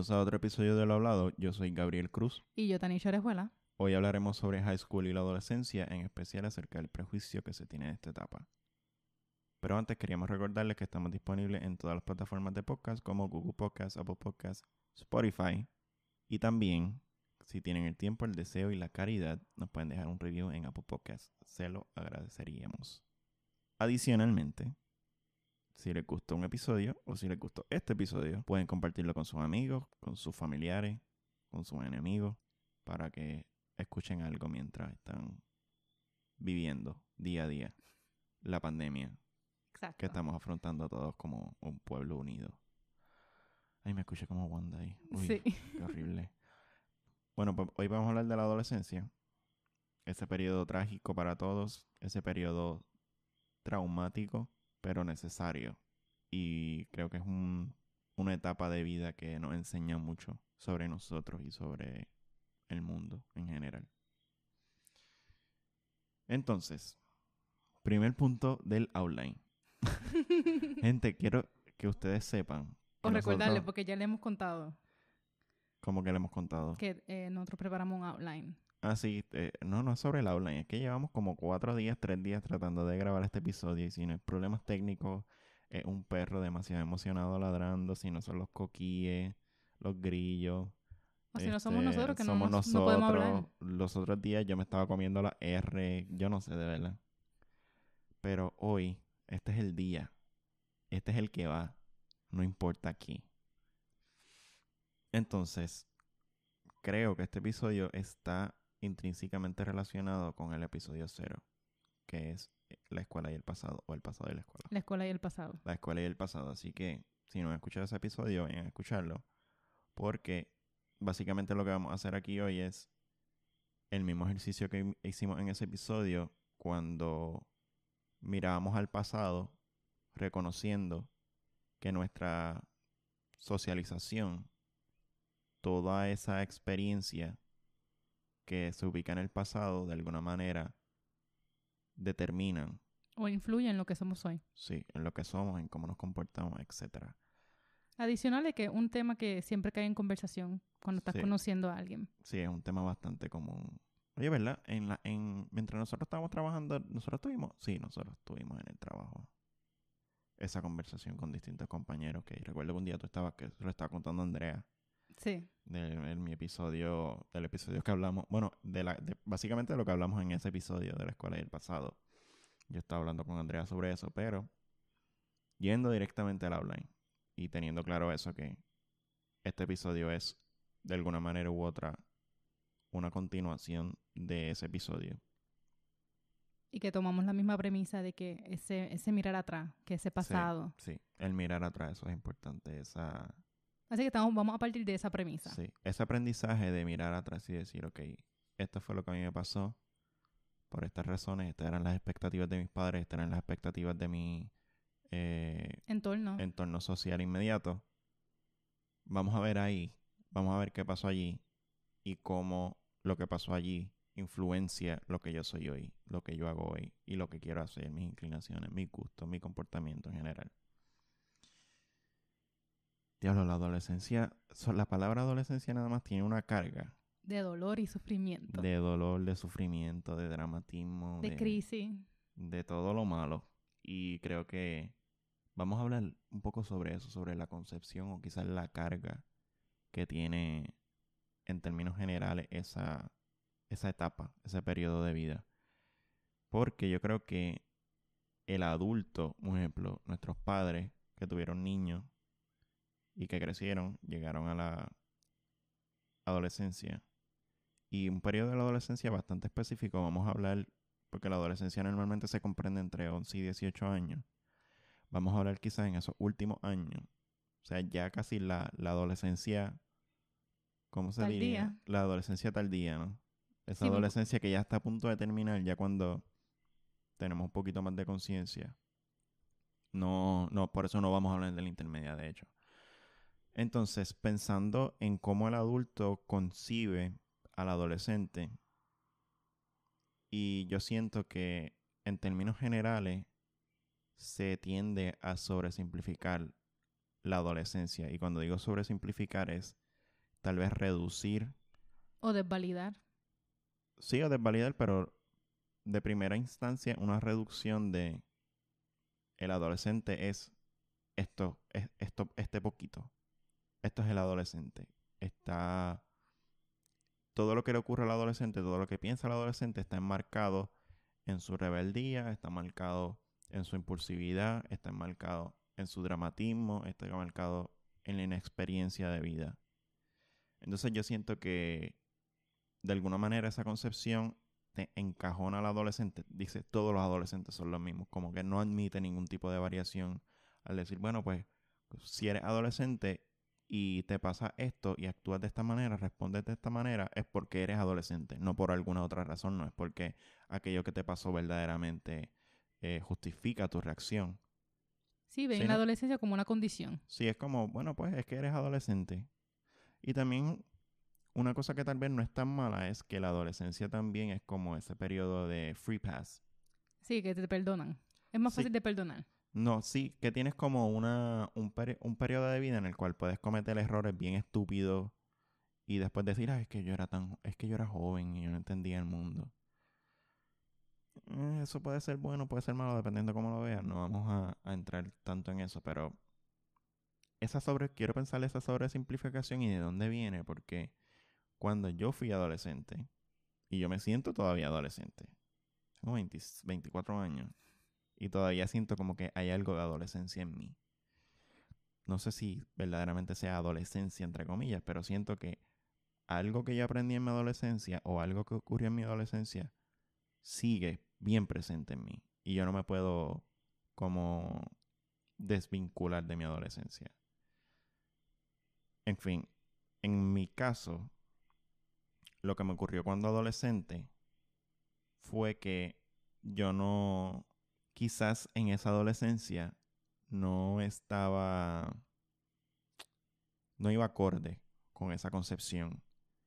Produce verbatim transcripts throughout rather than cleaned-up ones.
Bienvenidos a otro episodio de Lo Hablado. Yo soy Gabriel Cruz. Y yo, Tanisha Orejuela. Hoy hablaremos sobre high school y la adolescencia, en especial acerca del prejuicio que se tiene en esta etapa. Pero antes queríamos recordarles que estamos disponibles en todas las plataformas de podcast como Google Podcasts, Apple Podcasts, Spotify. Y también, si tienen el tiempo, el deseo y la caridad, nos pueden dejar un review en Apple Podcasts. Se lo agradeceríamos. Adicionalmente, si les gustó un episodio o si les gustó este episodio, pueden compartirlo con sus amigos, con sus familiares, con sus enemigos, para que escuchen algo mientras están viviendo día a día la pandemia Exacto. que estamos afrontando todos como un pueblo unido. Ay, me escuché como Wanda ahí. Uy, Sí. qué horrible. Bueno, pues hoy vamos a hablar de la adolescencia. Ese periodo trágico para todos, ese periodo traumático, pero necesario. Y creo que es un, una etapa de vida que nos enseña mucho sobre nosotros y sobre el mundo en general. Entonces, primer punto del outline. Gente, quiero que ustedes sepan. O que recordarle, nosotros, porque ya le hemos contado como que le hemos contado. que eh, nosotros preparamos un outline. Ah, sí, eh, no, no es sobre el outline. Es que llevamos como cuatro días, tres días tratando de grabar este episodio. Y si no hay problemas técnicos, es un perro demasiado emocionado ladrando. Si no son los coquíes, los grillos. O si no Este, somos nosotros, que no, somos nos, no podemos nosotros. hablar. Los otros días yo me estaba comiendo la R. Yo no sé de verdad. Pero hoy, este es el día. Este es el que va. No importa aquí. Entonces, creo que este episodio está intrínsecamente relacionado con el episodio cero, que es la escuela y el pasado, o el pasado y la escuela. La escuela y el pasado. La escuela y el pasado. Así que, si no han escuchado ese episodio, vayan a escucharlo. Porque básicamente lo que vamos a hacer aquí hoy es el mismo ejercicio que hicimos en ese episodio cuando mirábamos al pasado, reconociendo que nuestra socialización, toda esa experiencia que se ubica en el pasado, de alguna manera, determinan, O influye en lo que somos hoy. sí, en lo que somos, en cómo nos comportamos, etcétera. Adicional de que un tema que siempre cae en conversación cuando estás Sí, conociendo a alguien. sí, es un tema bastante común. Oye, ¿verdad? En la, en, mientras nosotros estábamos trabajando, nosotros tuvimos, sí, nosotros tuvimos en el trabajo esa conversación con distintos compañeros, que recuerdo que un día tú estabas, que lo estaba contando Andrea, Sí. de, de mi episodio, del episodio que hablamos, bueno, de la, de, básicamente de lo que hablamos en ese episodio de la escuela y el pasado. Yo estaba hablando con Andrea sobre eso, pero yendo directamente al outline y teniendo claro eso, que este episodio es, de alguna manera u otra, una continuación de ese episodio. Y que tomamos la misma premisa de que ese, ese mirar atrás, que ese pasado. Sí, sí, el mirar atrás, eso es importante, esa... Así que estamos, vamos a partir de esa premisa. Sí, ese aprendizaje de mirar atrás y decir, ok, esto fue lo que a mí me pasó por estas razones, estas eran las expectativas de mis padres, estas eran las expectativas de mi eh, Entorno. entorno social inmediato. Vamos a ver ahí, vamos a ver qué pasó allí y cómo lo que pasó allí influencia lo que yo soy hoy, lo que yo hago hoy y lo que quiero hacer, mis inclinaciones, mis gustos, mi comportamiento en general. Diablo, la adolescencia, la palabra adolescencia nada más tiene una carga De dolor y sufrimiento. de dolor, de sufrimiento, de dramatismo, de, de crisis. De todo lo malo. Y creo que vamos a hablar un poco sobre eso, sobre la concepción o quizás la carga que tiene en términos generales esa, esa etapa, ese periodo de vida. Porque yo creo que el adulto, por ejemplo, nuestros padres que tuvieron niños y que crecieron, llegaron a la adolescencia. Y un periodo de la adolescencia bastante específico, vamos a hablar, porque la adolescencia normalmente se comprende entre once y dieciocho años. Vamos a hablar quizás en esos últimos años. O sea, ya casi la, la adolescencia, ¿cómo se Tardía. diría? La adolescencia tardía, ¿no? Esa Sí, adolescencia que ya está a punto de terminar, ya cuando tenemos un poquito más de conciencia. No, no, por eso no vamos a hablar de la intermedia, de hecho. Entonces, pensando en cómo el adulto concibe al adolescente, y yo siento que en términos generales se tiende a sobresimplificar la adolescencia. Y cuando digo sobresimplificar es tal vez reducir, O desvalidar. sí, o desvalidar, pero de primera instancia una reducción de el adolescente es esto, es esto, este poquito. Esto es el adolescente. Está todo lo que le ocurre al adolescente, todo lo que piensa el adolescente está enmarcado en su rebeldía, está marcado en su impulsividad, está enmarcado en su dramatismo, está enmarcado en la inexperiencia de vida. Entonces yo siento que de alguna manera esa concepción te encajona al adolescente. Dice, todos los adolescentes son los mismos, como que no admite ningún tipo de variación al decir, bueno, pues si eres adolescente y te pasa esto y actúas de esta manera, respondes de esta manera, es porque eres adolescente, no por alguna otra razón, no es porque aquello que te pasó verdaderamente eh, justifica tu reacción. Sí, ven Sí, la ¿no? adolescencia como una condición. Sí, es como, bueno, pues es que eres adolescente. Y también una cosa que tal vez no es tan mala es que la adolescencia también es como ese periodo de free pass. Sí, que te perdonan. Es más Sí, fácil de perdonar. no, sí, que tienes como una, un, peri- un periodo de vida en el cual puedes cometer errores bien estúpidos y después decir, ah, es que yo era tan, es que yo era joven y yo no entendía el mundo. Eh, Eso puede ser bueno, puede ser malo, dependiendo de cómo lo veas. No vamos a, a entrar tanto en eso, pero esa sobre, quiero pensar esa sobresimplificación y de dónde viene, porque cuando yo fui adolescente, y yo me siento todavía adolescente, tengo veinte veinticuatro años, y todavía siento como que hay algo de adolescencia en mí. No sé si verdaderamente sea adolescencia, entre comillas, pero siento que algo que yo aprendí en mi adolescencia o algo que ocurrió en mi adolescencia sigue bien presente en mí. Y yo no me puedo como desvincular de mi adolescencia. En fin, en mi caso, lo que me ocurrió cuando adolescente fue que yo no, quizás en esa adolescencia, no estaba, no iba acorde con esa concepción.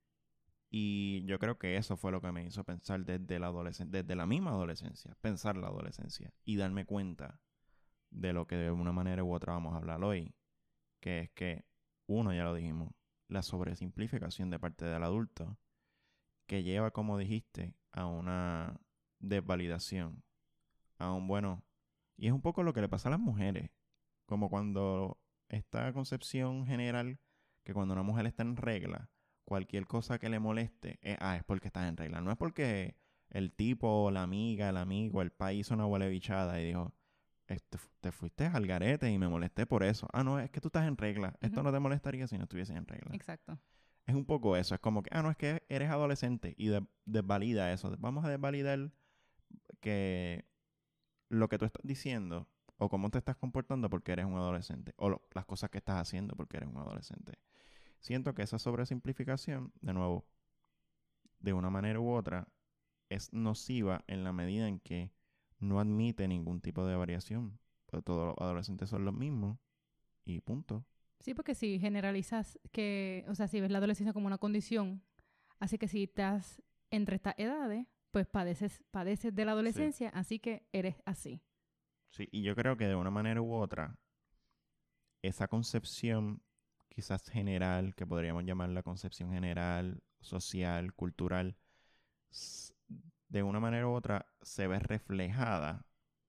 Y yo creo que eso fue lo que me hizo pensar desde la adolescencia, desde la misma adolescencia, pensar la adolescencia y darme cuenta de lo que de una manera u otra vamos a hablar hoy, que es que, uno, ya lo dijimos, la sobresimplificación de parte del adulto, que lleva, como dijiste, a una desvalidación, a un bueno, y es un poco lo que le pasa a las mujeres, como cuando esta concepción general, que cuando una mujer está en regla, cualquier cosa que le moleste, es, ah, es porque estás en regla, no es porque el tipo, la amiga, el amigo, el país hizo una huele bichada y dijo, este, te fuiste al garete y me molesté por eso. Ah, no, es que tú estás en regla. Esto Ujú. no te molestaría si no estuvieses en regla. Exacto. Es un poco eso. Es como que, ah, no, es que eres adolescente y de- desvalida eso. Vamos a desvalidar que lo que tú estás diciendo o cómo te estás comportando porque eres un adolescente o lo- las cosas que estás haciendo porque eres un adolescente. Siento que esa sobresimplificación, de nuevo, de una manera u otra, es nociva en la medida en que no admite ningún tipo de variación. Pero todos los adolescentes son los mismos y punto. Sí, porque si generalizas que, o sea, si ves la adolescencia como una condición, así que si estás entre estas edades, pues padeces, padeces de la Sí. adolescencia, así que eres así. Sí, y yo creo que de una manera u otra, esa concepción quizás general, que podríamos llamar la concepción general, social, cultural, s- de una manera u otra se ve reflejada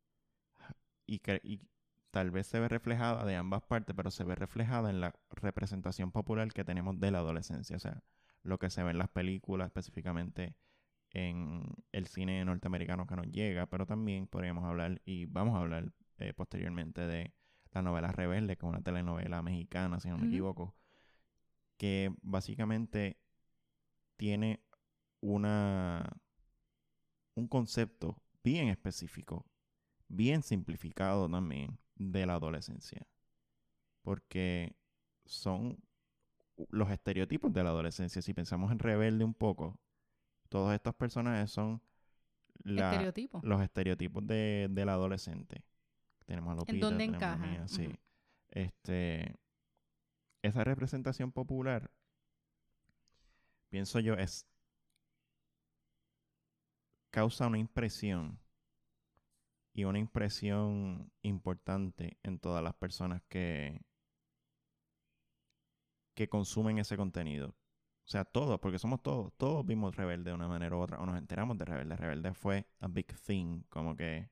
y, que, y tal vez se ve reflejada de ambas partes, pero se ve reflejada en la representación popular que tenemos de la adolescencia. O sea, lo que se ve en las películas, específicamente en el cine norteamericano que nos llega, pero también podríamos hablar, y vamos a hablar eh, posteriormente de la novela Rebelde, que es una telenovela mexicana, si no me Ujú. equivoco, que básicamente tiene una, un concepto bien específico, bien simplificado también de la adolescencia, porque son los estereotipos de la adolescencia. Si pensamos en Rebelde un poco, todos estos personajes son la, Estereotipo. los estereotipos de, del adolescente. Tenemos a ¿En Lupita, dónde tenemos a encaja? Mía, sí. Ujú. Este, esa representación popular, pienso yo, es causa una impresión y una impresión importante en todas las personas que, que consumen ese contenido. sea, todos, porque somos todos, todos vimos Rebelde de una manera u otra, o nos enteramos de Rebelde. Rebelde fue a big thing, como que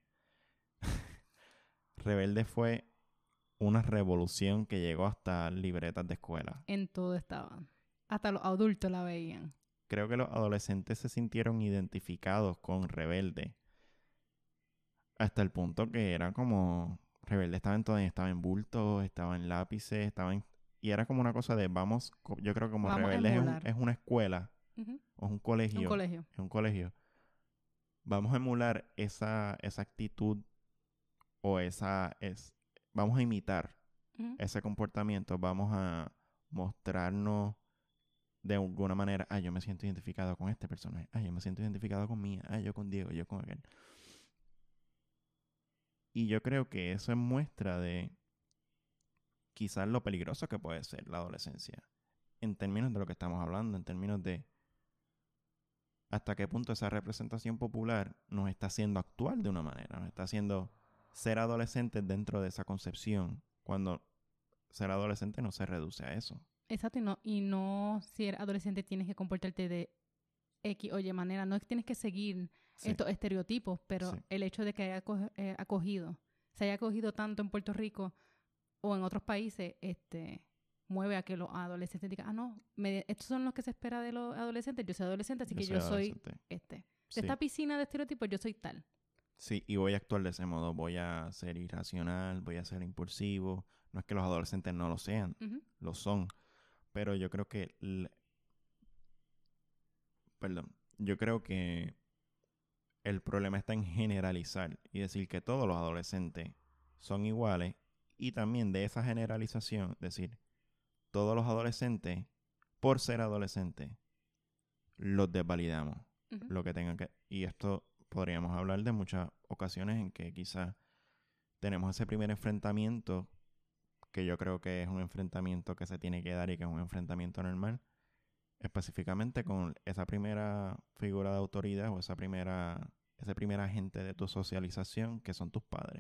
Rebelde fue una revolución que llegó hasta libretas de escuela. En todo estaban. Hasta los adultos la veían. Creo que los adolescentes se sintieron identificados con Rebelde. Hasta el punto que era como... Rebelde estaba en todo, estaba en bultos, estaba en lápices, estaba en... Y era como una cosa de vamos... Yo creo que como Vamos a Rebelde es, un- emular. es una escuela, Ujú. o es un colegio. Un colegio. Es un colegio. Vamos a emular esa, esa actitud o esa... Es, vamos a imitar Ujú. ese comportamiento. Vamos a mostrarnos de alguna manera, ah, yo me siento identificado con este personaje, ah, yo me siento identificado con Mía, ah, yo con Diego, yo con aquel. Y yo creo que eso es muestra de quizás lo peligroso que puede ser la adolescencia, en términos de lo que estamos hablando, en términos de hasta qué punto esa representación popular nos está haciendo actuar de una manera, nos está haciendo ser adolescentes dentro de esa concepción, cuando ser adolescente no se reduce a eso. Exacto, y no, y no si eres adolescente tienes que comportarte de X o Y manera. No es que tienes que seguir Sí, estos estereotipos, pero sí, el hecho de que haya aco- eh, acogido, se haya acogido tanto en Puerto Rico o en otros países, este mueve a que los adolescentes digan, ah, no, me- estos son los que se espera de los adolescentes, yo soy adolescente, así yo que soy yo soy adolescente. este. De Sí. esta piscina de estereotipos, yo soy tal. Sí, y voy a actuar de ese modo. Voy a ser irracional, voy a ser impulsivo. No es que los adolescentes no lo sean, Ujú. lo son. Pero yo creo que... l- Perdón. Yo creo que el problema está en generalizar y decir que todos los adolescentes son iguales. Y también de esa generalización, decir, todos los adolescentes, por ser adolescentes, los desvalidamos. Ujú. Lo que tengan que... Y esto podríamos hablar de muchas ocasiones en que quizás tenemos ese primer enfrentamiento, que yo creo que es un enfrentamiento que se tiene que dar y que es un enfrentamiento normal, específicamente con esa primera figura de autoridad o esa primera, ese primer agente de tu socialización, que son tus padres.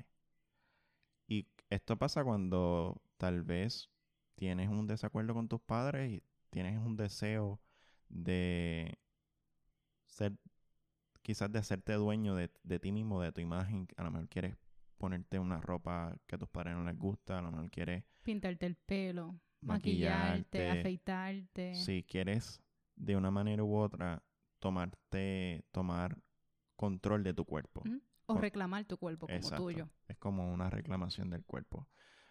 Y esto pasa cuando tal vez tienes un desacuerdo con tus padres y tienes un deseo de ser, quizás de hacerte dueño de, de ti mismo, de tu imagen. A lo mejor quieres ponerte una ropa que a tus padres no les gusta, a lo mejor quieres Pintarte el pelo, maquillarte, maquillarte. afeitarte. Si quieres de una manera u otra tomarte, tomar control de tu cuerpo. Ujú. O Con- reclamar tu cuerpo como Exacto. tuyo. Es como una reclamación del cuerpo.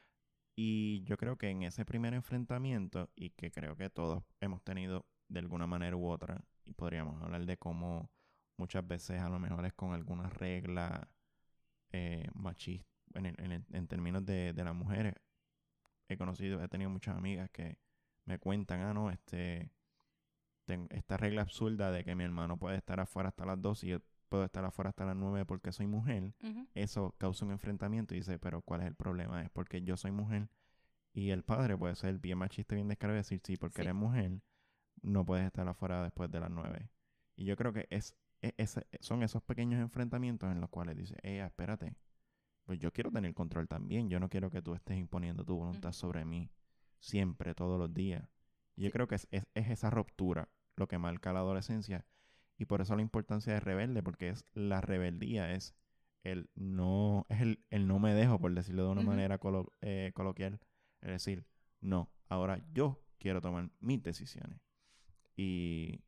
Y yo creo que en ese primer enfrentamiento, y que creo que todos hemos tenido de alguna manera u otra, y podríamos hablar de cómo muchas veces a lo mejor es con alguna regla eh, machista, en, el- en, el- en términos de, de las mujeres. He conocido, he tenido muchas amigas que me cuentan, ah, no, este, ten- esta regla absurda de que mi hermano puede estar afuera hasta las dos y yo puedo estar afuera hasta las nueve porque soy mujer. Ujú. Eso causa un enfrentamiento y dice, pero ¿cuál es el problema? Es porque yo soy mujer y el padre puede ser bien machista, bien descarado y decir, sí, porque Sí. eres mujer, no puedes estar afuera después de las nueve. Y yo creo que es, e- ese- son esos pequeños enfrentamientos en los cuales dice, eh, espérate, pues yo quiero tener control también. Yo no quiero que tú estés imponiendo tu voluntad Ujú. sobre mí siempre, todos los días. Y yo Sí. creo que es, es, es esa ruptura lo que marca la adolescencia. Y por eso la importancia de rebelde, porque es la rebeldía, es el no, es el, el no me dejo, por decirlo de una Ujú. manera colo- eh, coloquial. Es decir, no, ahora yo quiero tomar mis decisiones. Y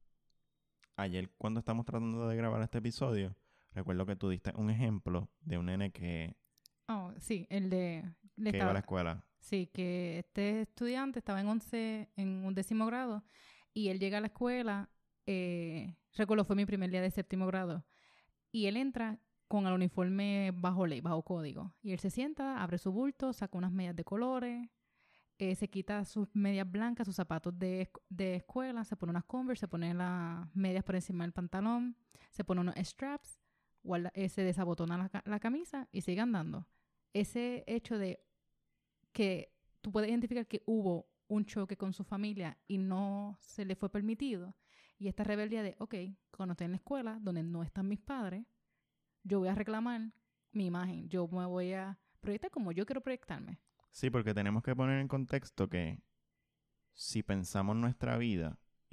ayer cuando estamos tratando de grabar este episodio, recuerdo que tú diste un ejemplo de un nene que, Oh, sí, el de... le que iba a la estaba, escuela. sí, que este estudiante estaba en once, en un décimo grado, y él llega a la escuela, eh, recuerdo, fue mi primer día de séptimo grado, y él entra con el uniforme bajo ley, bajo código, y él se sienta, abre su bulto, saca unas medias de colores, eh, se quita sus medias blancas, sus zapatos de, esc- de escuela, se pone unas Converse, se pone las medias por encima del pantalón, se pone unos straps, guarda, eh, se desabotona la, ca- la camisa y sigue andando. Ese hecho de que tú puedes identificar que hubo un choque con su familia y no se le fue permitido, y esta rebeldía de, ok, cuando estoy en la escuela, donde no están mis padres, yo voy a reclamar mi imagen, yo me voy a proyectar como yo quiero proyectarme. Sí, porque tenemos que poner en contexto que si pensamos nuestra vida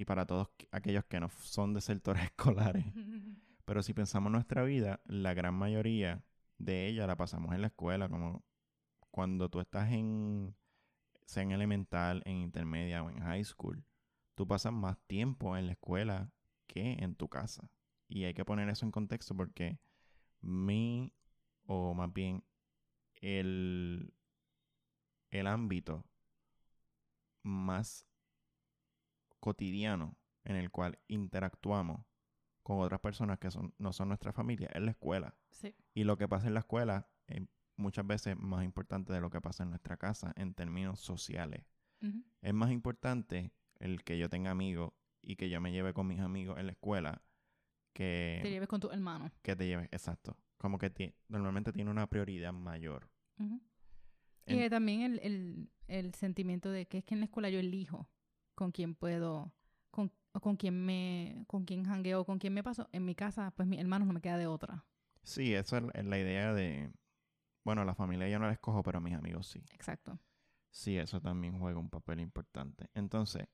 y para todos qu- aquellos que no f- son desertores escolares. Pero si pensamos en nuestra vida, la gran mayoría de ella la pasamos en la escuela, como cuando tú estás en, sea en elemental, en intermedia o en high school, tú pasas más tiempo en la escuela que en tu casa. Y hay que poner eso en contexto porque mi, o más bien el, el ámbito más cotidiano en el cual interactuamos con otras personas que son, no son nuestra familia es la escuela. Sí. Y lo que pasa en la escuela es muchas veces más importante de lo que pasa en nuestra casa en términos sociales. Ujú. Es más importante el que yo tenga amigos y que yo me lleve con mis amigos en la escuela Te que, lleves con tu hermano. que te lleves, exacto. Como que ti- normalmente tiene una prioridad mayor. Ujú. Y En- eh, también el, el, el sentimiento de que es que en la escuela yo elijo con quién puedo, con, o con quién me, con quién jangueo, con quién me paso. En mi casa, pues mis hermanos no me queda de otra. sí, esa es es la idea de, bueno, la familia yo no la escojo, pero mis amigos sí. Exacto. Sí, eso también juega un papel importante. Entonces,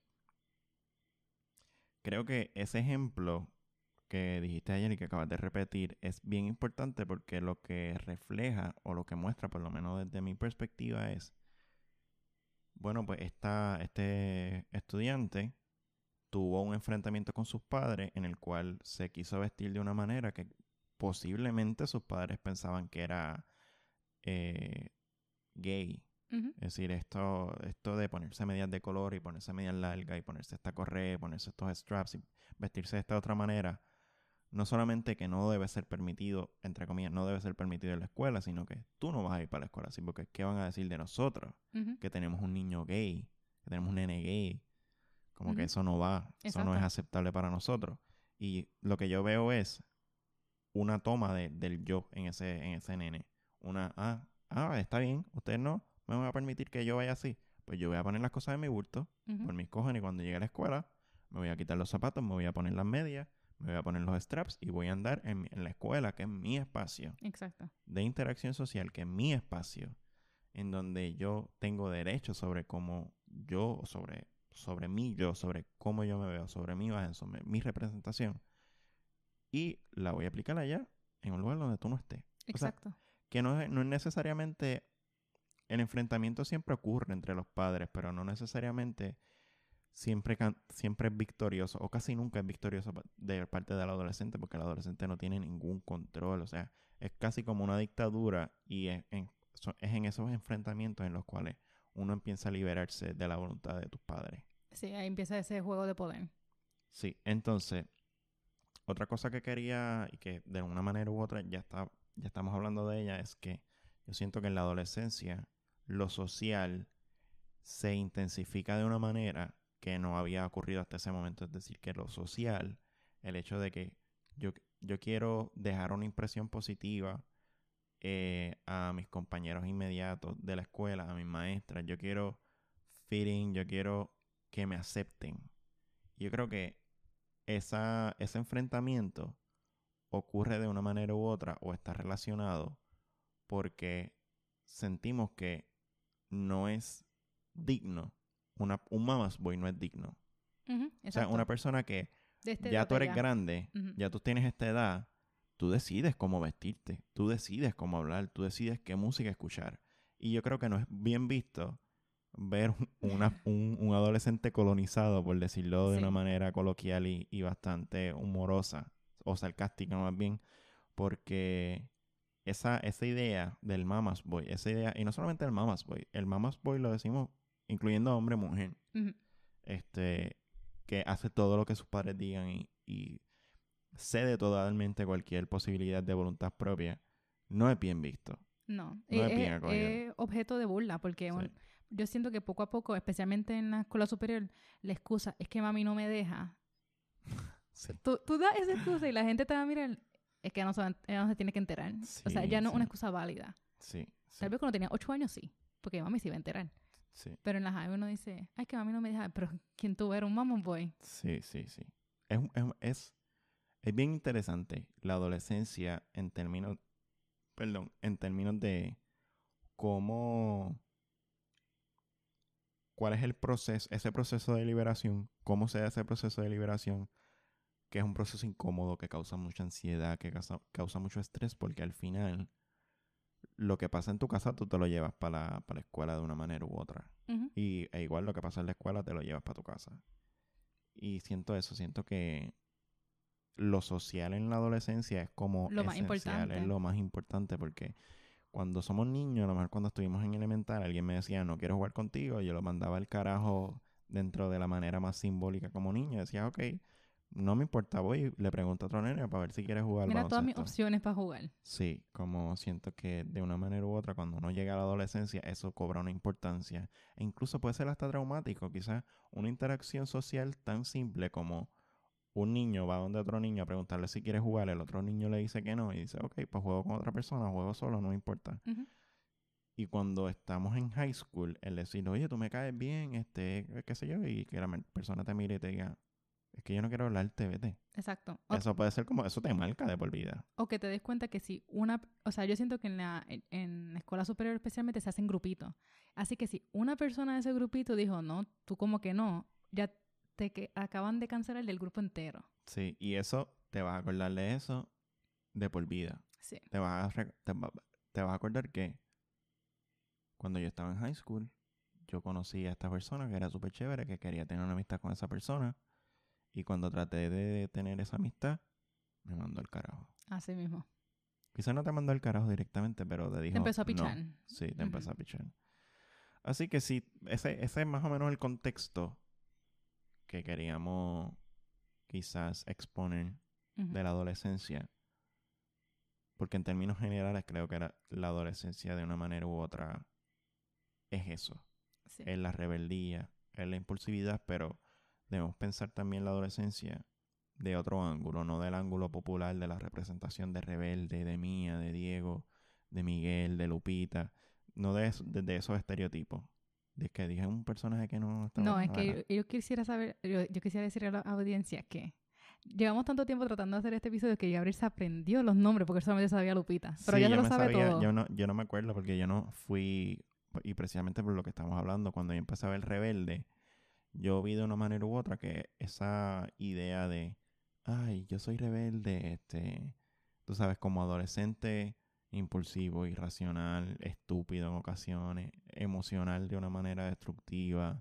creo que ese ejemplo que dijiste ayer y que acabas de repetir es bien importante porque lo que refleja o lo que muestra, por lo menos desde mi perspectiva, es, bueno, pues esta, este estudiante tuvo un enfrentamiento con sus padres en el cual se quiso vestir de una manera que posiblemente sus padres pensaban que era eh, gay. Ujú. Es decir, esto, esto de ponerse medias de color y ponerse medias largas y ponerse esta correa, ponerse estos straps y vestirse de esta otra manera, no solamente que no debe ser permitido, entre comillas, no debe ser permitido en la escuela, sino que tú no vas a ir para la escuela así, porque ¿qué van a decir de nosotros? Ujú. Que tenemos un niño gay, que tenemos un nene gay, como que Ujú. eso no va, eso no es Exacto. aceptable para nosotros. Y lo que yo veo es una toma de, del yo en ese, en ese nene. Una, ah, ah, está bien, ustedes no me van a permitir que yo vaya así. Pues yo voy a poner las cosas en mi bulto, Ujú. por mis cojones, y cuando llegue a la escuela, me voy a quitar los zapatos, me voy a poner las medias, me voy a poner los straps y voy a andar en, mi- en la escuela, que es mi espacio Exacto. de interacción social, que es mi espacio, en donde yo tengo derecho sobre cómo yo, sobre, sobre mí, yo, sobre cómo yo me veo, sobre mi imagen, sobre mi representación. Y la voy a aplicar allá, en un lugar donde tú no estés. O sea, Exacto. que no es, no es necesariamente, el enfrentamiento siempre ocurre entre los padres, pero no necesariamente siempre, can- siempre es victorioso, o casi nunca es victorioso pa- de parte del adolescente, porque el adolescente no tiene ningún control. O sea, es casi como una dictadura y es en, so- es en esos enfrentamientos en los cuales uno empieza a liberarse de la voluntad de tus padres. Sí, ahí empieza ese juego de poder. Sí, entonces, otra cosa que quería y que de una manera u otra ya está, ya estamos hablando de ella es que yo siento que en la adolescencia lo social se intensifica de una manera que no había ocurrido hasta ese momento. Es decir, que lo social, el hecho de que yo, yo quiero dejar una impresión positiva eh, a mis compañeros inmediatos de la escuela, a mis maestras, yo quiero fit in, yo quiero que me acepten. Yo creo que esa, ese enfrentamiento ocurre de una manera u otra o está relacionado porque sentimos que no es digno. Una, un mama's boy no es digno. Ujú. O sea, Exacto. una persona que De esta ya edad tú eres ya. grande, Ujú. ya tú tienes esta edad, tú decides cómo vestirte, tú decides cómo hablar, tú decides qué música escuchar. Y yo creo que no es bien visto ver un- una, un, un adolescente colonizado, por decirlo de una Sí. manera coloquial y, y bastante humorosa o sarcástica más bien, porque esa, esa idea del mama's boy, esa idea, y no solamente el mama's boy, el mama's boy lo decimos incluyendo hombre y mujer, Ujú. este, que hace todo lo que sus padres digan y, y cede totalmente cualquier posibilidad de voluntad propia, no es bien visto, No, no es es, bien es- acogido. es objeto de burla porque Sí, un- yo siento que poco a poco, especialmente en la escuela superior, la excusa es que mami no me deja. sí, Tú, tú das esa excusa y la gente te va a mirar, es que ella no se, va- ella no se tiene que enterar. O sea, sí, ya no es una sí, excusa válida. sí, sí, Tal vez cuando tenía ocho años sí, porque mami se iba a enterar. sí, Pero en la high uno dice, ay, que mami no me deja. Pero ¿quién tú eres? Un mamón boy. sí, sí, sí. Es, es, es, es bien interesante la adolescencia en términos, perdón, en términos de cómo cuál es el proceso, ese proceso de liberación, cómo se da ese proceso de liberación, que es un proceso incómodo, que causa mucha ansiedad, que causa, causa mucho estrés, porque al final lo que pasa en tu casa tú te lo llevas para la, para la escuela de una manera u otra. Ujú. Y e igual lo que pasa en la escuela te lo llevas para tu casa. Y siento eso, siento que lo social en la adolescencia es como Lo más esencial, importante. es lo más importante, porque cuando somos niños, a lo mejor cuando estuvimos en elemental, alguien me decía, no quiero jugar contigo, yo lo mandaba al carajo dentro de la manera más simbólica como niño. Decía, ok, no me importa, voy y le pregunto a otro nene para ver si quiere jugar al Mira todas mis baloncesto. opciones para jugar. Sí, como siento que de una manera u otra, cuando uno llega a la adolescencia, eso cobra una importancia. E incluso puede ser hasta traumático. Quizás una interacción social tan simple como un niño va donde otro niño a preguntarle si quiere jugar, el otro niño le dice que no y dice, ok, pues juego con otra persona, juego solo, no me importa. Ujú. Y cuando estamos en high school, el decir, oye, tú me caes bien, este, qué sé yo, y que la mer- persona te mire y te diga, es que yo no quiero hablarte, vete. Exacto. O, Eso puede ser como, eso te marca de por vida. o que te des cuenta que si una... O sea, yo siento que en la, en, en la escuela superior especialmente se hacen grupitos. Así que si una persona de ese grupito dijo, no, tú como que no, ya te que acaban de cancelar del grupo entero. Sí, y eso, te vas a acordar de eso de por vida. Sí. Te vas a, rec- te, va- te vas a acordar que cuando yo estaba en high school, yo conocí a esta persona que era súper chévere, que quería tener una amistad con esa persona. Y cuando traté de tener esa amistad, me mandó al carajo. Así mismo. Quizás no te mandó al carajo directamente, pero te Te dijo empezó a pichar. no. Sí, te Ujú. empezó a pichar. Así que sí, ese, ese es más o menos el contexto que queríamos quizás exponer Ujú. de la adolescencia. Porque en términos generales creo que era la adolescencia de una manera u otra es eso. Sí. Es la rebeldía, es la impulsividad, pero debemos pensar también la adolescencia de otro ángulo, no del ángulo popular de la representación de Rebelde, de Mía, de Diego, de Miguel, de Lupita, no de, eso- de, de esos estereotipos. De que dije un personaje que no estaba... No, es no que era. yo, yo quisiera saber, yo, yo quisiera decirle a la audiencia que llevamos tanto tiempo tratando de hacer este episodio que Gabriel se aprendió los nombres porque solamente sabía Lupita. Pero Sí, ya se yo lo me sabe sabía, todo. yo no, yo no me acuerdo porque yo no fui, y precisamente por lo que estamos hablando, cuando yo empecé a ver Rebelde, yo vi de una manera u otra que esa idea de, ay, yo soy rebelde, este, tú sabes, como adolescente, impulsivo, irracional, estúpido en ocasiones, emocional de una manera destructiva.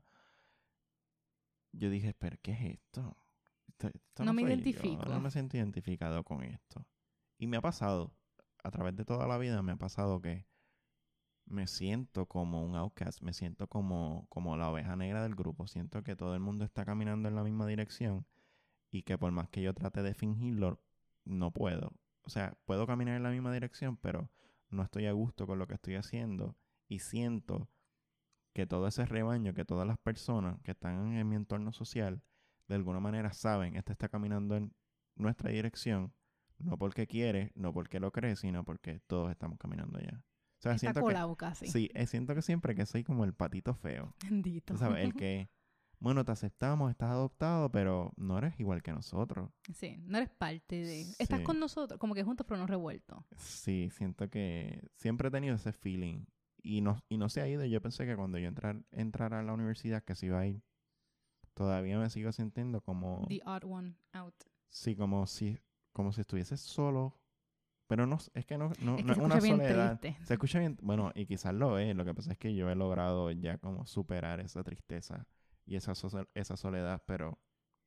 Yo dije, pero ¿qué es esto? Esto, esto No no me soy yo, identifico. no me siento identificado con esto. Y me ha pasado, a través de toda la vida me ha pasado que me siento como un outcast, me siento como, como la oveja negra del grupo. Siento que todo el mundo está caminando en la misma dirección y que por más que yo trate de fingirlo, no puedo. O sea, puedo caminar en la misma dirección, pero no estoy a gusto con lo que estoy haciendo y siento que todo ese rebaño, que todas las personas que están en mi entorno social, de alguna manera saben, este está caminando en nuestra dirección, no porque quiere, no porque lo cree, sino porque todos estamos caminando allá. O sea, Está siento que, colado casi. sí, eh, siento que siempre que soy como el patito feo. Bendito. Tú sabes, el que, bueno, te aceptamos, estás adoptado, pero no eres igual que nosotros. Sí, no eres parte de... Estás Sí, con nosotros, como que juntos pero no revueltos. sí, siento que siempre he tenido ese feeling. Y no, y no se ha ido. Yo pensé que cuando yo entrar, entrara a la universidad que se iba a ir. Todavía me sigo sintiendo como, The odd one out. sí, como si, como si estuviese solo. Pero no, es que no, no, Es no que es se una escucha bien soledad. triste. Se escucha bien, bueno, y quizás lo es. Lo que pasa es que yo he logrado ya como superar esa tristeza y esa, so- esa soledad, pero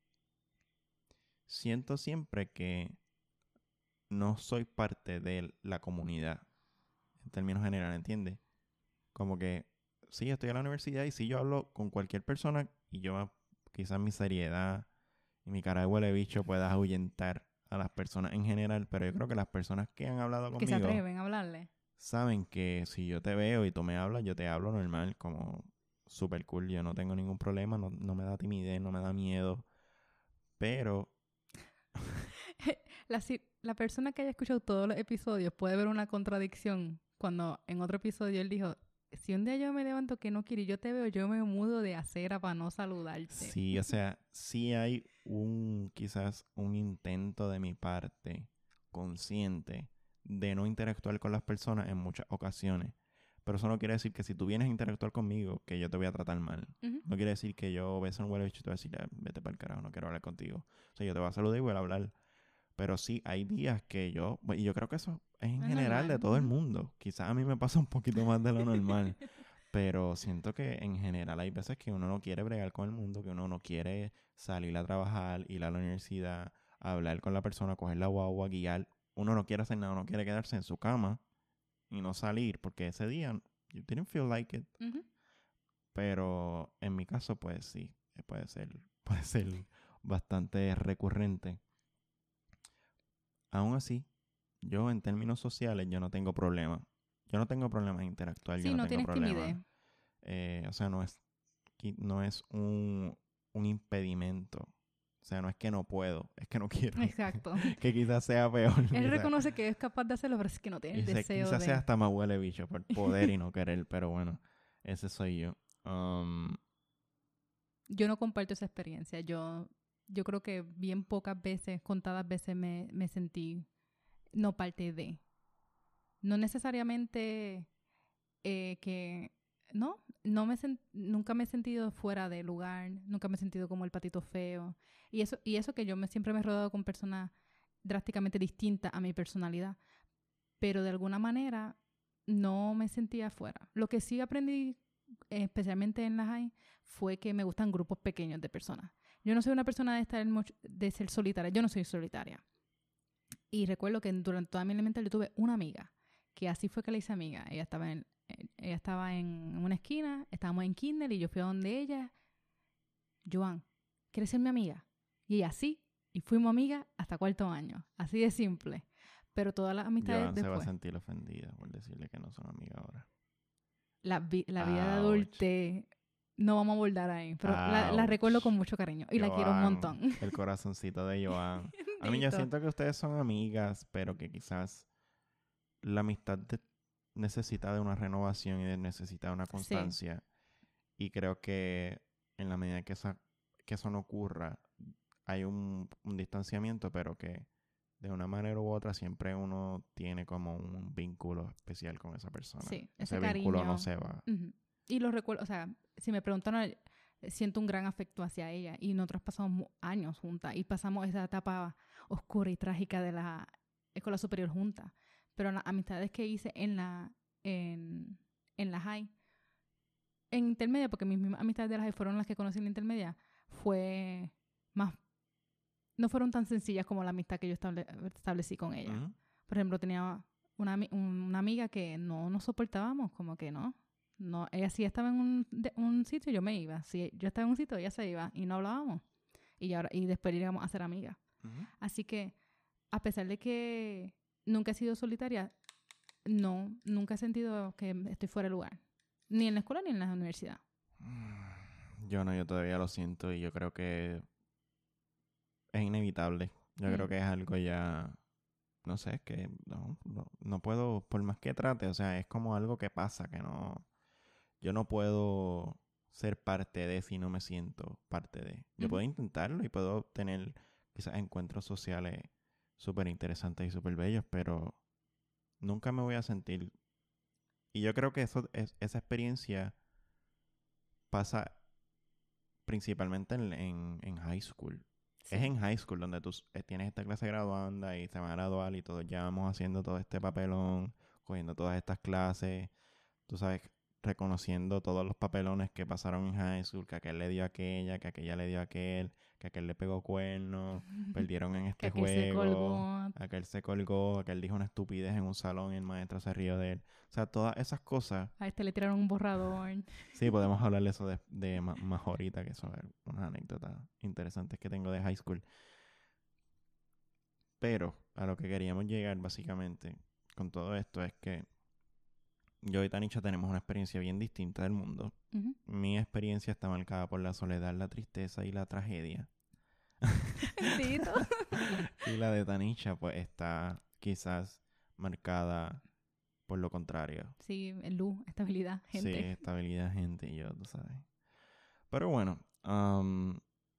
siento siempre que no soy parte de la comunidad, en términos generales, ¿entiendes? Como que, sí, estoy en la universidad y sí, yo hablo con cualquier persona y yo quizás mi seriedad y mi cara de huele bicho pueda ahuyentar a las personas en general, pero yo creo que las personas que han hablado Que se conmigo atreven a hablarle. saben que si yo te veo y tú me hablas, yo te hablo normal, como súper cool, yo no tengo ningún problema, no, no me da timidez, no me da miedo, pero La, si- la persona que haya escuchado todos los episodios puede ver una contradicción cuando en otro episodio él dijo, si un día yo me levanto que no quiero y yo te veo, yo me mudo de acera para no saludarte. sí, o sea, sí hay un, quizás un intento de mi parte consciente de no interactuar con las personas en muchas ocasiones. Pero eso no quiere decir que si tú vienes a interactuar conmigo, que yo te voy a tratar mal. Uh-huh. No quiere decir que yo beso un huele bicho y te voy a decir, "Ah, vete para el carajo, no quiero hablar contigo". O sea, yo te voy a saludar y voy a hablar. Pero sí, hay días que yo... Y yo creo que eso es en Es general normal. de todo el Ujú. mundo. Quizás a mí me pasa un poquito más de lo normal. Pero siento que en general hay veces que uno no quiere bregar con el mundo, que uno no quiere salir a trabajar, ir a la universidad, hablar con la persona, coger la guagua, guiar. Uno no quiere hacer nada, uno quiere quedarse en su cama y no salir porque ese día you didn't feel like it. Uh-huh. Pero en mi caso, pues sí, puede ser, puede ser bastante recurrente. Aún así, yo en términos sociales, yo no tengo problema. Yo no tengo problema en interactuar, Sí, yo no, no tengo tienes problema. timidez. Eh, o sea, no es, qui- no es un, un impedimento. O sea, no es que no puedo, es que no quiero. Exacto. Que quizás sea peor. Él quizás- reconoce que es capaz de hacerlo, pero es que no tiene el quizás, deseo quizás de... sea hasta más huele bicho por poder y no querer, pero bueno, ese soy yo. Um, Yo no comparto esa experiencia. Yo, yo creo que bien pocas veces, contadas veces me, me sentí no parte de. No necesariamente eh, que... No, no me sen- nunca me he sentido fuera de lugar, nunca me he sentido como el patito feo. Y eso, y eso que yo me, siempre me he rodado con personas drásticamente distintas a mi personalidad. Pero de alguna manera no me sentía afuera. Lo que sí aprendí, eh, especialmente en la high, fue que me gustan grupos pequeños de personas. Yo no soy una persona de, estar much- de ser solitaria. Yo no soy solitaria. Y recuerdo que durante toda mi elemental yo tuve una amiga, que así fue que la hice amiga. Ella estaba en, ella estaba en una esquina, estábamos en kinder y yo fui a donde ella. Joan, ¿quieres ser mi amiga? Y ella sí. Y fuimos amigas hasta cuarto año. Así de simple. Pero todas las amistades Joan se va a después... sentir ofendida por decirle que no son amigas ahora. La, vi- la vida de Ouch. adultez no vamos a abordar ahí, pero la, la recuerdo con Ouch. mucho cariño y la quiero un Joan, montón. el corazoncito de Joan. A mí yo Bendito. siento que ustedes son amigas, pero que quizás la amistad de- necesita de una renovación y de- necesita de una Sí, constancia. Y creo que en la medida que, esa, que eso no ocurra, hay un, un distanciamiento, pero que de una manera u otra siempre uno tiene como un vínculo especial con esa persona. sí, Ese ese vínculo no cariño. se va. Ujú. Y lo recuerdo, o sea, si me preguntaron, eh, siento un gran afecto hacia ella y nosotros pasamos mu- años juntas y pasamos esa etapa oscura y trágica de la escuela superior juntas. Pero las amistades que hice en la, en, en la high, en intermedia, porque mis mismas amistades de la high fueron las que conocí en la intermedia, fue más, no fueron tan sencillas como la amistad que yo estable- establecí con ella. Ujú. Por ejemplo, tenía una, ami- un- una amiga que no nos soportábamos, como que no. no ella sí estaba en un, de- un sitio, yo me iba. Si yo estaba en un sitio, ella se iba y no hablábamos. Y, ahora, y después llegamos a ser amigas. Ujú. Así que, a pesar de que nunca he sido solitaria, no, nunca he sentido que estoy fuera de lugar. Ni en la escuela ni en la universidad. Yo no, yo todavía lo siento y yo creo que es inevitable. Yo Mm. creo que es algo ya, no sé, es que no, no, no puedo, por más que trate, o sea, es como algo que pasa, que no, yo no puedo ser parte de si no me siento parte de. Yo Ujú. puedo intentarlo y puedo tener quizás encuentros sociales súper interesantes y súper bellos, pero nunca me voy a sentir. Y yo creo que eso es, esa experiencia pasa principalmente en, en, en high school. Sí. Es en high school donde tú eh, tienes esta clase graduanda y se va a graduar y todos ya vamos haciendo todo este papelón, cogiendo todas estas clases, tú sabes, reconociendo todos los papelones que pasaron en high school, que aquel le dio a aquella, que aquella le dio a aquel, que aquel le pegó cuernos, perdieron en Que este aquel se juego, colgó. aquel se colgó, aquel dijo una estupidez en un salón y el maestro se rió de él. O sea, todas esas cosas. A este le tiraron un borrador. Sí, podemos hablar de eso de, de ma- más ahorita, que son unas anécdotas interesantes que tengo de high school. Pero a lo que queríamos llegar básicamente con todo esto es que yo y Tanisha tenemos una experiencia bien distinta del mundo. Ujú. Mi experiencia está marcada por la soledad, la tristeza y la tragedia. Bendito. Y la de Tanisha pues está quizás marcada por lo contrario. Sí, luz, estabilidad, gente. Sí, estabilidad, gente y yo, tú sabes. Pero bueno, um,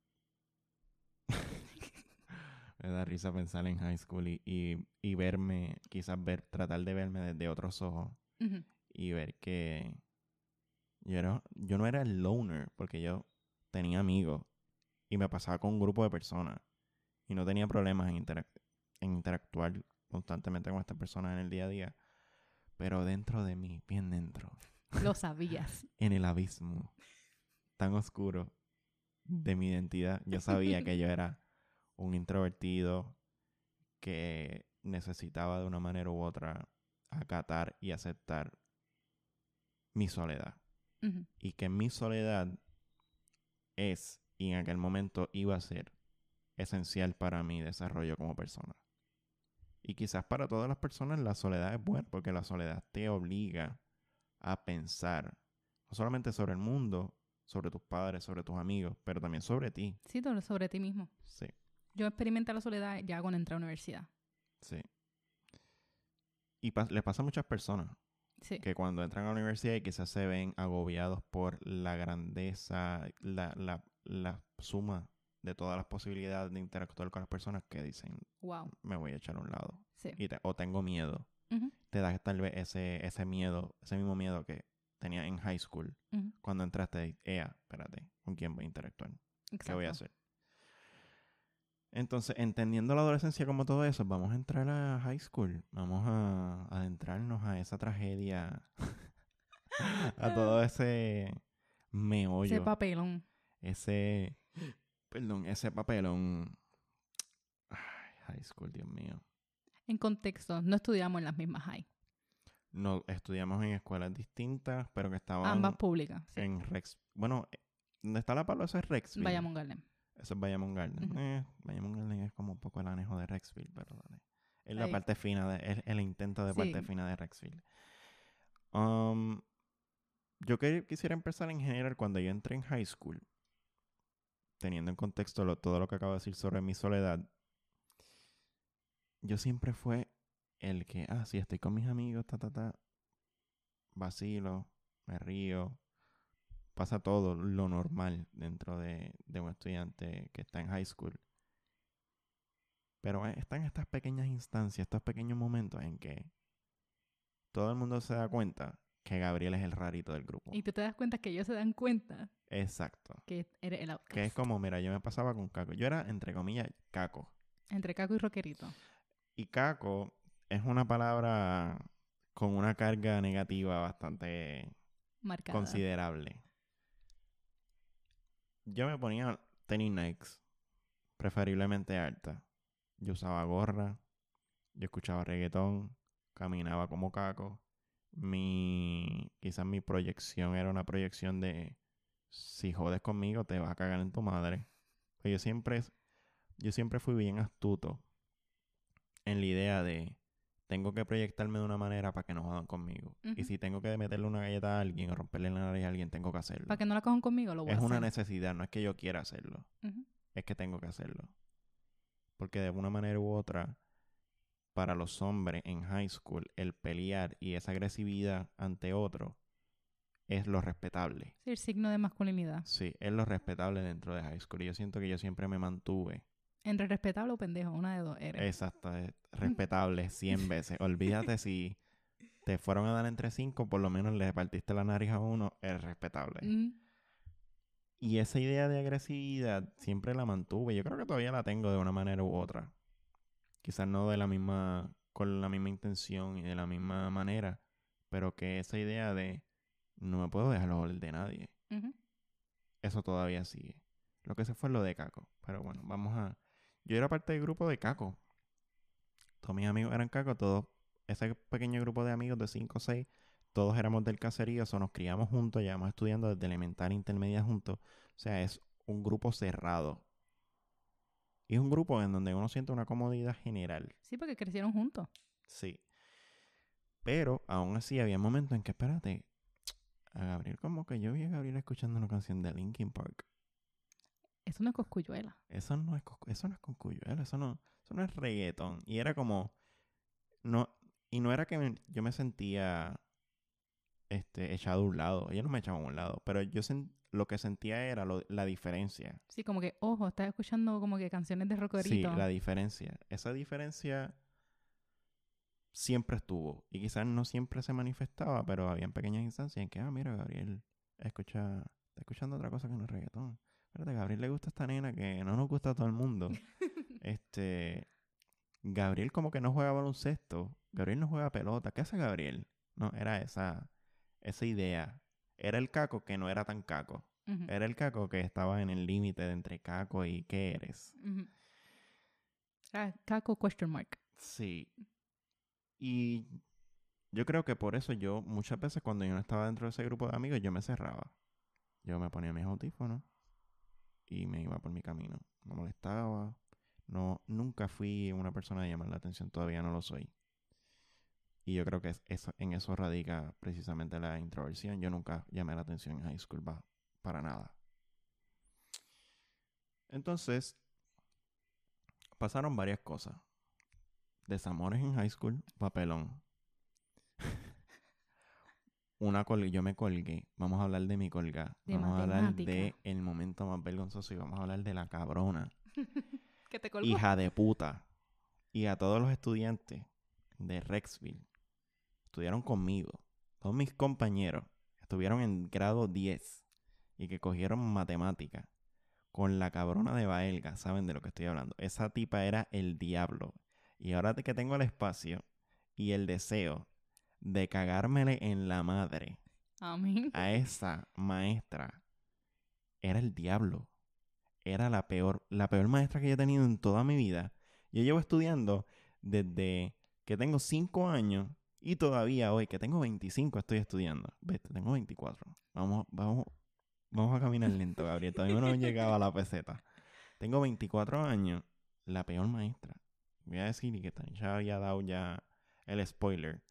me da risa pensar en high school y, y, y verme, quizás ver, tratar de verme desde otros ojos Ujú. y ver que yo, era, yo no era el loner, porque yo tenía amigos y me pasaba con un grupo de personas y no tenía problemas en, interac- en interactuar constantemente con estas personas en el día a día. Pero dentro de mí, bien dentro, Lo sabías. en el abismo tan oscuro de mi identidad, yo sabía que yo era un introvertido que necesitaba de una manera u otra acatar y aceptar mi soledad. Ujú. Y que mi soledad es, y en aquel momento iba a ser, esencial para mi desarrollo como persona. Y quizás para todas las personas la soledad es buena, porque la soledad te obliga a pensar no solamente sobre el mundo, sobre tus padres, sobre tus amigos, pero también sobre ti. Sí, todo sobre ti mismo. Sí, Yo experimenté la soledad ya cuando entré a la universidad. sí. Y pa- les pasa a muchas personas Sí. que cuando entran a la universidad y quizás se ven agobiados por la grandeza, la, la, la suma de todas las posibilidades de interactuar con las personas, que dicen, Wow. me voy a echar a un lado. Sí. Y te- o tengo miedo. Ujú, Te da tal vez ese, ese miedo, ese mismo miedo que tenía en high school. ujú. Cuando entraste, ea, espérate, ¿con quién voy a interactuar? ¿Qué voy a Exacto. hacer? Entonces, entendiendo la adolescencia como todo eso, vamos a entrar a high school. Vamos a adentrarnos a esa tragedia, a todo ese Ese meollo, papelón. ese, perdón, ese papelón. Ay, high school, Dios mío. En contexto, no estudiamos en las mismas high. No, estudiamos en escuelas distintas, pero que estaban Ambas públicas. Sí. en Rex. Bueno, eh, ¿dónde está la Palo? Eso es Rexville. Bayamón Garden. Eso es Bayamón Garden. Ujú. Eh, Bayamón Garden es como un poco el anejo de Rexville, pero dale. Es la Ahí. parte fina, de, es el intento de Sí. parte fina de Rexville. Um, yo que, quisiera empezar en general cuando yo entré en high school, teniendo en contexto lo, todo lo que acabo de decir sobre mi soledad. Yo siempre fue el que, ah, sí, estoy con mis amigos, ta, ta, ta, vacilo, me río, pasa todo lo normal dentro de, de un estudiante que está en high school. Pero eh, están estas pequeñas instancias, estos pequeños momentos en que todo el mundo se da cuenta que Gabriel es el rarito del grupo. Y tú te das cuenta que ellos se dan cuenta Exacto. que eres el outcast. Que es como, mira, yo me pasaba con Caco. Yo era, entre comillas, Caco. Entre Caco y Rockerito. Y Caco es una palabra con una carga negativa bastante Marcada. considerable. Yo me ponía tenis Nikes, preferiblemente altas. Yo usaba gorra, yo escuchaba reggaetón, caminaba como Caco. Mi, quizás mi proyección era una proyección de si jodes conmigo te vas a cagar en tu madre. Pues yo siempre, yo siempre fui bien astuto en la idea de tengo que proyectarme de una manera para que no jodan conmigo. Ujú. Y si tengo que meterle una galleta a alguien o romperle la nariz a alguien, tengo que hacerlo. Para que no la cojan conmigo, lo voy Es a una hacer. necesidad, no es que yo quiera hacerlo. Ujú. Es que tengo que hacerlo. Porque de una manera u otra, para los hombres en high school, el pelear y esa agresividad ante otro es lo respetable. Sí, el signo de masculinidad. Sí, es lo respetable dentro de high school. Y yo siento que yo siempre me mantuve. Entre respetable o pendejo, una de dos eres. Exacto, es respetable cien veces. Olvídate si te fueron a dar entre cinco, por lo menos le partiste la nariz a uno, es respetable. Mm. Y esa idea de agresividad siempre la mantuve. Yo creo que todavía la tengo de una manera u otra. Quizás no de la misma, con la misma intención y de la misma manera, pero que esa idea de no me puedo dejar joder de nadie. Ujú. Eso todavía sigue. Lo que se fue lo de Caco. Pero bueno, vamos a... Yo era parte del grupo de Caco. Todos mis amigos eran Caco, todos... Ese pequeño grupo de amigos de cinco o seis, todos éramos del caserío, o sea, nos criamos juntos, llevamos estudiando desde elemental e intermedia juntos. O sea, es un grupo cerrado. Y es un grupo en donde uno siente una comodidad general. Sí, porque crecieron juntos. Sí. Pero aún así había momentos en que, espérate, a Gabriel como que yo vi a Gabriel escuchando una canción de Linkin Park. Eso no es coscuyuela. Eso no es, coscu- eso no es concuyuela, eso no, eso no es reggaetón. Y era como, no, y no era que me- yo me sentía este, echado a un lado. Ellos no me echaban a un lado, pero yo sen- lo que sentía era lo- la diferencia. Sí, como que, ojo, estás escuchando como que canciones de Sí, rockerito. la diferencia. Esa diferencia siempre estuvo. Y quizás no siempre se manifestaba, pero había pequeñas instancias en que, ah, mira, Gabriel escucha, está escuchando otra cosa que no es reggaetón. Espérate, a Gabriel le gusta esta nena que no nos gusta a todo el mundo. este, Gabriel como que no juega baloncesto. Gabriel no juega pelota. ¿Qué hace Gabriel? No, era esa, esa idea. Era el caco que no era tan caco. Uh-huh. Era el caco que estaba en el límite de entre caco y qué eres. Uh-huh. Ah, caco question mark. Sí. Y yo creo que por eso yo, muchas veces cuando yo no estaba dentro de ese grupo de amigos, yo me cerraba. Yo me ponía mis audífonos y me iba por mi camino. No molestaba. No, nunca fui una persona de llamar la atención. Todavía no lo soy. Y yo creo que es eso, en eso radica precisamente la introversión. Yo nunca llamé la atención en high school pa, para nada. Entonces, pasaron varias cosas. Desamores en high school, papelón. Una col yo me colgué. Vamos a hablar de mi colga. De vamos matemática. a hablar de el momento más vergonzoso y vamos a hablar de la cabrona. ¿Qué te colgó? Hija de puta. Y a todos los estudiantes de Rexville. Estudiaron conmigo. Todos mis compañeros estuvieron en grado diez y que cogieron matemática con la cabrona de Baelga. ¿Saben de lo que estoy hablando? Esa tipa era el diablo. Y ahora que tengo el espacio y el deseo de cagármele en la madre Amén. a esa maestra, era el diablo. Era la peor, la peor maestra que yo he tenido en toda mi vida. Yo llevo estudiando desde que tengo cinco años y todavía hoy, que tengo veinticinco, estoy estudiando. Vete, tengo veinticuatro. Vamos, vamos, vamos a caminar lento, Gabriel. Todavía no he llegado a la peseta. Tengo veinticuatro años. La peor maestra. Voy a decir que ya había dado ya el spoiler.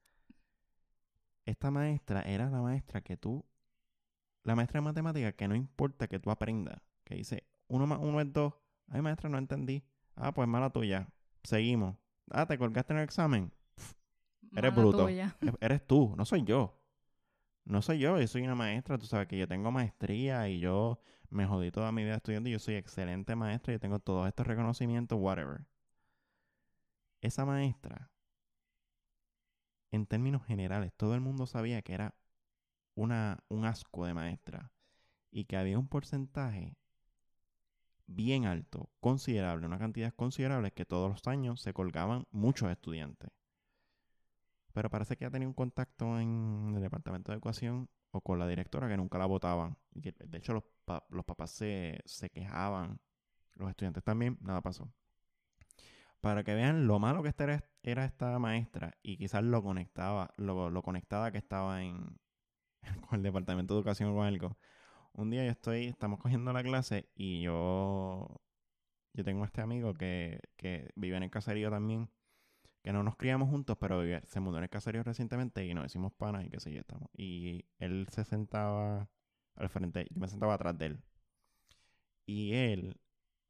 Esta maestra era la maestra que tú... La maestra de matemáticas que no importa que tú aprendas. Que dice, uno más uno es dos. Ay, maestra, no entendí. Ah, pues mala tuya. Seguimos. Ah, ¿te colgaste en el examen? Pff, eres Mala bruto. tuya. Eres tú, no soy yo. No soy yo, yo soy una maestra. Tú sabes que yo tengo maestría y yo me jodí toda mi vida estudiando y yo soy excelente maestra y yo tengo todos estos reconocimientos, whatever. Esa maestra, en términos generales, todo el mundo sabía que era una, un asco de maestra y que había un porcentaje bien alto, considerable, una cantidad considerable que todos los años se colgaban muchos estudiantes. Pero parece que ha tenido un contacto en el departamento de educación o con la directora que nunca la votaban. Y que, de hecho, los, pa los papás se, se quejaban. Los estudiantes también, nada pasó. Para que vean lo malo que era, era esta maestra y quizás lo conectaba, lo, lo conectada que estaba en con el departamento de educación o con algo. Un día yo estoy, estamos cogiendo la clase y yo, yo tengo este amigo que, que vive en el caserío también, que no nos criamos juntos, pero vive, se mudó en el caserío recientemente y nos hicimos panas y qué sé yo, estamos. Y él se sentaba al frente, yo me sentaba atrás de él. Y él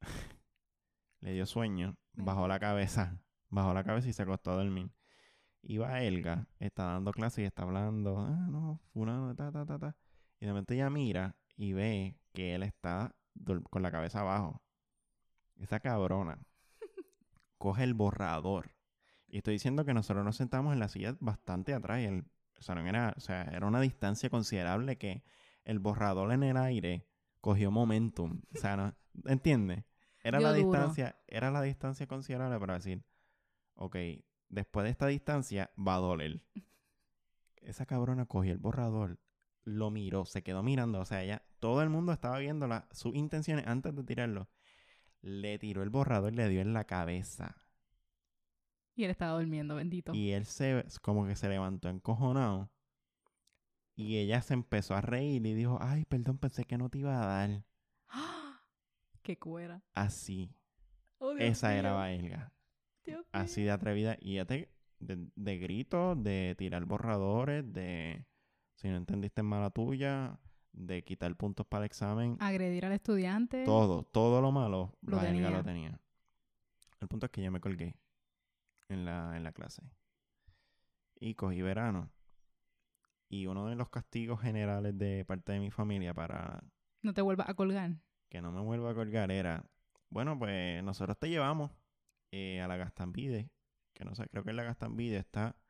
le dio sueño, bajó la cabeza, bajó la cabeza y se acostó a dormir. Y va Elga, está dando clase y está hablando, ah, no, fulano, ta, ta, ta, ta. Y de repente ella mira y ve que él está con la cabeza abajo. Esa cabrona coge el borrador. Y estoy diciendo que nosotros nos sentamos en la silla bastante atrás. Y el salón era, o sea, era una distancia considerable que el borrador en el aire cogió momentum. O sea, ¿no? ¿Entiendes? Era Dio la duro. distancia, era la distancia considerable para decir, ok, después de esta distancia va a doler. Esa cabrona cogió el borrador, lo miró, se quedó mirando. O sea, ella, todo el mundo estaba viendo la, sus intenciones antes de tirarlo. Le tiró el borrador y le dio en la cabeza. Y él estaba durmiendo, bendito. Y él se, como que se levantó encojonado. Y ella se empezó a reír y dijo, ay, perdón, pensé que no te iba a dar. ¡Qué cuera! Así. Oh, Dios Esa mío. era Baelga. Dios Así mío. de atrevida. Y ya te, de, de gritos, de tirar borradores, de si no entendiste mala tuya, de quitar puntos para el examen. Agredir al estudiante. Todo, todo lo malo, Lo Baelga tenía. lo tenía. El punto es que yo me colgué en la, en la clase. Y cogí verano. Y uno de los castigos generales de parte de mi familia para No te vuelvas a colgar. que no me vuelva a colgar era, bueno, pues nosotros te llevamos eh, a la Gastambide, que no sé, creo que en la Gastambide está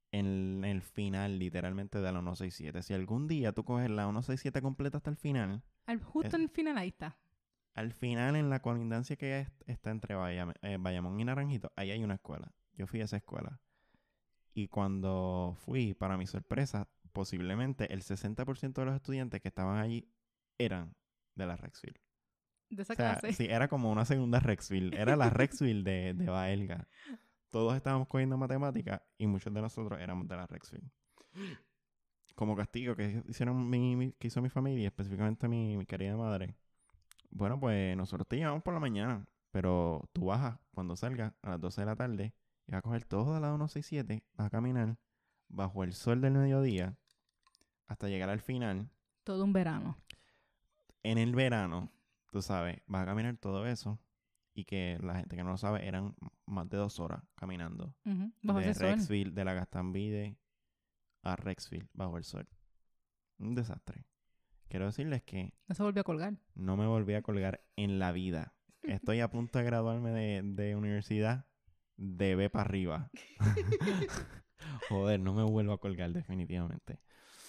en el final, literalmente, de la ciento sesenta y siete. Si algún día tú coges la ciento sesenta y siete completa hasta el final... Al, justo es, en el final, ahí está. Al final, en la colindancia que es, está entre Bayam, eh, Bayamón y Naranjito, ahí hay una escuela. Yo fui a esa escuela. Y cuando fui, para mi sorpresa, posiblemente el sesenta por ciento de los estudiantes que estaban allí eran de la Rexville. De esa O sea, clase. sí, era como una segunda Rexville. Era la Rexville de, de Baelga. Todos estábamos cogiendo matemáticas y muchos de nosotros éramos de la Rexville. Como castigo que hicieron mi, mi- que hizo mi familia, específicamente mi, mi querida madre. Bueno, pues nosotros te llevamos por la mañana, pero tú bajas cuando salgas a las doce de la tarde y vas a coger todo de la ciento sesenta y siete, vas a caminar bajo el sol del mediodía hasta llegar al final. Todo un verano. En el verano, tú sabes, vas a caminar todo eso y que la gente que no lo sabe eran más de dos horas caminando. Uh-huh. Bajo De ese sol. Rexville, de la Gastambide a Rexville, bajo el sol. Un desastre. Quiero decirles que No se volvió a colgar. no me volví a colgar en la vida. Estoy a punto de graduarme de, de universidad de B para arriba. Joder, no me vuelvo a colgar definitivamente.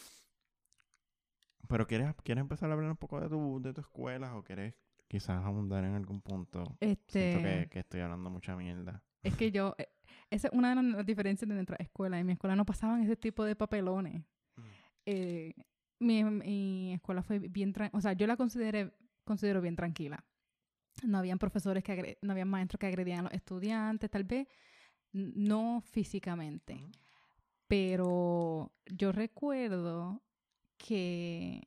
Pero ¿quieres, ¿quieres empezar a hablar un poco de tu, de tu escuela o quieres quizás abundar en algún punto? Este... Siento que, que estoy hablando mucha mierda. Es que yo... eh, esa es una de las diferencias de nuestra escuela. En mi escuela no pasaban ese tipo de papelones. Mm. Eh, mi, mi escuela fue bien... Tra- o sea, yo la consideré, considero bien tranquila. No habían profesores que... agre- no habían maestros que agredían a los estudiantes. Tal vez n- no físicamente. Mm. Pero yo recuerdo que...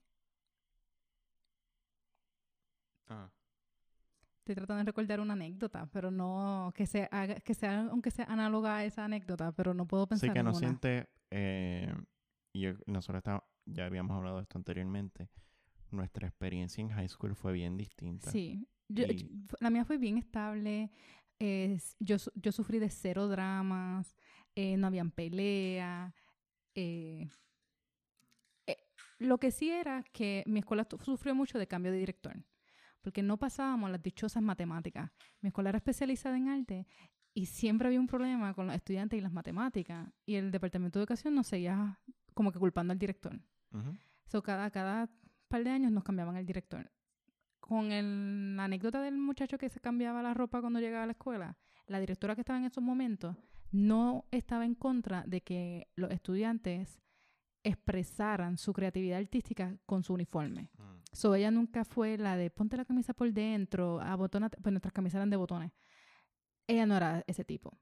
Ah. Estoy tratando de recordar una anécdota, pero no que sea, haga, que sea aunque sea análoga a esa anécdota, pero no puedo pensar Sí, que en no una. siente... Eh, y yo- nosotros está- ya habíamos hablado de esto anteriormente. Nuestra experiencia en high school fue bien distinta. Sí, yo, Y- yo- la mía fue bien estable. Es, yo, su- yo sufrí de cero dramas, eh, no habían pelea. eh, eh, lo que sí era que mi escuela tu- sufrió mucho de cambio de director, porque no pasábamos las dichosas matemáticas. Mi escuela era especializada en arte y siempre había un problema con los estudiantes y las matemáticas. Y el Departamento de Educación nos seguía como que culpando al director. Ujú. So, cada, cada par de años nos cambiaban el director. Con el- la anécdota del muchacho que se cambiaba la ropa cuando llegaba a la escuela, la directora que estaba en esos momentos no estaba en contra de que los estudiantes expresaran su creatividad artística con su uniforme. Mm. So, ella nunca fue la de ponte la camisa por dentro, abotona, pues nuestras camisas eran de botones. Ella no era ese tipo.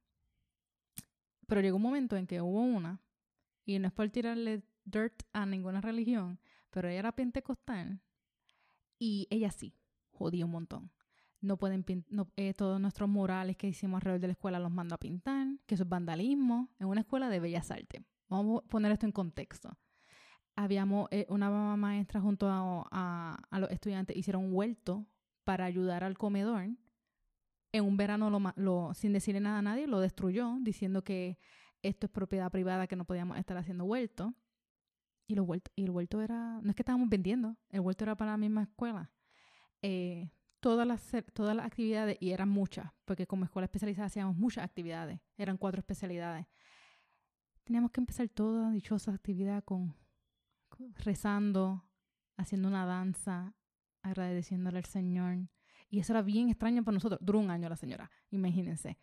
Pero llegó un momento en que hubo una, y no es por tirarle dirt a ninguna religión, pero ella era pentecostal y ella sí, jodía un montón. No pueden pin- no, eh, todos nuestros murales que hicimos alrededor de la escuela los mandó a pintar, que eso es vandalismo en una escuela de bellas artes. Vamos a poner esto en contexto. Habíamos eh, una maestra junto a, a, a los estudiantes hicieron un huerto para ayudar al comedor. En un verano, lo, ma- lo, sin decirle nada a nadie, lo destruyó, diciendo que esto es propiedad privada, que no podíamos estar haciendo huerto. Y, los huertos, y el huerto era... No es que estábamos vendiendo, el huerto era para la misma escuela. Eh, todas, las, todas las actividades, y eran muchas, porque como escuela especializada hacíamos muchas actividades, eran cuatro especialidades. Teníamos que empezar toda dichosa actividad con, con rezando, haciendo una danza, agradeciéndole al Señor. Y eso era bien extraño para nosotros. Duró un año la señora, imagínense.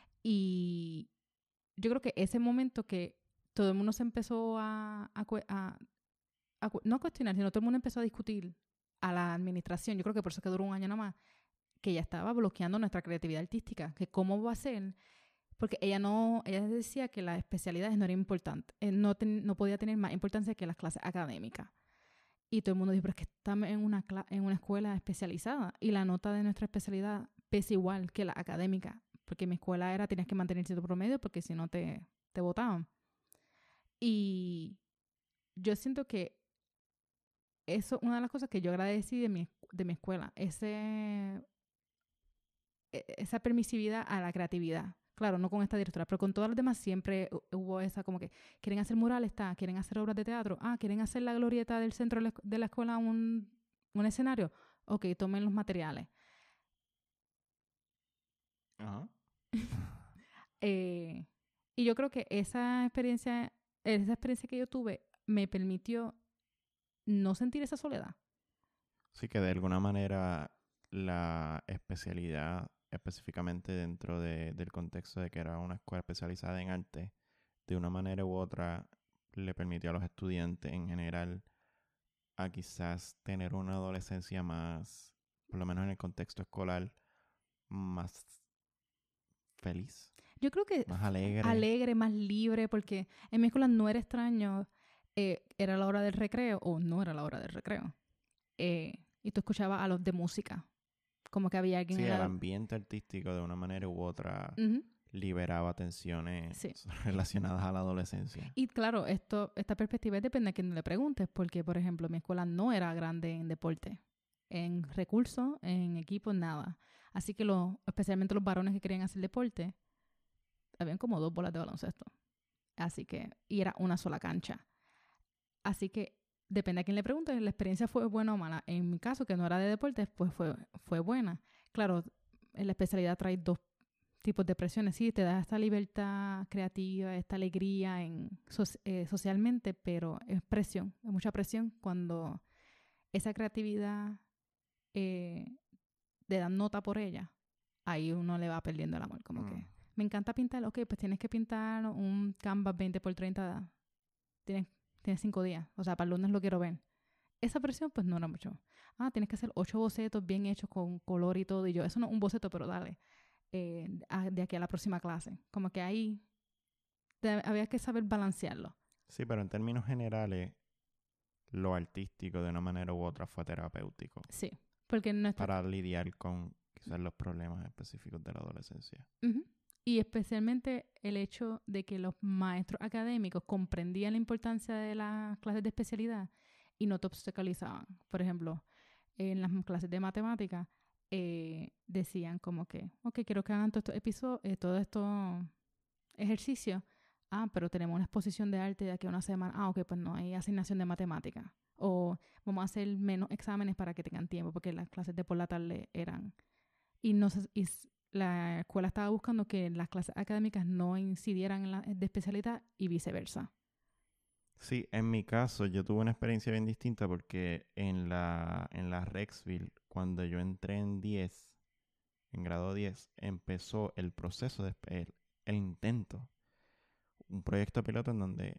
Y yo creo que ese momento que todo el mundo se empezó a, a, a, a no a cuestionar, sino todo el mundo empezó a discutir a la administración, yo creo que por eso que duró un año nada más, que ella estaba bloqueando nuestra creatividad artística, que cómo va a ser, porque ella no, ella decía que las especialidades no eran importantes, eh, no, ten, no podía tener más importancia que las clases académicas. Y todo el mundo dijo, pero es que estamos en una, en una escuela especializada y la nota de nuestra especialidad pesa igual que la académica, porque mi escuela era, tenías que mantener cierto promedio porque si no te, te botaban. Y yo siento que eso es una de las cosas que yo agradecí de mi, de mi escuela, ese, esa permisividad a la creatividad. Claro, no con esta directora, pero con todas las demás siempre hubo esa como que quieren hacer murales, está, quieren hacer obras de teatro, ah, quieren hacer la glorieta del centro de la escuela un, un escenario, ok, tomen los materiales. Ajá. eh, y yo creo que esa experiencia esa experiencia que yo tuve me permitió no sentir esa soledad. Sí, que de alguna manera la especialidad, específicamente dentro de, del contexto de que era una escuela especializada en arte, de una manera u otra le permitió a los estudiantes en general a quizás tener una adolescencia más, por lo menos en el contexto escolar, más feliz, Yo creo que más alegre. alegre, más libre, porque en mi escuela no era extraño, eh, era la hora del recreo, o no era la hora del recreo, eh, y tú escuchabas a los de música, como que había alguien Sí, en el la... ambiente artístico de una manera u otra Ujú, liberaba tensiones sí. relacionadas a la adolescencia. Y claro, esto, esta perspectiva depende a quien le preguntes, porque, por ejemplo, mi escuela no era grande en deporte, en recursos, en equipos, nada. Así que los, especialmente los varones que querían hacer deporte, habían como dos bolas de baloncesto. Así que, y era una sola cancha. Así que depende a quién le pregunte, la experiencia fue buena o mala. En mi caso, que no era de deportes, pues fue, fue buena. Claro, en la especialidad trae dos tipos de presiones. Sí, te da esta libertad creativa, esta alegría en, so, eh, socialmente, pero es presión, es mucha presión cuando esa creatividad eh, le dan nota por ella. Ahí uno le va perdiendo el amor, como Mm. que me encanta pintar, ok, pues tienes que pintar un canvas veinte por treinta, tienes, tienes cinco días, o sea, para el lunes lo quiero ver. Esa presión pues no era mucho. Ah, tienes que hacer ocho bocetos bien hechos con color y todo, y yo, eso no es un boceto, pero dale, eh, a, de aquí a la próxima clase. Como que ahí te, había que saber balancearlo. Sí, pero en términos generales, lo artístico de una manera u otra fue terapéutico Sí, porque nuestra... para lidiar con quizás los problemas específicos de la adolescencia. Uh-huh. Y especialmente el hecho de que los maestros académicos comprendían la importancia de las clases de especialidad y no te obstaculizaban. Por ejemplo, en las clases de matemática eh, decían como que, ok, quiero que hagan todos estos episodios, eh, todos estos ejercicios. Ah, pero tenemos una exposición de arte de aquí a una semana. Ah, ok, pues no hay asignación de matemática. O vamos a hacer menos exámenes para que tengan tiempo, porque las clases de por la tarde eran... Y, no se, y la escuela estaba buscando que las clases académicas no incidieran en la de especialidad y viceversa. Sí, en mi caso yo tuve una experiencia bien distinta porque en la, en la Rexville, cuando yo entré en diez, en grado diez, empezó el proceso, de, el, el intento, un proyecto piloto en donde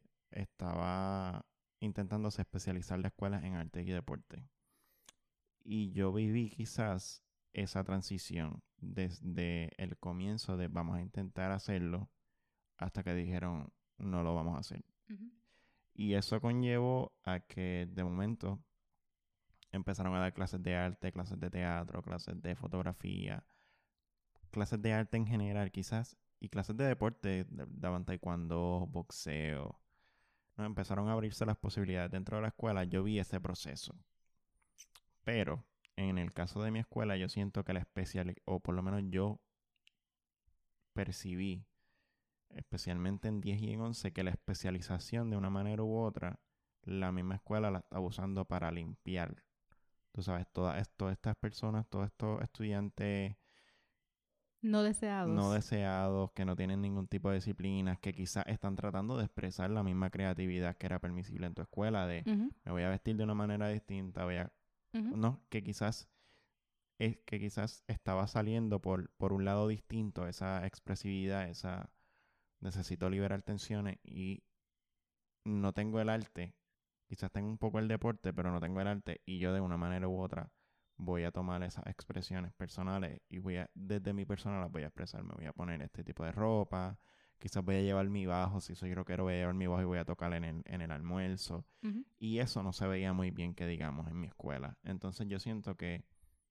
estaba intentándose especializar la escuela en arte y deporte. Y yo viví quizás esa transición desde el comienzo de vamos a intentar hacerlo hasta que dijeron no lo vamos a hacer. Uh-huh. Y eso conllevó a que de momento empezaron a dar clases de arte, clases de teatro, clases de fotografía, clases de arte en general quizás, y clases de deporte, daban taekwondo, boxeo. ¿No? Empezaron a abrirse las posibilidades dentro de la escuela. Yo vi ese proceso. Pero en el caso de mi escuela yo siento que la especial, o por lo menos yo percibí, especialmente en diez y en once, que la especialización de una manera u otra, la misma escuela la está usando para limpiar. Tú sabes, todas, todas estas personas, todos estos estudiantes no deseados. no deseados, que no tienen ningún tipo de disciplinas, que quizás están tratando de expresar la misma creatividad que era permisible en tu escuela, de uh-huh. me voy a vestir de una manera distinta, voy a... Uh-huh. No, que quizás es que quizás estaba saliendo por, por un lado distinto esa expresividad, esa necesito liberar tensiones y no tengo el arte, quizás tengo un poco el deporte, pero no tengo el arte y yo de una manera u otra voy a tomar esas expresiones personales y voy a, desde mi persona las voy a expresar, me voy a poner este tipo de ropa, quizás voy a llevar mi bajo, si soy rockero voy a llevar mi bajo y voy a tocar en el, en el almuerzo. Uh-huh. Y eso no se veía muy bien, que digamos, en mi escuela. Entonces yo siento que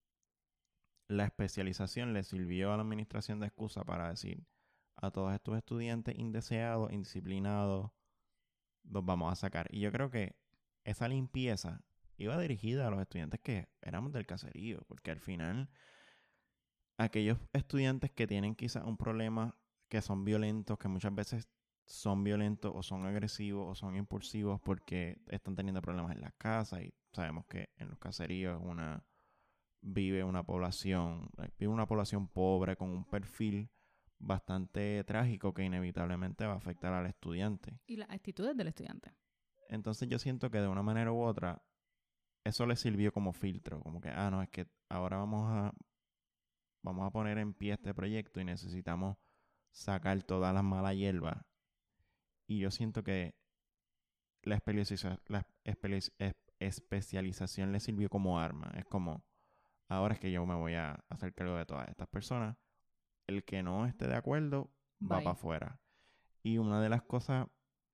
la especialización le sirvió a la administración de excusa para decir a todos estos estudiantes indeseados, indisciplinados, los vamos a sacar. Y yo creo que esa limpieza iba dirigida a los estudiantes que éramos del caserío, porque al final aquellos estudiantes que tienen quizás un problema, que son violentos, que muchas veces son violentos o son agresivos o son impulsivos porque están teniendo problemas en las casas y sabemos que en los caseríos una vive una población, vive una población pobre con un perfil bastante trágico que inevitablemente va a afectar al estudiante. Y las actitudes del estudiante. Entonces yo siento que de una manera u otra eso le sirvió como filtro, como que, ah, no, es que ahora vamos a, vamos a poner en pie este proyecto y necesitamos sacar todas las malas hierbas. Y yo siento que la, especializa- la espeli- es- especialización le sirvió como arma. Es como, ahora es que yo me voy a hacer cargo de todas estas personas. El que no esté de acuerdo va para Bye. afuera. Y una de las cosas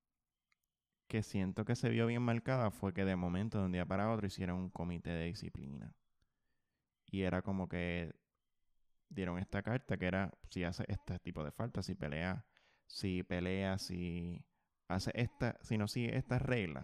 que siento que se vio bien marcada fue que de momento, de un día para otro, hicieron un comité de disciplina. Y era como que dieron esta carta que era si hace este tipo de falta, si pelea, si pelea, si hace esta, si no sigue estas reglas,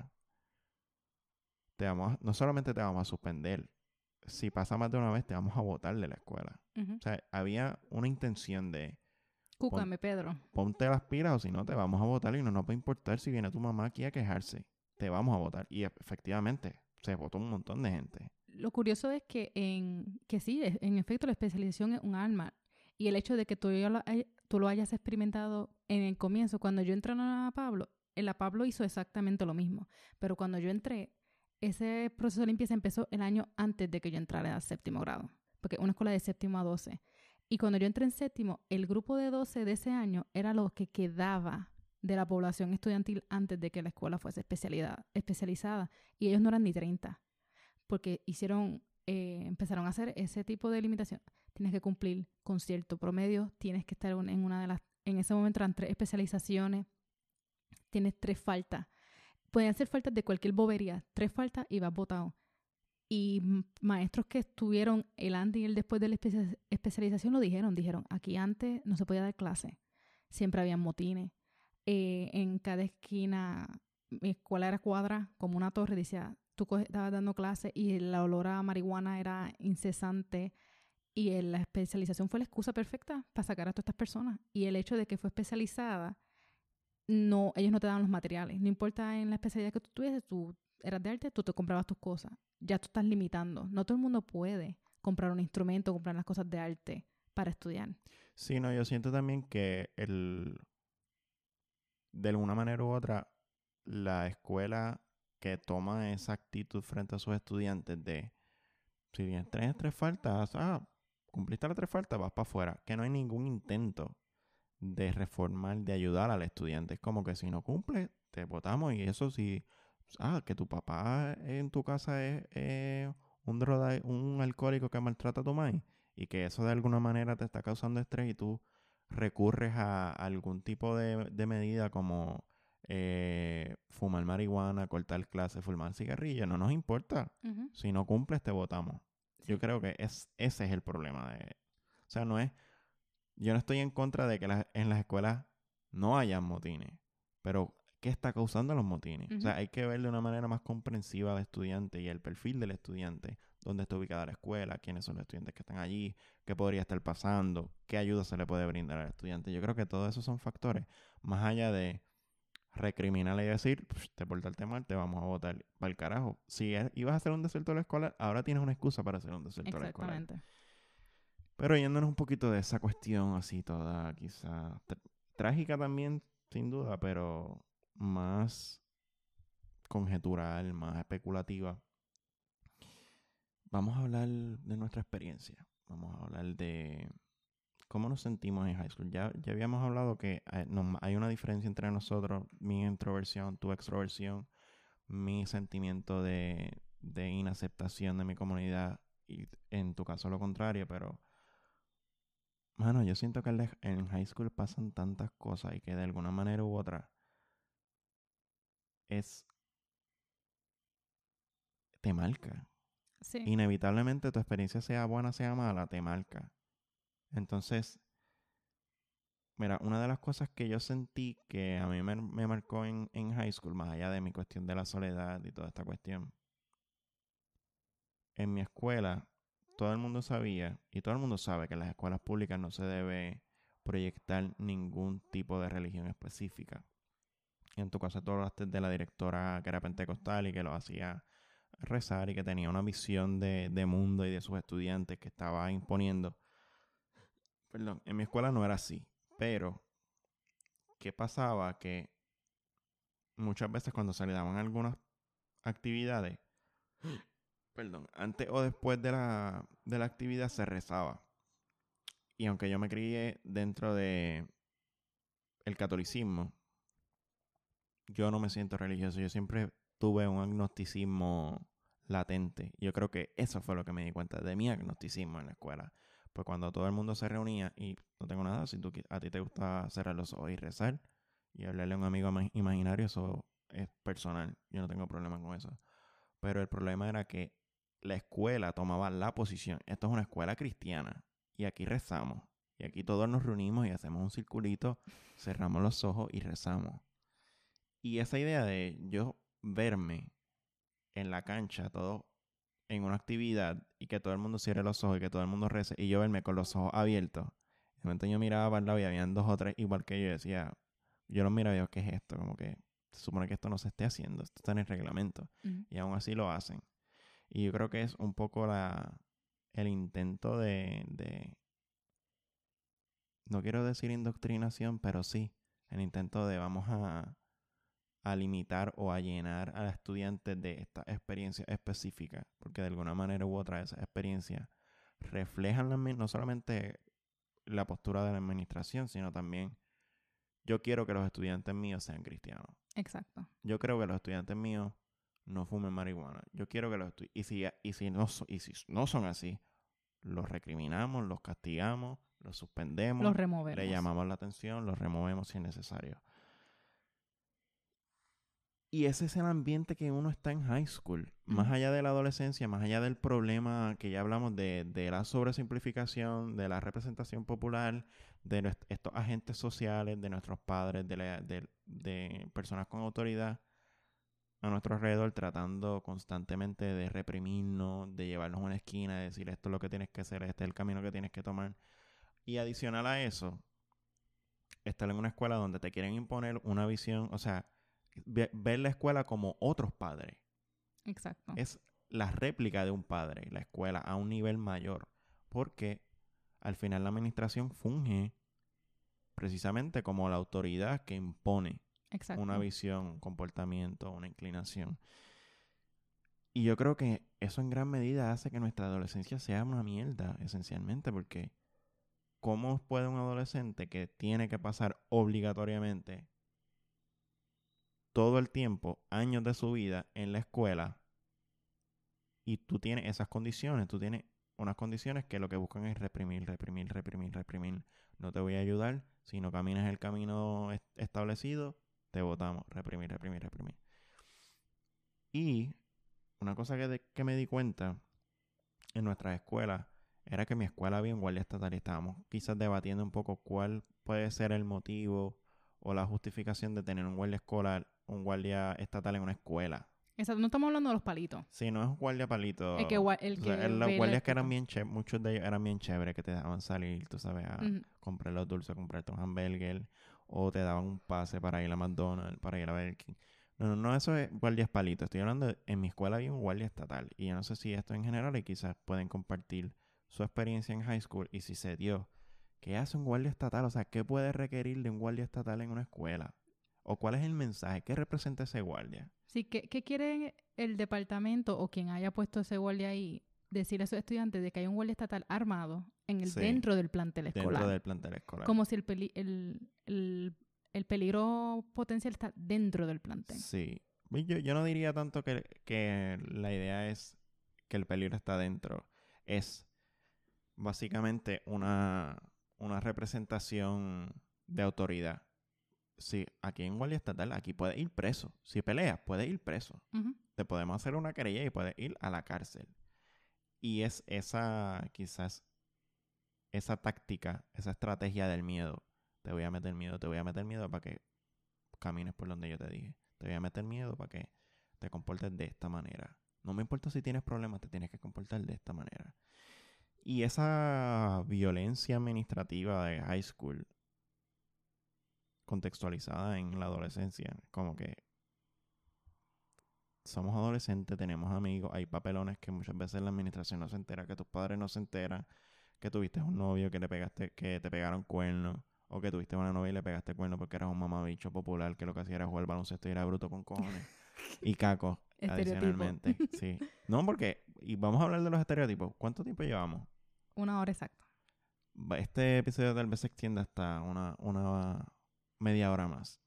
te vamos a- no solamente te vamos a suspender, si pasa más de una vez te vamos a botar de la escuela. Uh-huh. O sea, había una intención de Cúcame, Pedro. ponte las pilas o si no te vamos a votar y no nos va a importar si viene tu mamá aquí a quejarse. Te vamos a votar. Y efectivamente, se votó un montón de gente. Lo curioso es que, en, que sí, es- en efecto, la especialización es un arma. Y el hecho de que tú, ya lo, hay- tú lo hayas experimentado en el comienzo, cuando yo entré a la Pablo, en la Pablo hizo exactamente lo mismo. Pero cuando yo entré, ese proceso de limpieza empezó el año antes de que yo entrara al séptimo grado. Porque es una escuela de séptimo a doce. Y cuando yo entré en séptimo, el grupo de doce de ese año era lo que quedaba de la población estudiantil antes de que la escuela fuese especialidad, especializada. Y ellos no eran ni treinta. Porque hicieron, eh, empezaron a hacer ese tipo de limitación. Tienes que cumplir con cierto promedio, tienes que estar un- en una de las, en ese momento eran tres especializaciones, tienes tres faltas. Podían ser faltas de cualquier bobería, tres faltas y vas botado. Y m- maestros que estuvieron el antes y el después de la especia- especialización lo dijeron, dijeron, aquí antes no se podía dar clase, siempre había motines. Eh, en cada esquina, mi escuela era cuadra como una torre, decía, tú coge- estabas dando clase y el olor a marihuana era incesante y el- la especialización fue la excusa perfecta para sacar a todas estas personas. Y el hecho de que fue especializada, no, ellos no te daban los materiales. No importa en la especialidad que tú tuvieses, tú eras de arte, tú te comprabas tus cosas. Ya tú estás limitando. No todo el mundo puede comprar un instrumento, comprar las cosas de arte para estudiar. Sí, no, yo siento también que el, de alguna manera u otra, la escuela que toma esa actitud frente a sus estudiantes de, si bien tienes tres faltas, ah, cumpliste las tres faltas, vas para afuera. Que no hay ningún intento de reformar, de ayudar al estudiante. Es como que si no cumple, te votamos y eso sí, ah, que tu papá en tu casa es eh, un droga, un alcohólico que maltrata a tu madre y que eso de alguna manera te está causando estrés y tú recurres a algún tipo de, de medida como eh, fumar marihuana, cortar clases, fumar cigarrillo, no nos importa. Uh-huh. Si no cumples, te votamos. Sí. Yo creo que es, ese es el problema de... O sea, no es... Yo no estoy en contra de que las- en las escuelas no hayan motines, pero ¿qué está causando los motines? Uh-huh. O sea, hay que ver de una manera más comprensiva al estudiante y el perfil del estudiante, dónde está ubicada la escuela, quiénes son los estudiantes que están allí, qué podría estar pasando, qué ayuda se le puede brindar al estudiante. Yo creo que todos esos son factores, más allá de recriminarle y decir, te portaste mal, te vamos a votar para el carajo. Si es- ibas a hacer un deserto de la escuela, ahora tienes una excusa para hacer un deserto de la escuela. Exactamente. Pero yéndonos un poquito de esa cuestión así toda quizá tr- trágica también, sin duda, pero más conjetural, más especulativa. Vamos a hablar de nuestra experiencia. Vamos a hablar de cómo nos sentimos en high school. Ya, ya habíamos hablado que hay, no- hay una diferencia entre nosotros, mi introversión, tu extroversión, mi sentimiento de, de inaceptación de mi comunidad y en tu caso lo contrario, pero mano, yo siento que en la- en high school pasan tantas cosas y que de alguna manera u otra es te marca. Sí. Inevitablemente tu experiencia sea buena, sea mala, te marca. Entonces, mira, una de las cosas que yo sentí que a mí me, me marcó en, en high school, más allá de mi cuestión de la soledad y toda esta cuestión, en mi escuela todo el mundo sabía y todo el mundo sabe que en las escuelas públicas no se debe proyectar ningún tipo de religión específica. En tu caso tú hablaste de la directora que era pentecostal y que lo hacía rezar y que tenía una visión de, de mundo y de sus estudiantes que estaba imponiendo. Perdón, en mi escuela no era así. Pero, ¿qué pasaba? Que muchas veces cuando se le daban algunas actividades, perdón, antes o después de la, de la actividad se rezaba. Y aunque yo me crié dentro de el catolicismo, yo no me siento religioso. Yo siempre tuve un agnosticismo latente. Yo creo que eso fue lo que me di cuenta de mi agnosticismo en la escuela. Pues cuando todo el mundo se reunía, y no tengo nada, si tú, a ti te gusta cerrar los ojos y rezar y hablarle a un amigo imaginario, eso es personal. Yo no tengo problema con eso. Pero el problema era que la escuela tomaba la posición. Esto es una escuela cristiana y aquí rezamos. Y aquí todos nos reunimos y hacemos un circulito, cerramos los ojos y rezamos. Y esa idea de yo verme en la cancha, todo en una actividad, y que todo el mundo cierre los ojos y que todo el mundo rece, y yo verme con los ojos abiertos. De momento yo miraba para el lado y habían dos o tres igual que yo, y decía, yo los miraba y digo, ¿qué es esto? Como que se supone que esto no se esté haciendo, esto está en el reglamento. Uh-huh. Y aún así lo hacen. Y yo creo que es un poco la el intento de, de no quiero decir indoctrinación, pero sí, el intento de vamos a a limitar o a llenar a los estudiantes de esta experiencia específica, porque de alguna manera u otra esas experiencias reflejan la, no solamente la postura de la administración, sino también yo quiero que los estudiantes míos sean cristianos. Exacto. Yo creo que los estudiantes míos no fumen marihuana. Yo quiero que los estu- y si y si no so- y si no son así, los recriminamos, los castigamos, los suspendemos, los removemos. Le llamamos la atención, los removemos si es necesario. Y ese es el ambiente que uno está en high school. Uh-huh. Más allá de la adolescencia, más allá del problema que ya hablamos de, de la sobresimplificación, de la representación popular, de nuest- estos agentes sociales, de nuestros padres, de, la, de, de personas con autoridad a nuestro alrededor, tratando constantemente de reprimirnos, de llevarnos a una esquina, de decir esto es lo que tienes que hacer, este es el camino que tienes que tomar. Y adicional a eso, estar en una escuela donde te quieren imponer una visión, o sea, ver la escuela como otros padres. Exacto. Es la réplica de un padre, la escuela, a un nivel mayor. Porque al final la administración funge precisamente como la autoridad que impone Exacto. una visión, un comportamiento, una inclinación. Y yo creo que eso en gran medida hace que nuestra adolescencia sea una mierda, esencialmente, porque ¿cómo puede un adolescente que tiene que pasar obligatoriamente todo el tiempo, años de su vida en la escuela, y tú tienes esas condiciones, tú tienes unas condiciones que lo que buscan es reprimir, reprimir, reprimir, reprimir. No te voy a ayudar, si no caminas el camino est- establecido, te votamos, reprimir, reprimir, reprimir. Y una cosa que, de, que me di cuenta en nuestras escuelas era que en mi escuela había un guardia estatal y estábamos quizás debatiendo un poco cuál puede ser el motivo o la justificación de tener un guardia escolar, un guardia estatal en una escuela. Exacto, no estamos hablando de los palitos. Sí, no es un guardia palito. El que, el o que sea, los guardias que eran bien chéveres, muchos de ellos eran bien chéveres, que te dejaban salir, tú sabes, a uh-huh. comprar los dulces, comprarte un hamburger, o te daban un pase para ir a McDonald's, para ir a Burger King. No, no, no, eso es guardias palitos. Estoy hablando de, en mi escuela había un guardia estatal, y yo no sé si esto en general, y quizás pueden compartir su experiencia en high school, y si se dio. ¿Qué hace un guardia estatal? O sea, ¿qué puede requerir de un guardia estatal en una escuela? ¿O cuál es el mensaje? ¿Qué representa ese guardia? Sí, ¿qué, qué quiere el departamento o quien haya puesto ese guardia ahí decir a esos estudiantes de que hay un guardia estatal armado en el, sí, dentro del plantel escolar? Dentro del plantel escolar. Como si el, peli, el, el, el peligro potencial está dentro del plantel. Sí. Yo, yo no diría tanto que, que la idea es que el peligro está dentro. Es básicamente una, una representación de autoridad. Sí, aquí en guardia estatal, aquí puedes ir preso. Si peleas, puedes ir preso. Uh-huh. Te podemos hacer una querella y puedes ir a la cárcel. Y es esa, quizás, esa táctica, esa estrategia del miedo. Te voy a meter miedo, te voy a meter miedo para que camines por donde yo te dije. Te voy a meter miedo para que te comportes de esta manera. No me importa si tienes problemas, te tienes que comportar de esta manera. Y esa violencia administrativa de high school contextualizada en la adolescencia, como que somos adolescentes, tenemos amigos, hay papelones que muchas veces la administración no se entera, que tus padres no se enteran, que tuviste un novio, que le pegaste, que te pegaron cuernos, O que tuviste una novia y le pegaste cuerno porque eras un mamabicho popular que lo que hacía era jugar baloncesto y era bruto con cojones. Y caco, adicionalmente. Sí. No, porque... Y vamos a hablar de los estereotipos. ¿Cuánto tiempo llevamos? Una hora exacta. Este episodio tal vez se extienda hasta una, una media hora más.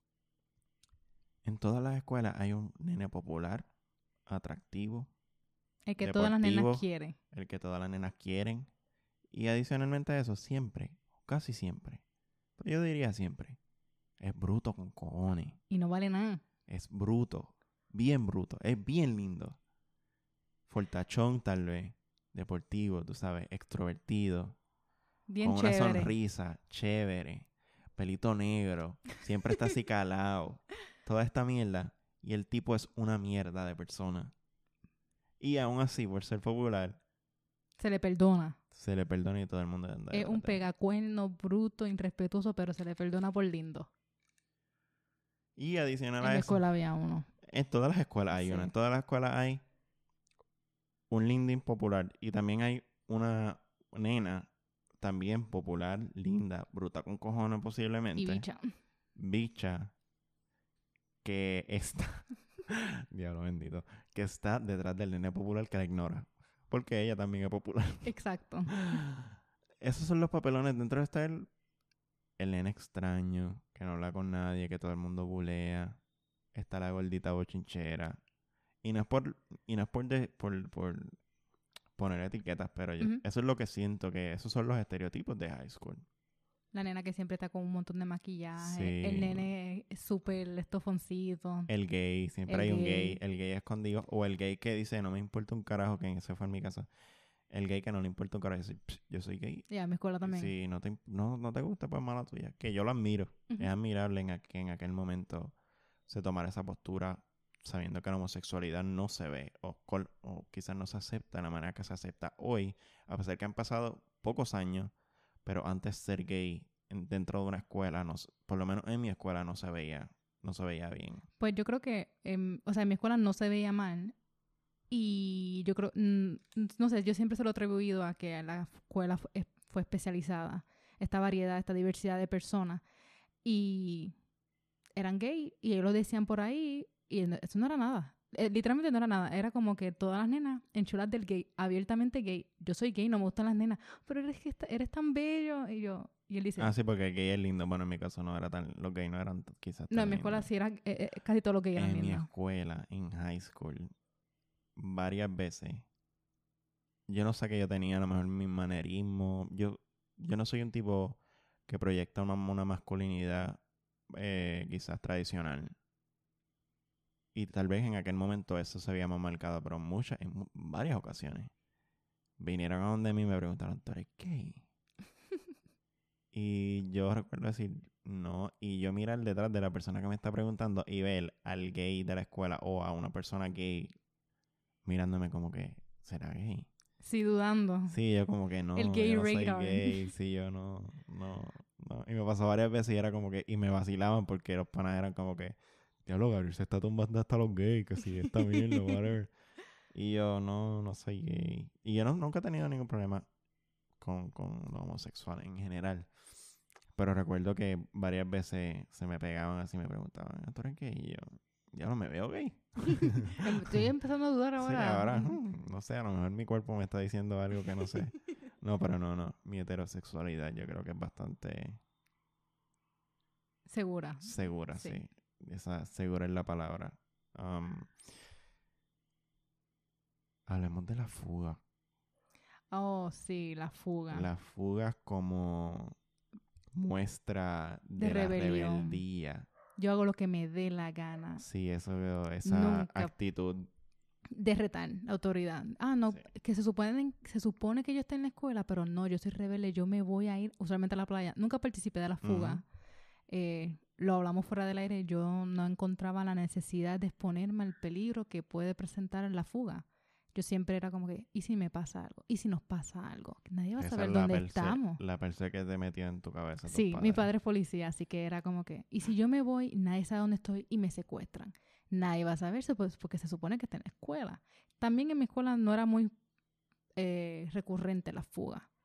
En todas las escuelas hay un nene popular, atractivo, el que deportivo, todas las nenas quieren. El que todas las nenas quieren. Y adicionalmente a eso, siempre, casi siempre, pero yo diría siempre, es bruto con cojones. Y no vale nada. Es bruto, bien bruto, es bien lindo. Fortachón tal vez, deportivo, tú sabes, extrovertido. Bien con chévere. Una sonrisa, chévere, pelito negro, siempre está así calado. Toda esta mierda. Y el tipo es una mierda de persona. Y aún así, por ser popular, se le perdona. Se le perdona y todo el mundo anda. Es un pegacuerno bruto, irrespetuoso, pero se le perdona por lindo. Y adicional en a eso. En la escuela había uno. En todas las escuelas hay sí. uno. En todas las escuelas hay un lindín popular. Y también hay una nena también popular, linda, bruta con cojones posiblemente. Y bicha. Bicha. Que está... Diablo bendito. Que está detrás del nene popular que la ignora. Porque ella también es popular. Exacto. Esos son los papelones. Dentro está el, el nene extraño, que no habla con nadie, que todo el mundo bulea. Está la gordita bochinchera. Y no es por, y no es por, de, por, por poner etiquetas, pero yo, uh-huh. eso es lo que siento, que esos son los estereotipos de high school. La nena que siempre está con un montón de maquillaje. Sí. El nene súper estofoncito. El gay. Siempre el hay gay. un gay. El gay escondido. O el gay que dice, no me importa un carajo, que ese fue en mi casa. El gay que no le importa un carajo. Dice, yo soy gay. Ya, yeah, en mi escuela también. Si no te, no, no te gusta, pues mala tuya. Que yo lo admiro. Uh-huh. Es admirable en, que en aquel momento se tomara esa postura sabiendo que la homosexualidad no se ve. O, col, o quizás no se acepta de la manera que se acepta hoy. A pesar que han pasado pocos años. Pero antes ser gay en, dentro de una escuela, no, por lo menos en mi escuela no se veía, no se veía bien. Pues yo creo que, eh, o sea, en mi escuela no se veía mal. Y yo creo, mm, no sé, yo siempre se lo he atribuido a que la escuela fue, fue especializada. Esta variedad, esta diversidad de personas. Y eran gay y ellos lo decían por ahí y eso no era nada. Eh, literalmente no era nada. Era como que todas las nenas enchuladas del gay, abiertamente gay. Yo soy gay, no me gustan las nenas. Pero eres, que eres tan bello. Y yo, y él dice... Ah, sí, porque el gay es lindo. Bueno, en mi caso no era tan... Los gays no eran quizás tan No, en mi escuela lindos. sí era... Eh, eh, casi todo lo que eran lindos. En lindos. mi escuela, en high school, varias veces, yo no sé que yo tenía a lo mejor mi manerismo. Yo, yo no soy un tipo que proyecta una, una masculinidad eh, quizás tradicional. Y tal vez en aquel momento eso se había más marcado, pero muchas, en varias ocasiones vinieron a donde mí y me preguntaron, ¿tú eres gay? Y yo recuerdo decir, no. Y yo mirar detrás de la persona que me está preguntando y ver al gay de la escuela o a una persona gay mirándome como que, ¿será gay? Sí, dudando. Sí, yo como que no, el gay yo no radar. soy gay. Sí, yo no, no, no. Y me pasó varias veces y era como que, y me vacilaban porque los panas eran como que, diablo, Gabriel se está tumbando hasta los gays, que si está bien, lo whatever. Y yo, no, no soy gay. Y yo no, nunca he tenido ningún problema con, con lo homosexual en general. Pero recuerdo que varias veces se me pegaban así y me preguntaban, ¿tú eres gay? Y yo, ya no me veo gay. Estoy empezando a dudar ahora. Sí, ahora, no sé, a lo mejor mi cuerpo me está diciendo algo que no sé. No, pero no, no. Mi heterosexualidad yo creo que es bastante... Segura. Segura, sí. sí. Esa segura es la palabra. Um, hablemos de la fuga. Oh, sí, la fuga. La fuga como muestra de, de la rebeldía. Yo hago lo que me dé la gana. Sí, eso veo, esa Nunca actitud. De retar la autoridad. Ah, no, sí. que se supone, se supone que yo estoy en la escuela, pero no, yo soy rebelde, yo me voy a ir usualmente a la playa. Nunca participé de la fuga. Uh-huh. Eh, lo hablamos fuera del aire, yo no encontraba la necesidad de exponerme al peligro que puede presentar la fuga. Yo siempre era como que, ¿y si me pasa algo? ¿Y si nos pasa algo? Nadie va a saber dónde perse- estamos. La perse que te metió en tu cabeza. Sí, mi padre es policía, así que era como que, ¿y si yo me voy, nadie sabe dónde estoy y me secuestran? Nadie va a saber eso pues, porque se supone que está en la escuela. También en mi escuela no era muy eh, recurrente la fuga.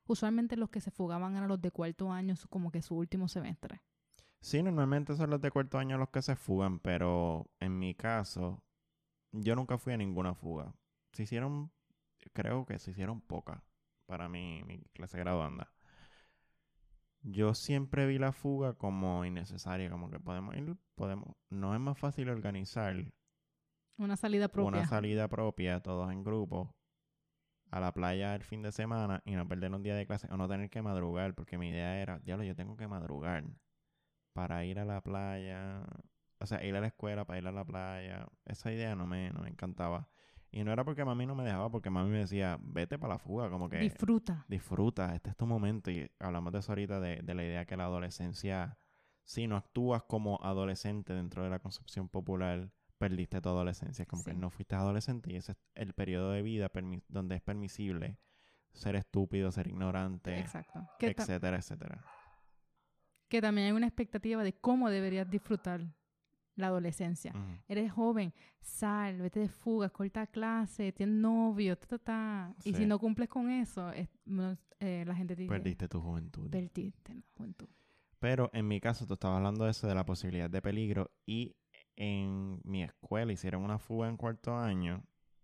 Usualmente los que se fugaban eran los de cuarto año, su- como que su último semestre. Sí, normalmente son los de cuarto año los que se fugan, pero en mi caso, yo nunca fui a ninguna fuga. Se hicieron, creo que se hicieron pocas para mi, mi clase graduanda. Yo siempre vi la fuga como innecesaria, como que podemos ir, podemos, no es más fácil organizar Una salida propia. una salida propia, todos en grupo, a la playa el fin de semana y no perder un día de clase o no tener que madrugar, porque mi idea era, diablo, yo tengo que madrugar para ir a la playa, o sea, ir a la escuela para ir a la playa. Esa idea no me, no me encantaba. Y no era porque mami no me dejaba, porque mami me decía, vete para la fuga, como que Disfruta. disfruta, este es tu momento. Y hablamos de eso ahorita, de, de la idea que la adolescencia, si no actúas como adolescente dentro de la concepción popular, perdiste tu adolescencia. Es como Sí. que no fuiste adolescente y ese es el periodo de vida permi- donde es permisible ser estúpido, ser ignorante, Exacto. Que, ta- etcétera, etcétera. que también hay una expectativa de cómo deberías disfrutar la adolescencia. Ujú. Eres joven, sal, vete de fuga, corta clase, tienes novio, ta, ta, ta. Y Sí. si no cumples con eso, es- no- eh, la gente te dice, Perdiste tu juventud. perdiste la juventud. Pero en mi caso, tú estabas hablando de eso, de la posibilidad de peligro. Y en mi escuela hicieron una fuga en cuarto año.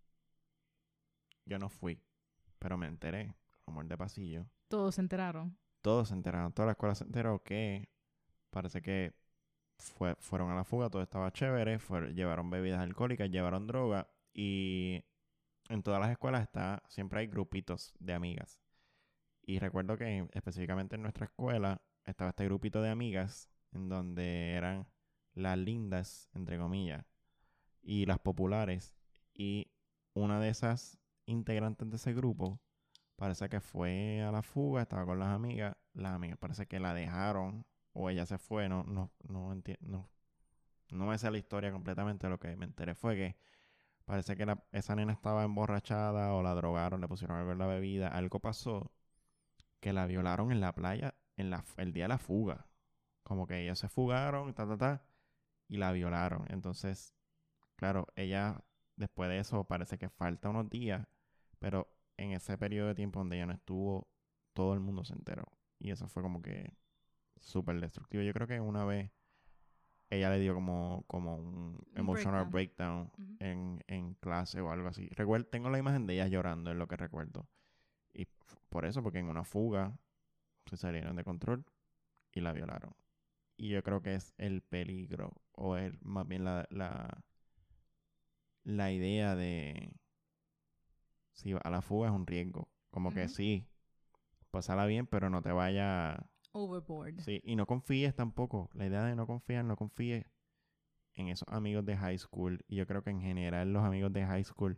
Yo no fui, pero me enteré, rumor de pasillo. Todos se enteraron. Todos se enteraron, toda la escuela se enteró que parece que fue, fueron a la fuga, todo estaba chévere, fueron, llevaron bebidas alcohólicas, llevaron droga y en todas las escuelas está, siempre hay grupitos de amigas. Y recuerdo que específicamente en nuestra escuela estaba este grupito de amigas en donde eran las lindas, entre comillas, y las populares. Y una de esas integrantes de ese grupo parece que fue a la fuga, estaba con las amigas. Las amigas parece que la dejaron o ella se fue. No, no, no entiendo. No, no me sé la historia completamente. Lo que me enteré fue que parece que la, esa nena estaba emborrachada o la drogaron, le pusieron algo en la bebida. Algo pasó que la violaron en la playa en la, el día de la fuga. Como que ellos se fugaron, ta, ta, ta, y la violaron. Entonces, claro, ella después de eso parece que falta unos días, pero en ese periodo de tiempo donde ella no estuvo, todo el mundo se enteró. Y eso fue como que súper destructivo. Yo creo que una vez ella le dio como, como un emotional breakdown, breakdown. Ujú. en, en clase o algo así. Recuerdo, tengo la imagen de ella llorando, es lo que recuerdo. Y f- por eso, porque en una fuga se salieron de control y la violaron. Y yo creo que es el peligro, o el, más bien la, la, la idea de si va a la fuga es un riesgo. Como que Ujú. sí, pásala bien, pero no te vaya. Overboard. Sí, y no confíes tampoco. La idea de no confiar, no confíes en esos amigos de high school. Y yo creo que en general los amigos de high school,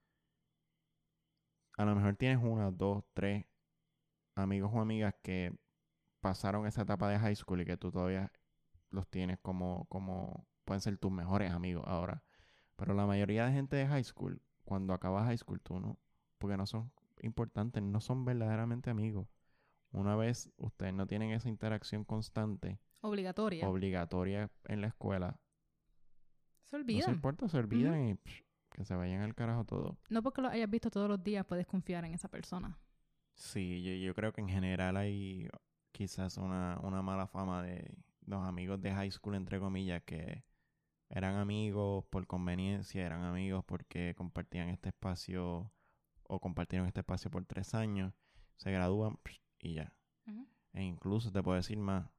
a lo mejor tienes una, dos, tres amigos o amigas que pasaron esa etapa de high school y que tú todavía los tienes como, como pueden ser tus mejores amigos ahora. Pero la mayoría de gente de high school, cuando acaba high school, tú no, porque no son importantes, no son verdaderamente amigos. Una vez ustedes no tienen esa interacción constante, Obligatoria. obligatoria en la escuela, Se no se olvidan. importa, se olvidan y psh, que se vayan al carajo todo. No porque lo hayas visto todos los días puedes confiar en esa persona. Sí, yo, yo creo que en general hay quizás una, una mala fama de los amigos de high school, entre comillas, que eran amigos por conveniencia, eran amigos porque compartían este espacio o compartieron este espacio por tres años, se gradúan psh, y ya. Ujú. E incluso te puedo decir más,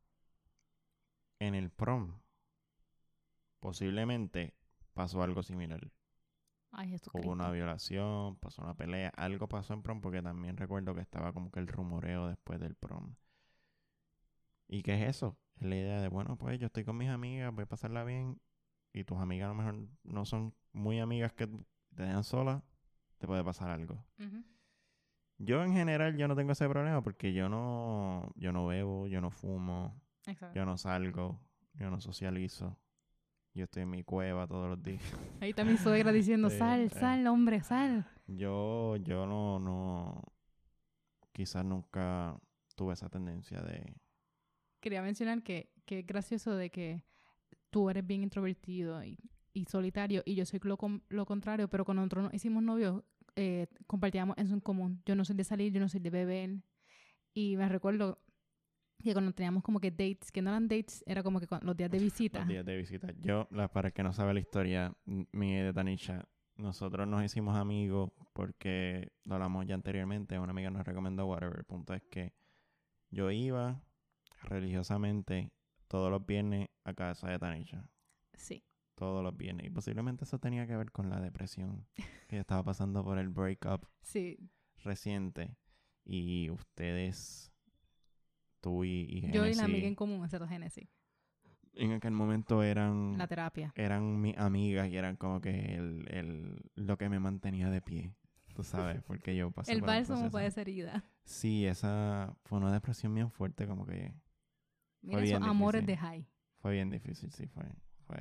en el prom posiblemente pasó algo similar. Ay, Jesucristo. Hubo una violación, pasó una pelea, algo pasó en prom porque también recuerdo que estaba como que el rumoreo después del prom. ¿Y qué es eso? Es la idea de, bueno, pues yo estoy con mis amigas, voy a pasarla bien y tus amigas a lo mejor no son muy amigas que te dejan sola, te puede pasar algo. Ujú. Yo en general yo no tengo ese problema porque yo no, yo no bebo, yo no fumo, Exacto. yo no salgo, yo no socializo. Yo estoy en mi cueva todos los días. Ahí está mi suegra diciendo, Sí, sal, eh. sal, hombre, sal. Yo, yo no, no, quizás nunca tuve esa tendencia de... Quería mencionar que, que es gracioso de que tú eres bien introvertido y, y solitario y yo soy lo, com- lo contrario, pero cuando nosotros nos hicimos novios, eh, compartíamos eso en común. Yo no soy de salir, yo no soy de beber, Y me recuerdo que cuando teníamos como que dates, que no eran dates, era como que cu- los días de visita. Los días de visita. Yo, la, para el que no sabe la historia m- mía y de Tanisha, nosotros nos hicimos amigos porque lo hablamos ya anteriormente. Una amiga nos recomendó whatever. El punto es que yo iba religiosamente todos los viernes a casa de Tanisha. Sí. Todos los viernes. Y posiblemente eso tenía que ver con la depresión que yo estaba pasando por el breakup Sí. reciente. Y ustedes, tú y, y Yo y la Genesis, amiga en común, esa Génesis. en aquel momento eran La terapia. eran mis amigas y eran como que el, el lo que me mantenía de pie, tú sabes, porque yo pasé El por un bálsamo proceso. para esa herida. Sí, esa fue una depresión bien fuerte, como que Mira bien esos amores difícil. de high. fue bien difícil, sí, fue, fue.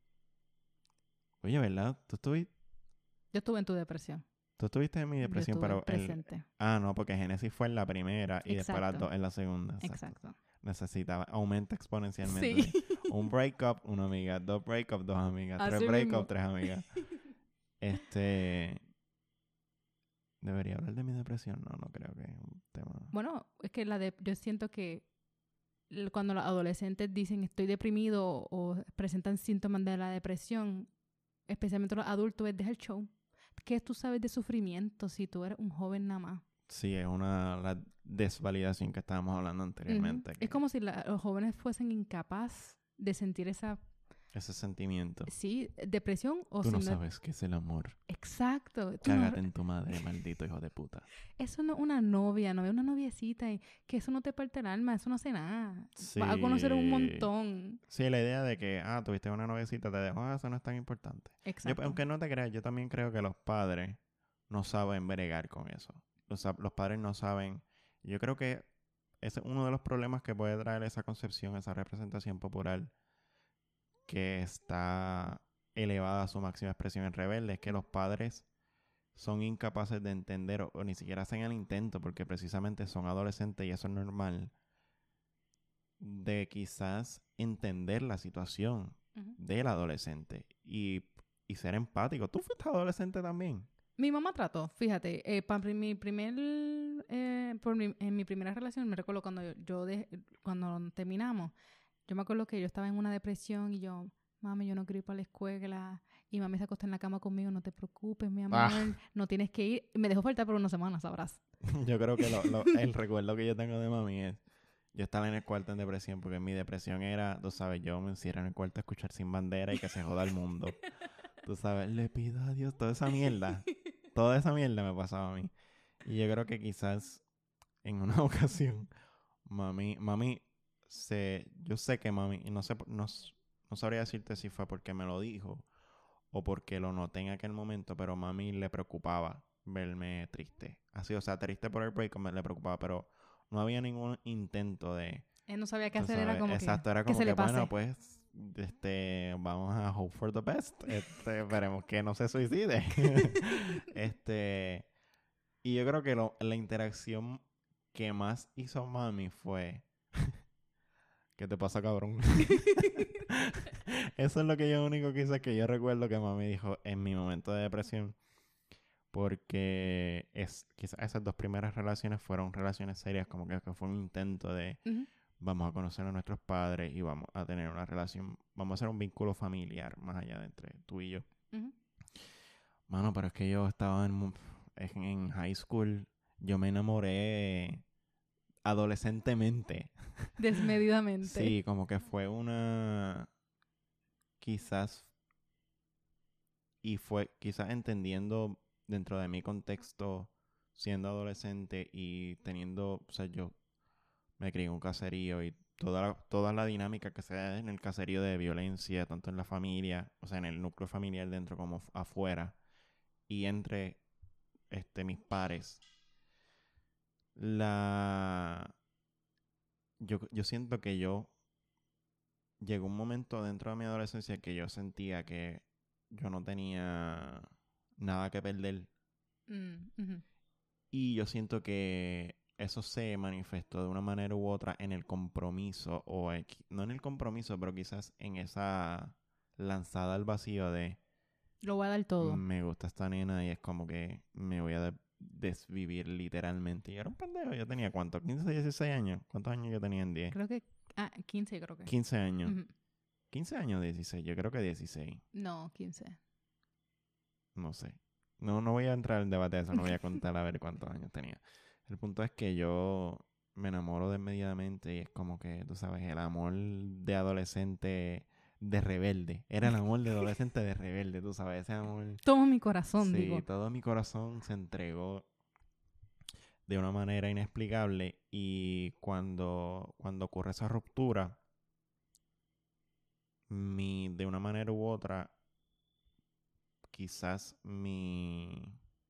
Oye, ¿verdad? ¿Tú estuviste, Yo estuve en tu depresión. tú estuviste en mi Yo depresión, estuve pero el... presente. Ah, no, porque Génesis fue en la primera y después las Exacto. dos en la segunda. Exacto. Exacto. Necesitaba, aumenta exponencialmente. Sí. Un breakup, una amiga. Dos breakup, dos amigas. Tres Así breakup, mismo. tres amigas. Este... ¿Debería hablar de mi depresión? No, no creo que es un tema... Bueno, es que la de, yo siento que l- cuando los adolescentes dicen estoy deprimido o presentan síntomas de la depresión, especialmente los adultos, es deja el show. ¿Qué tú sabes de sufrimiento si tú eres un joven nada más? Sí, es una... La desvalidación que estábamos hablando anteriormente. Ujú. que Es como si la- los jóvenes fuesen incapaces de sentir esa, Ese sentimiento. sí, depresión o Tú no si no- sabes qué es el amor. Exacto. Tú no- Cágate en tu madre, maldito hijo de puta. eso no es una novia, no es una noviecita, y que eso no te parte el alma, eso no hace nada. Sí. Vas a conocer un montón. Sí, la idea de que, ah, tuviste una noviecita, te dejó, ah, eso no es tan importante. Yo, Exacto. aunque no te creas, yo también creo que los padres no saben bregar con eso. Los, los padres no saben. Yo creo que ese es uno de los problemas que puede traer esa concepción, esa representación popular que está elevada a su máxima expresión en Rebelde, es que los padres son incapaces de entender o, o ni siquiera hacen el intento porque precisamente son adolescentes y eso es normal, de quizás entender la situación Ujú. del adolescente y, y ser empático. ¿Tú fuiste adolescente también? Mi mamá trató, fíjate, eh, para mi primer, eh, por mi- en mi primera relación, me recuerdo cuando yo, yo de- cuando terminamos, yo me acuerdo que yo estaba en una depresión y yo, mami, yo no quiero ir para la escuela, y mami se acostó en la cama conmigo, no te preocupes, mi amor, Ah. no tienes que ir. Me dejó faltar por una semana, sabrás. Yo creo que lo, lo- el recuerdo que yo tengo de mami es, yo estaba en el cuarto en depresión porque mi depresión era, tú sabes, yo me encierro en el cuarto a escuchar Sin Bandera y que se joda el mundo. Tú sabes, le pido a Dios toda esa mierda. Toda esa mierda me pasaba a mí. Y yo creo que quizás en una ocasión, mami, mami, se, yo sé que mami, y no sé, por- no, s- no sabría decirte si fue porque me lo dijo o porque lo noté en aquel momento, pero mami le preocupaba verme triste. Así, o sea, triste por el break, me le preocupaba, pero no había ningún intento de... Él no sabía qué tú hacer, era sabes, como exacto, que, era que como se que, le pase. bueno, pues, este, vamos a hope for the best. Este, esperemos que no se suicide. este, y yo creo que lo- la interacción que más hizo mami fue... ¿Qué te pasa, cabrón? Eso es lo que yo único que hice, que yo recuerdo que mami dijo en mi momento de depresión. Porque es, quizás esas dos primeras relaciones fueron relaciones serias, como que, que fue un intento de Ujú. vamos a conocer a nuestros padres y vamos a tener una relación, vamos a hacer un vínculo familiar más allá de entre tú y yo. Ujú. Mano, pero es que yo estaba en, mu- en, en high school, yo me enamoré adolescentemente. Desmedidamente. Sí, como que fue una... Quizás... Y fue quizás entendiendo dentro de mi contexto, siendo adolescente y teniendo... O sea, yo me crié en un caserío y toda la, toda la dinámica que se da en el caserío de violencia, tanto en la familia, o sea, en el núcleo familiar dentro como f- afuera, y entre este, mis pares. La... Yo, yo siento que yo... Llegó un momento dentro de mi adolescencia que yo sentía que yo no tenía nada que perder. Mm, ujú. Y yo siento que eso se manifestó de una manera u otra en el compromiso, o equi- no en el compromiso, pero quizás en esa lanzada al vacío de Lo voy a dar todo. me gusta esta nena y es como que me voy a, de- desvivir literalmente. Yo era un pendejo. Yo tenía, ¿cuánto? ¿quince, dieciséis años? ¿Cuántos años yo tenía en diez? Creo que... Ah, quince creo que. quince años. Ujú. quince años, dieciséis. Yo creo que dieciséis. No, quince. No sé. No, no voy a entrar en debate de eso. No voy a contar a ver cuántos años tenía. El punto es que yo me enamoro desmedidamente y es como que, tú sabes, el amor de adolescente de rebelde. Era el amor de adolescente de rebelde, tú sabes, ese amor. Todo mi corazón, Sí, digo. todo mi corazón se entregó de una manera inexplicable y cuando, cuando ocurre esa ruptura, mi, de una manera u otra, quizás mi,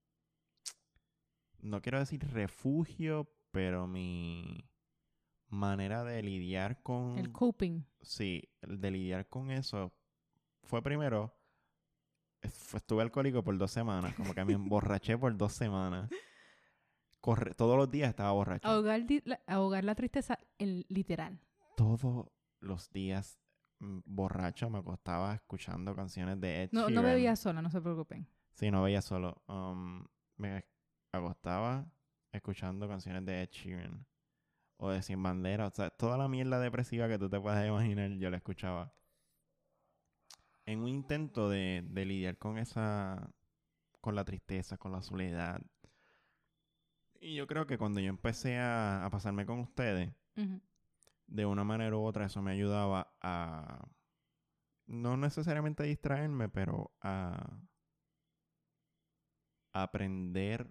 no quiero decir refugio, pero mi manera de lidiar con, El coping. sí, de lidiar con eso fue primero, es- estuve alcohólico por dos semanas, como que me emborraché por dos semanas. Corre, todos los días estaba borracho. Ahogar, di- la, ahogar la tristeza, el literal. Todos los días mm, borracho me acostaba escuchando canciones de Ed No, Sheeran. no bebía sola, no se preocupen. Sí, no veía solo. Um, me acostaba escuchando canciones de Ed Sheeran. O de Sin Bandera. O sea, toda la mierda depresiva que tú te puedas imaginar, yo la escuchaba. En un intento de, de lidiar con esa... con la tristeza, con la soledad. Y yo creo que cuando yo empecé a, a pasarme con ustedes, Ujú. de una manera u otra eso me ayudaba a... no necesariamente a distraerme, pero a aprender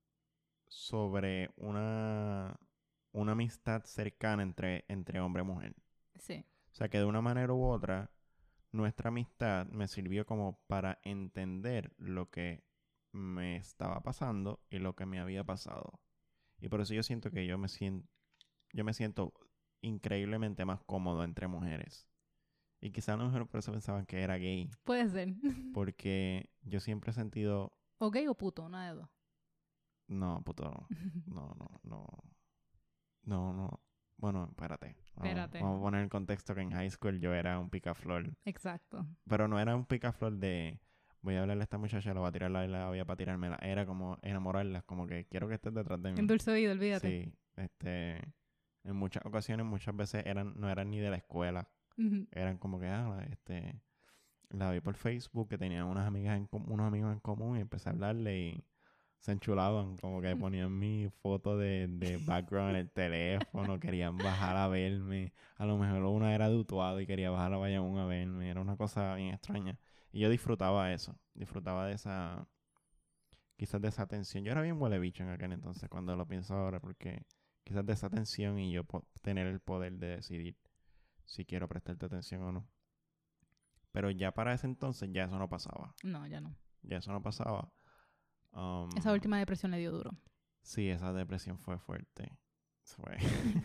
sobre una, una amistad cercana entre, entre hombre y mujer. Sí. O sea que de una manera u otra, nuestra amistad me sirvió como para entender lo que me estaba pasando y lo que me había pasado. Y por eso yo siento que yo me siento, yo me siento increíblemente más cómodo entre mujeres. Y quizás a lo mejor por eso pensaban que era gay. Puede ser. Porque yo siempre he sentido... O gay o puto, una de dos. No, puto. No, no, no. No, no. Bueno, espérate. Vamos, Espérate. vamos a poner en contexto que en high school yo era un picaflor. Exacto. Pero no era un picaflor de... voy a hablarle a esta muchacha, la voy a tirar la la voy a para tirármela. Era como enamorarlas, como que quiero que estés detrás de mí. En dulce oído, olvídate. Sí, este... en muchas ocasiones, muchas veces eran no eran ni de la escuela. Ujú. Eran como que, ah, este... la vi por Facebook, que tenían unas amigas en com- unos amigos en común y empecé a hablarle y se enchulaban, como que ponían mi foto de, de background en el teléfono, querían bajar a verme. A lo mejor una era de Utuado y quería bajar a Bayamón a verme. Era una cosa bien extraña. Y yo disfrutaba eso, disfrutaba de esa, quizás de esa atención. Yo era bien huele bicho en aquel entonces, cuando lo pienso ahora, porque quizás de esa atención y yo po- tener el poder de decidir si quiero prestarte atención o no. Pero ya para ese entonces ya eso no pasaba. No, ya no. Ya eso no pasaba. Um, Esa última depresión le dio duro. Sí, esa depresión fue fuerte. Fue.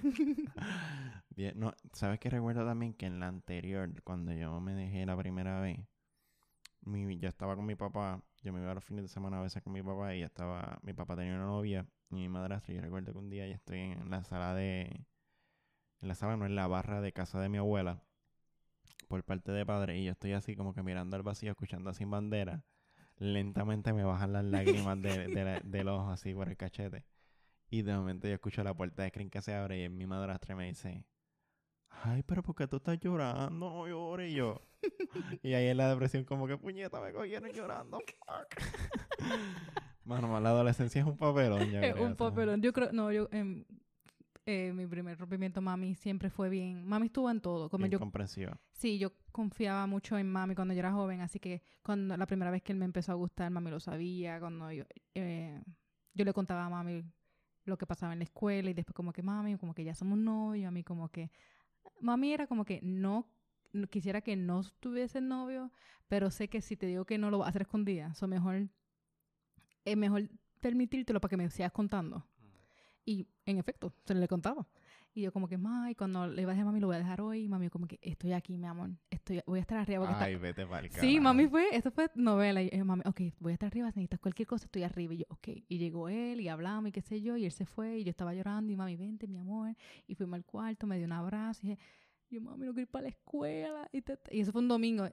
Bien, no, ¿sabes qué? Recuerdo también que en la anterior, cuando yo me dejé la primera vez, mi, yo estaba con mi papá. Yo me iba a los fines de semana a veces con mi papá y ya estaba, mi papá tenía una novia y mi madrastra. Y yo recuerdo que un día ya estoy en la sala de, en la sala, no, en la barra de casa de mi abuela, por parte de padre, y yo estoy así como que mirando al vacío, escuchando a Sin Bandera. Lentamente me bajan las lágrimas de, de la- del ojo así por el cachete. Y de momento yo escucho la puerta de screen que se abre y es mi madrastra y me dice, ay, pero ¿por qué tú estás llorando? No llores. Y yo. Y ahí en la depresión como que puñeta me cogieron llorando. Fuck. Mano, la adolescencia es un papelón, yo Es creo. un o sea, papelón. Yo creo, no, yo, em, eh, mi primer rompimiento, mami siempre fue bien. Mami estuvo en todo. Como bien yo, comprensiva. sí, yo confiaba mucho en mami cuando yo era joven, así que cuando la primera vez que él me empezó a gustar, mami lo sabía. Cuando yo, eh, yo le contaba a mami lo que pasaba en la escuela y después como que mami, como que ya somos novios, a mí como que... Mami era como que no, no quisiera que no tuviese novio, pero sé que si te digo que no lo vas a hacer escondida, so mejor, es mejor permitírtelo para que me sigas contando. Y en efecto, se le contaba. Y yo como que, mami, cuando le iba a decir a mami, lo voy a dejar hoy, mami como que, estoy aquí, mi amor, estoy, voy a estar arriba. Porque Ay, está... vete pa'l Sí, carajo. mami fue, esto fue novela. Y yo, mami, ok, voy a estar arriba, si necesitas cualquier cosa, estoy arriba. Y yo, ok. Y llegó él y hablamos y qué sé yo, y él se fue y yo estaba llorando y mami, vente, mi amor. Y fuimos al cuarto, me dio un abrazo y dije, yo, mami, no quiero ir para la escuela. Y, te- y eso fue un domingo.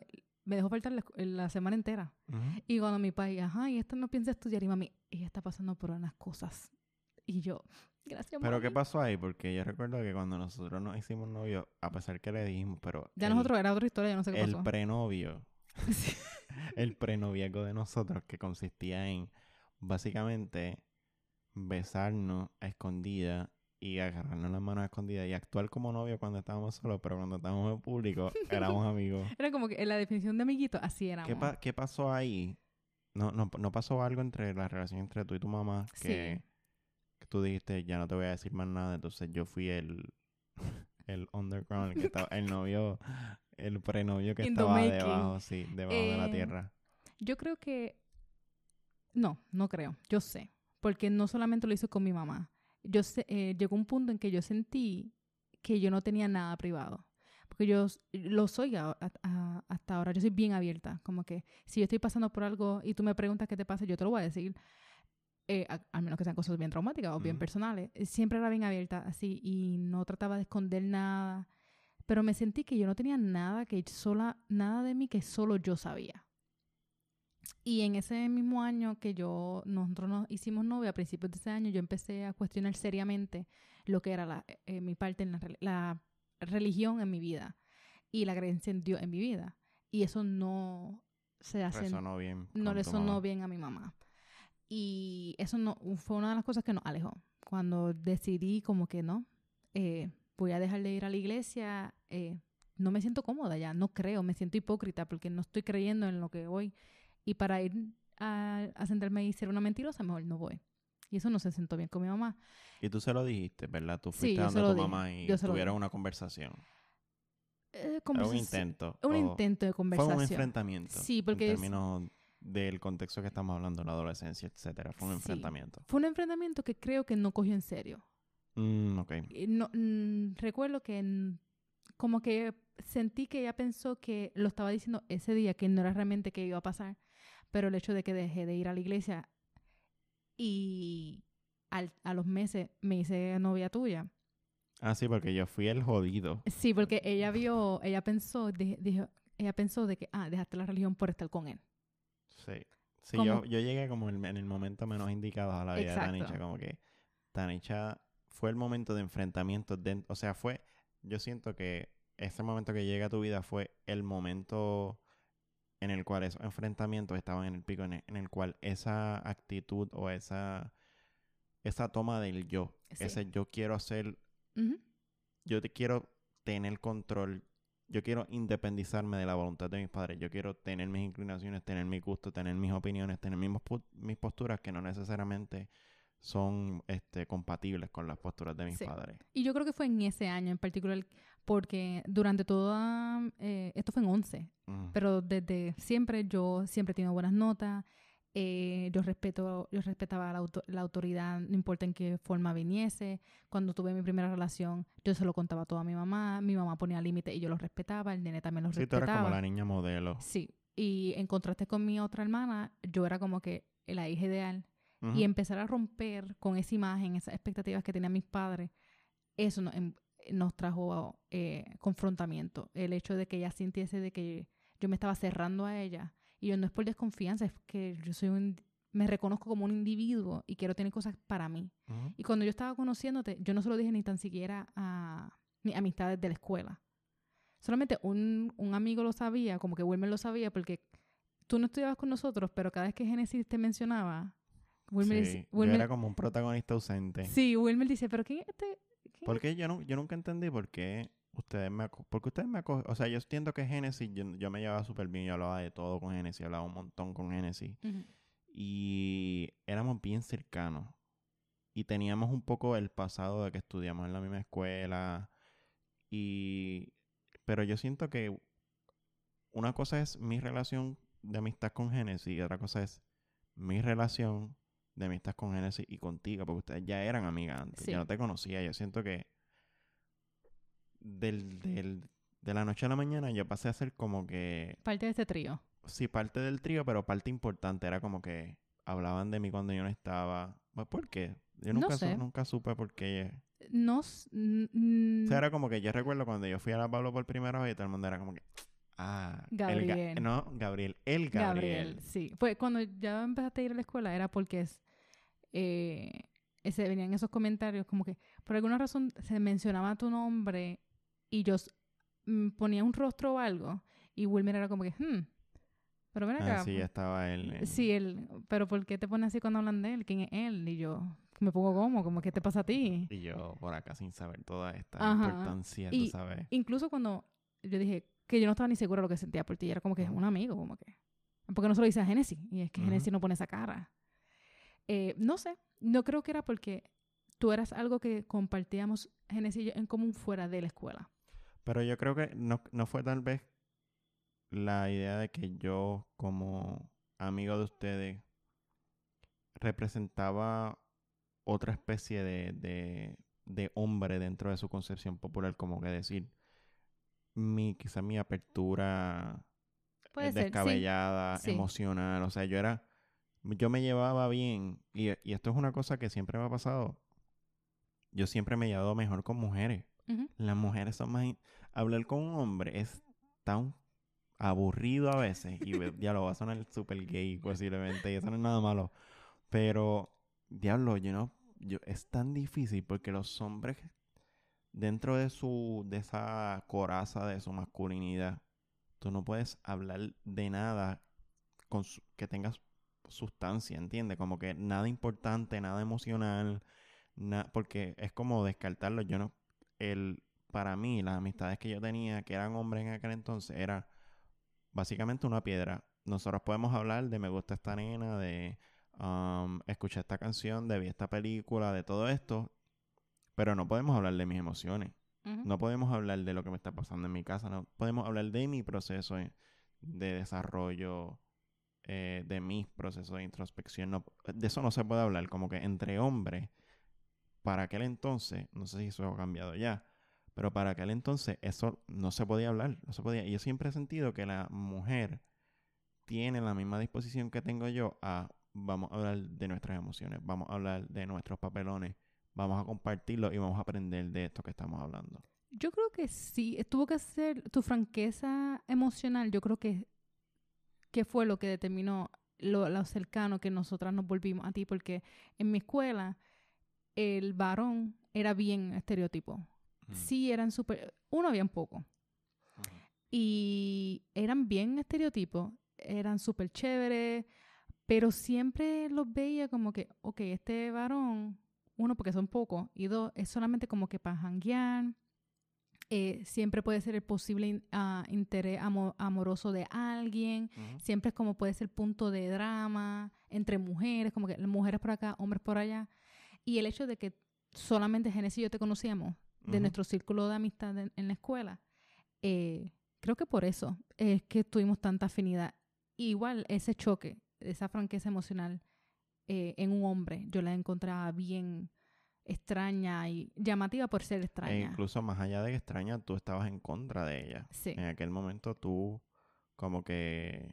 me dejó faltar la, la semana entera. Uh-huh. Y cuando mi país, ajá, y esto no piensa estudiar. Y mami, ella está pasando por unas cosas. Y yo, gracias, ¿Pero mami. qué pasó ahí? Porque yo recuerdo que cuando nosotros nos hicimos novios, a pesar que le dijimos, pero... Ya el, nosotros, era otra historia, yo no sé qué el pasó. prenovio, Sí. el prenoviazgo de nosotros, que consistía en, básicamente, besarnos a escondidas y agarrarnos las manos a escondidas y actuar como novios cuando estábamos solos, pero cuando estábamos en público, éramos amigos. Era como que en la definición de amiguito, así éramos. ¿Qué, pa- ¿Qué pasó ahí? No, no, no pasó algo entre la relación entre tú y tu mamá que, Sí. que tú dijiste, ya no te voy a decir más nada, entonces yo fui el, el underground, el que estaba, el novio, el prenovio que In the estaba making. debajo, sí, debajo de la Eh, tierra. Yo creo que... No, no creo. Yo sé. Porque no solamente lo hizo con mi mamá. Yo sé, eh, llegó un punto en que yo sentí que yo no tenía nada privado. Porque yo s- lo soy a- a- a- hasta ahora. Yo soy bien abierta. Como que si yo estoy pasando por algo y tú me preguntas qué te pasa, yo te lo voy a decir. Eh, a, al menos que sean cosas bien traumáticas o bien Ujú. personales. Eh, Siempre era bien abierta así y no trataba de esconder nada. Pero me sentí que yo no tenía nada, que sola, nada de mí que solo yo sabía. Y en ese mismo año que yo, nosotros nos hicimos novia, a principios de ese año, yo empecé a cuestionar seriamente lo que era la, eh, mi parte en la, rel- la religión en mi vida y la creencia en Dios en mi vida. Y eso no se hace, Resonó bien no con le tu sonó mamá. bien a mi mamá. Y eso no fue una de las cosas que nos alejó. Cuando decidí como que no, eh, voy a dejar de ir a la iglesia, eh, no me siento cómoda ya, no creo, me siento hipócrita porque no estoy creyendo en lo que voy. Y para ir a, a sentarme y ser una mentirosa, mejor no voy. Y eso no se sentó bien con mi mamá. Y tú se lo dijiste, ¿verdad? Tú Sí, fuiste yo se donde lo tu dije. mamá y Yo se lo tuvieron dije. una conversación. Eh, Era un conversación- intento. un o intento de Fue conversación. un enfrentamiento. Sí, porque En es- términos del contexto que estamos hablando, la adolescencia, etcétera. Fue un sí, enfrentamiento. fue un enfrentamiento que creo que no cogió en serio. Mm, ok. Y no, mm, recuerdo que mm, como que sentí que ella pensó que lo estaba diciendo ese día, que no era realmente que iba a pasar, pero el hecho de que dejé de ir a la iglesia y al- a los meses me hice novia tuya. Ah, sí, porque yo fui el jodido. Sí, porque ella vio, ella pensó, di- dijo, ella pensó de que, ah, dejaste la religión por estar con él. Sí. Sí, Como- yo, yo llegué como en, en el momento menos indicado a la vida Exacto. de Tanisha. Como que Tanisha fue el momento de enfrentamiento. De, o sea, fue... Yo siento que ese momento que llega a tu vida fue el momento en el cual esos enfrentamientos estaban en el pico, en el, en el cual esa actitud o esa, esa toma del yo, Sí. ese yo quiero hacer, Ujú. yo te quiero tener control, yo quiero independizarme de la voluntad de mis padres, yo quiero tener mis inclinaciones, tener mi gusto, tener mis opiniones, tener mis, pu- mis posturas que no necesariamente son este, compatibles con las posturas de mis Sí. padres. Y yo creo que fue en ese año en particular, porque durante toda, eh, esto fue en once, Mm. pero desde siempre yo siempre he tenido buenas notas, eh, yo respeto, yo respetaba la, auto- la autoridad, no importa en qué forma viniese. Cuando tuve mi primera relación, yo se lo contaba todo a mi mamá, mi mamá ponía límites y yo los respetaba, el nene también los Sí, tú eres como respetaba. la niña modelo. Sí, y en contraste con mi otra hermana, yo era como que la hija ideal. Ujú. Y empezar a romper con esa imagen, esas expectativas que tenían mis padres, eso no- em- nos trajo eh, confrontamiento. El hecho de que ella sintiese de que yo me estaba cerrando a ella. Y yo no es por desconfianza, es que yo soy un... Me reconozco como un individuo y quiero tener cosas para mí. Ujú. Y cuando yo estaba conociéndote, yo no se lo dije ni tan siquiera a mis amistades de la escuela. Solamente un, un amigo lo sabía, como que Wilmer lo sabía, porque tú no estudiabas con nosotros, pero cada vez que Génesis te mencionaba, Wilmer, Sí, dice- yo Wilmer- era como un protagonista ausente. sí, Wilmer dice, pero ¿quién es este? ¿Quién es Porque yo, nu- yo nunca entendí por qué ustedes me aco- porque ustedes me acogen. O sea, yo entiendo que Genesis, yo, yo me llevaba súper bien, yo hablaba de todo con Genesis, hablaba un montón con Genesis. Ujú. Y éramos bien cercanos. Y teníamos un poco el pasado de que estudiamos en la misma escuela. Y... Pero yo siento que una cosa es mi relación de amistad con Genesis y otra cosa es mi relación de amistad con Genesis y contigo, porque ustedes ya eran amigas antes. Sí. Yo no te conocía. Yo siento que del, del, de la noche a la mañana yo pasé a ser como que, Parte de este trío. sí, parte del trío, pero parte importante. Era como que hablaban de mí cuando yo no estaba. Pues, ¿por qué? Yo No nunca, su- sé. nunca supe por qué. No... s- n- O n- sea, era como que yo recuerdo cuando yo fui a la Pablo por primera vez y todo el mundo era como que, Ah, Gabriel. El Ga- no, Gabriel. El Gabriel. Gabriel, sí. Pues cuando ya empezaste a ir a la escuela era porque es, eh, ese, venían esos comentarios como que por alguna razón se mencionaba tu nombre y yo s- mm, ponía un rostro o algo y Wilmer era como que, hmm, pero ven Ah, acá. sí, ya estaba él. en- Sí, él, pero ¿por qué te pones así cuando hablan de él? ¿Quién es él? Y yo me pongo como, como, ¿qué te pasa a ti? Y yo por acá sin saber toda esta Ajá. importancia, tú Y sabes. incluso cuando yo dije que yo no estaba ni segura de lo que sentía por ti, y era como que es Ujú. un amigo, como que. ¿Por qué no se lo dice a Genesis? Y es que Ujú. Genesis no pone esa cara. Eh, no sé, no creo que era porque tú eras algo que compartíamos Genesis y yo en común fuera de la escuela. Pero yo creo que no, no fue tal vez la idea de que yo, como amigo de ustedes, representaba otra especie de, de, de hombre dentro de su concepción popular, como que decir, mi, quizá mi apertura eh, Puede ser, sí, descabellada, sí. emocional, o sea, yo era, yo me llevaba bien, y, y esto es una cosa que siempre me ha pasado, yo siempre me he llevado mejor con mujeres. Ujú. Las mujeres son más... in- Hablar con un hombre es tan aburrido a veces. Y ve- diablo, va a sonar súper gay posiblemente. Y eso no es nada malo. Pero, diablo, yo no... Yo, es tan difícil porque los hombres, dentro de su... De esa coraza de su masculinidad, tú no puedes hablar de nada con su- que tengas sustancia, ¿entiendes? Como que nada importante, nada emocional. Na- porque es como descartarlo. Yo no... El, para mí, las amistades que yo tenía, que eran hombres en aquel entonces, era básicamente una piedra. Nosotros podemos hablar de me gusta esta nena, de um, escuché esta canción, de vi esta película, de todo esto, pero no podemos hablar de mis emociones. Ujú. No podemos hablar de lo que me está pasando en mi casa. No podemos hablar de mi proceso de de desarrollo, eh, de mis procesos de introspección. No, de eso no se puede hablar. Como que entre hombres, para aquel entonces, no sé si eso ha cambiado ya, pero para aquel entonces eso no se podía hablar, no se podía. Y yo siempre he sentido que la mujer tiene la misma disposición que tengo yo a vamos a hablar de nuestras emociones, vamos a hablar de nuestros papelones, vamos a compartirlo y vamos a aprender de esto que estamos hablando. Yo creo que sí, tuvo que ser tu franqueza emocional, yo creo que, que fue lo que determinó lo, lo cercano que nosotras nos volvimos a ti, porque en mi escuela el varón era bien estereotipo. Mm. Sí, eran súper... Uno había un poco. Ujú. Y eran bien estereotipos, eran súper chéveres, pero siempre los veía como que, ok, este varón, uno, porque son pocos, y dos, es solamente como que para janguear. Eh, siempre puede ser el posible in- ah, interés amo- amoroso de alguien, Ujú. siempre es como puede ser punto de drama entre mujeres, como que las mujeres por acá, hombres por allá. Y el hecho de que solamente Genesis y yo te conocíamos de Ujú. nuestro círculo de amistad en, en la escuela, eh, creo que por eso es que tuvimos tanta afinidad. Igual ese choque, esa franqueza emocional eh, en un hombre, yo la encontraba bien extraña y llamativa por ser E extraña. incluso más allá de que extraña, tú estabas en contra de ella. Sí. En aquel momento tú como que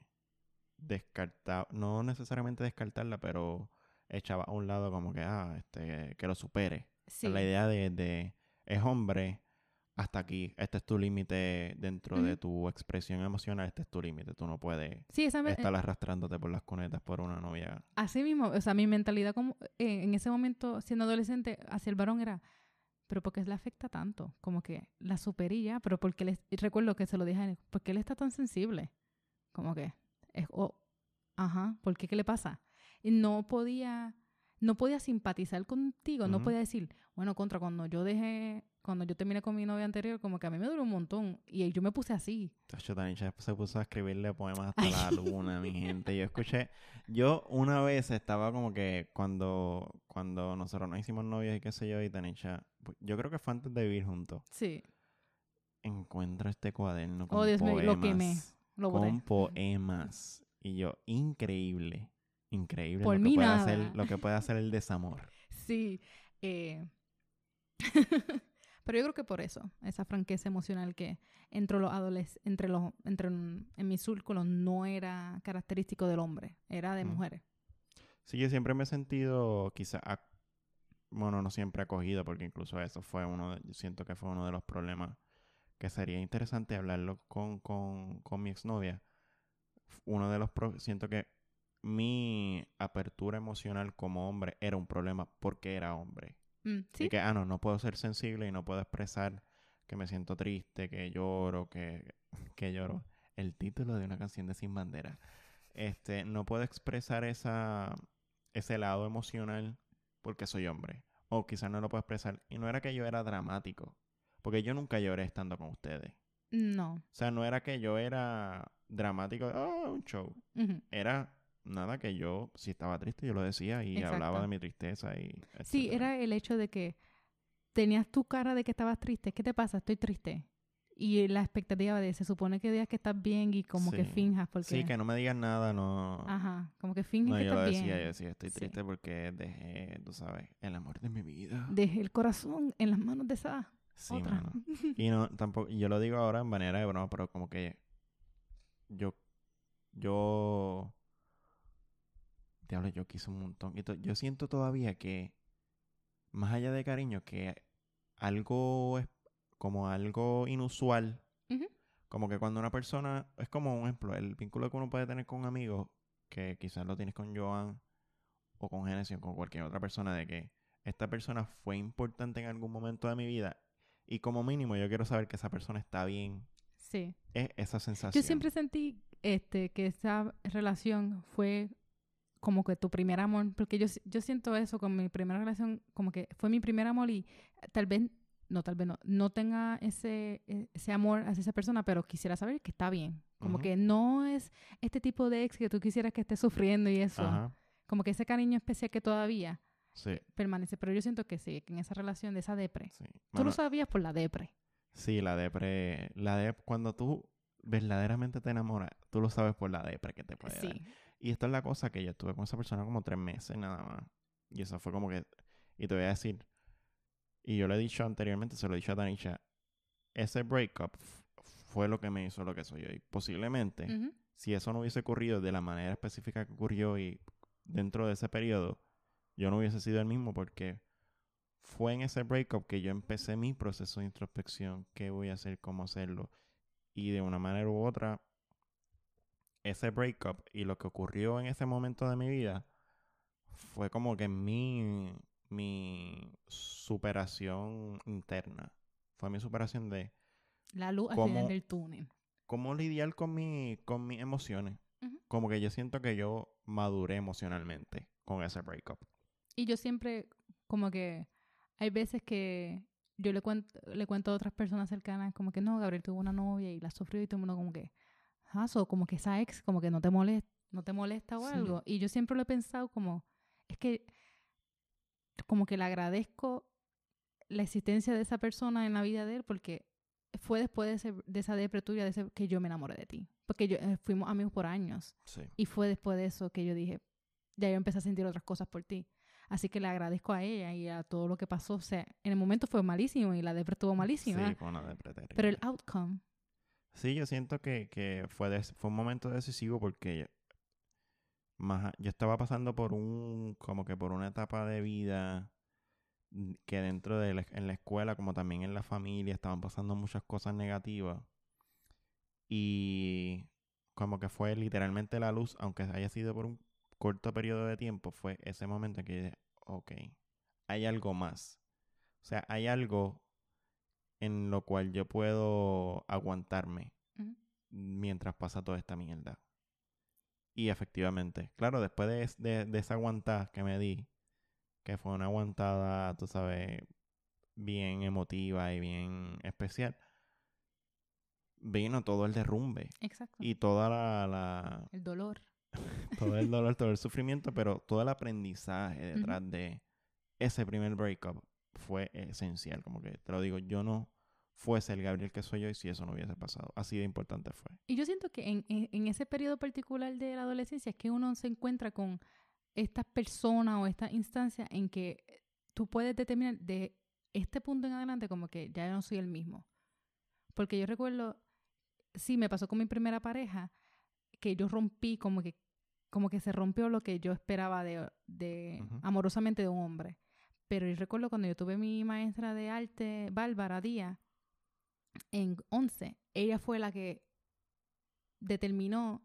descartar, no necesariamente descartarla, pero echaba a un lado como que, ah, este, que lo supere. Sí. La idea de, de, es hombre, hasta aquí, este es tu límite dentro Ujú. de tu expresión emocional, este es tu límite, tú no puedes Sí, esa me- estar arrastrándote por las cunetas por una novia. así mismo, o sea, mi mentalidad como eh, en ese momento siendo adolescente hacia el varón era, pero ¿por qué le afecta tanto? Como que la superilla, pero porque le y recuerdo que se lo dije a él, ¿por qué él está tan sensible? Como que es oh, ajá, ¿por qué qué le pasa? Y no podía no podía simpatizar contigo, no Ujú. podía decir, bueno, contra cuando yo dejé cuando yo terminé con mi novia anterior, como que a mí me duró un montón y yo me puse así. Tacho, Tanisha se puso a escribirle poemas hasta la luna, mi gente. Yo escuché, yo una vez estaba como que cuando, cuando nosotros nos hicimos novios y qué sé yo, y Tanisha, pues, yo creo que fue antes de vivir juntos, Sí. encuentro este cuaderno Oh, con Dios mío, lo quemé, poemas, lo boté. con poemas. Y yo, increíble, increíble Por lo que mí puede nada. hacer, lo que puede hacer el desamor. Sí. Eh. Pero yo creo que por eso, esa franqueza emocional que entre los adolescentes, entre los, entre en mi círculo no era característico del hombre, era de Mm. mujeres. Sí, yo siempre me he sentido quizá, ac- bueno, no siempre acogido, porque incluso eso fue uno, de- yo siento que fue uno de los problemas que sería interesante hablarlo con, con, con mi exnovia. Uno de los... Pro siento que mi apertura emocional como hombre era un problema porque era hombre. Mm, Y ¿sí? que, ah, no, no puedo ser sensible y no puedo expresar que me siento triste, que lloro, que, que lloro. El título de una canción de Sin Bandera. Este, no puedo expresar esa, ese lado emocional porque soy hombre. O quizás no lo puedo expresar. Y no era que yo era dramático. Porque yo nunca lloré estando con ustedes. No. O sea, no era que yo era dramático, oh, un show. Ujú. Era nada que yo, si estaba triste, yo lo decía y Exacto. hablaba de mi tristeza y Sí, etcétera. era el hecho de que tenías tu cara de que estabas triste. ¿Qué te pasa? Estoy triste. Y la expectativa de, se supone que digas que estás bien y como que Sí. finjas porque... Sí, que no me digas nada, no... Ajá, como que finges No, que yo estás lo bien. decía, yo decía, estoy Sí. triste porque dejé, tú sabes, el amor de mi vida. Dejé el corazón en las manos de esa Sí, otra. mano. Y no, tampoco, yo lo digo ahora en manera de broma, pero como que yo, yo, diablo, yo quise un montón. Y to- yo siento todavía que, más allá de cariño, que algo es como algo inusual, Ujú. como que cuando una persona, es como un ejemplo, el vínculo que uno puede tener con un amigo, que quizás lo tienes con Joan o con Genesis o con cualquier otra persona, de que esta persona fue importante en algún momento de mi vida y como mínimo yo quiero saber que esa persona está bien. Sí. Es esa Yo sensación. siempre sentí este, que esa relación fue como que tu primer amor, porque yo, yo siento eso con mi primera relación, como que fue mi primer amor y tal vez, no, tal vez no, no tenga ese, e- ese amor hacia esa persona, pero quisiera saber que está bien. Como Ujú. que no es este tipo de ex que tú quisieras que esté sufriendo y eso. Ajá, Como que ese cariño especial que todavía sí, permanece. Pero yo siento que sí, que en esa relación de esa depre, sí. tú lo Mano, sabías por la depre. sí, la depre, la dep, cuando tú verdaderamente te enamoras, tú lo sabes por la depre que te puede dar. Sí. Y esto es la cosa que yo estuve con esa persona como tres meses nada más. Y eso fue como que, y te voy a decir, y yo le he dicho anteriormente, se lo he dicho a Tanisha, ese breakup f- fue lo que me hizo lo que soy hoy. Posiblemente, Ujú. si eso no hubiese ocurrido de la manera específica que ocurrió y dentro de ese periodo, yo no hubiese sido el mismo porque fue en ese breakup que yo empecé mi proceso de introspección, qué voy a hacer, cómo hacerlo. Y de una manera u otra, ese breakup y lo que ocurrió en ese momento de mi vida fue como que mi, mi superación interna. Fue mi superación de La luz al final cómo, del túnel. cómo lidiar con, mi, con mis emociones. Ujú. Como que yo siento que yo maduré emocionalmente con ese breakup. Y yo siempre, como que hay veces que yo le cuento, le cuento a otras personas cercanas, como que no, Gabriel tuvo una novia y la sufrió y todo el mundo como que, ah, so, como que esa ex, como que no te molesta, no te molesta o Sí. algo. Y yo siempre lo he pensado como, es que como que le agradezco la existencia de esa persona en la vida de él porque fue después de, ese, de esa depre tuya de ese, que yo me enamoré de ti. Porque yo, eh, fuimos amigos por años. Sí. Y fue después de eso que yo dije, ya yo empecé a sentir otras cosas por ti. Así que le agradezco a ella y a todo lo que pasó. O sea, en el momento fue malísimo y la depre estuvo malísima. Sí, fue una depre terrible. Pero el outcome, Sí, yo siento que, que fue, des- fue un momento decisivo porque más, a- yo estaba pasando por un, como que por una etapa de vida mm, que dentro de la, en la escuela, como también en la familia, estaban pasando muchas cosas negativas. Y como que fue literalmente la luz, aunque haya sido por un corto periodo de tiempo, fue ese momento en que dije, ok, hay algo más. O sea, hay algo en lo cual yo puedo aguantarme ujú, mientras pasa toda esta mierda. Y efectivamente, claro, después de, es- de, de esa aguantada que me di, que fue una aguantada, tú sabes, bien emotiva y bien especial, vino todo el derrumbe exacto, y toda la, la el dolor. todo el dolor, todo el sufrimiento, pero todo el aprendizaje Ujú. detrás de ese primer breakup fue esencial. Como que te lo digo, yo no fuese el Gabriel que soy hoy si eso no hubiese pasado. Así de importante fue. Y yo siento que en, en, en ese periodo particular de la adolescencia es que uno se encuentra con estas personas o estas instancias en que tú puedes determinar de este punto en adelante como que ya yo no soy el mismo. Porque yo recuerdo, sí, me pasó con mi primera pareja, que yo rompí como que, como que se rompió lo que yo esperaba de, de Ujú. amorosamente de un hombre. Pero yo recuerdo cuando yo tuve mi maestra de arte, Bárbara Díaz, en once, ella fue la que determinó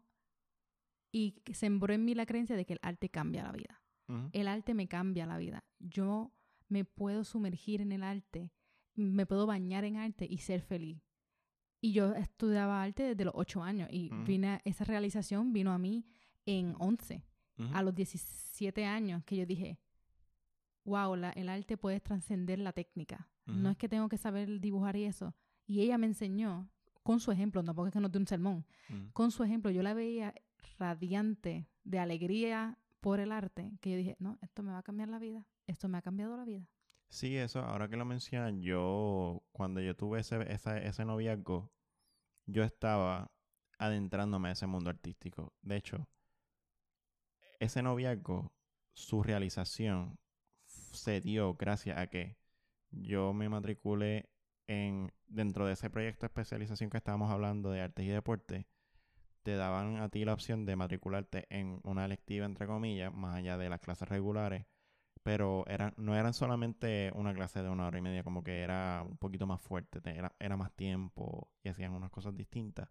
y que sembró en mí la creencia de que el arte cambia la vida. Uh-huh. El arte me cambia la vida. Yo me puedo sumergir en el arte, me puedo bañar en arte y ser feliz. Y yo estudiaba arte desde los ocho años y Uh-huh. vine a- esa realización vino a mí en once, Uh-huh. a los diecisiete años, que yo dije, wow, la, el arte puede trascender la técnica. Uh-huh. No es que tengo que saber dibujar y eso. Y ella me enseñó, con su ejemplo, tampoco es que nos dé un sermón, Uh-huh. con su ejemplo, yo la veía radiante de alegría por el arte, que yo dije, no, esto me va a cambiar la vida, esto me ha cambiado la vida. Sí, eso, ahora que lo mencionas, yo, cuando yo tuve ese, esa, ese noviazgo, yo estaba adentrándome a ese mundo artístico. De hecho, ese noviazgo, su realización se dio gracias a que yo me matriculé en, dentro de ese proyecto de especialización que estábamos hablando de artes y deportes, te daban a ti la opción de matricularte en una electiva, entre comillas, más allá de las clases regulares, pero eran, no eran solamente una clase de una hora y media, como que era un poquito más fuerte, te- era, era más tiempo y hacían unas cosas distintas.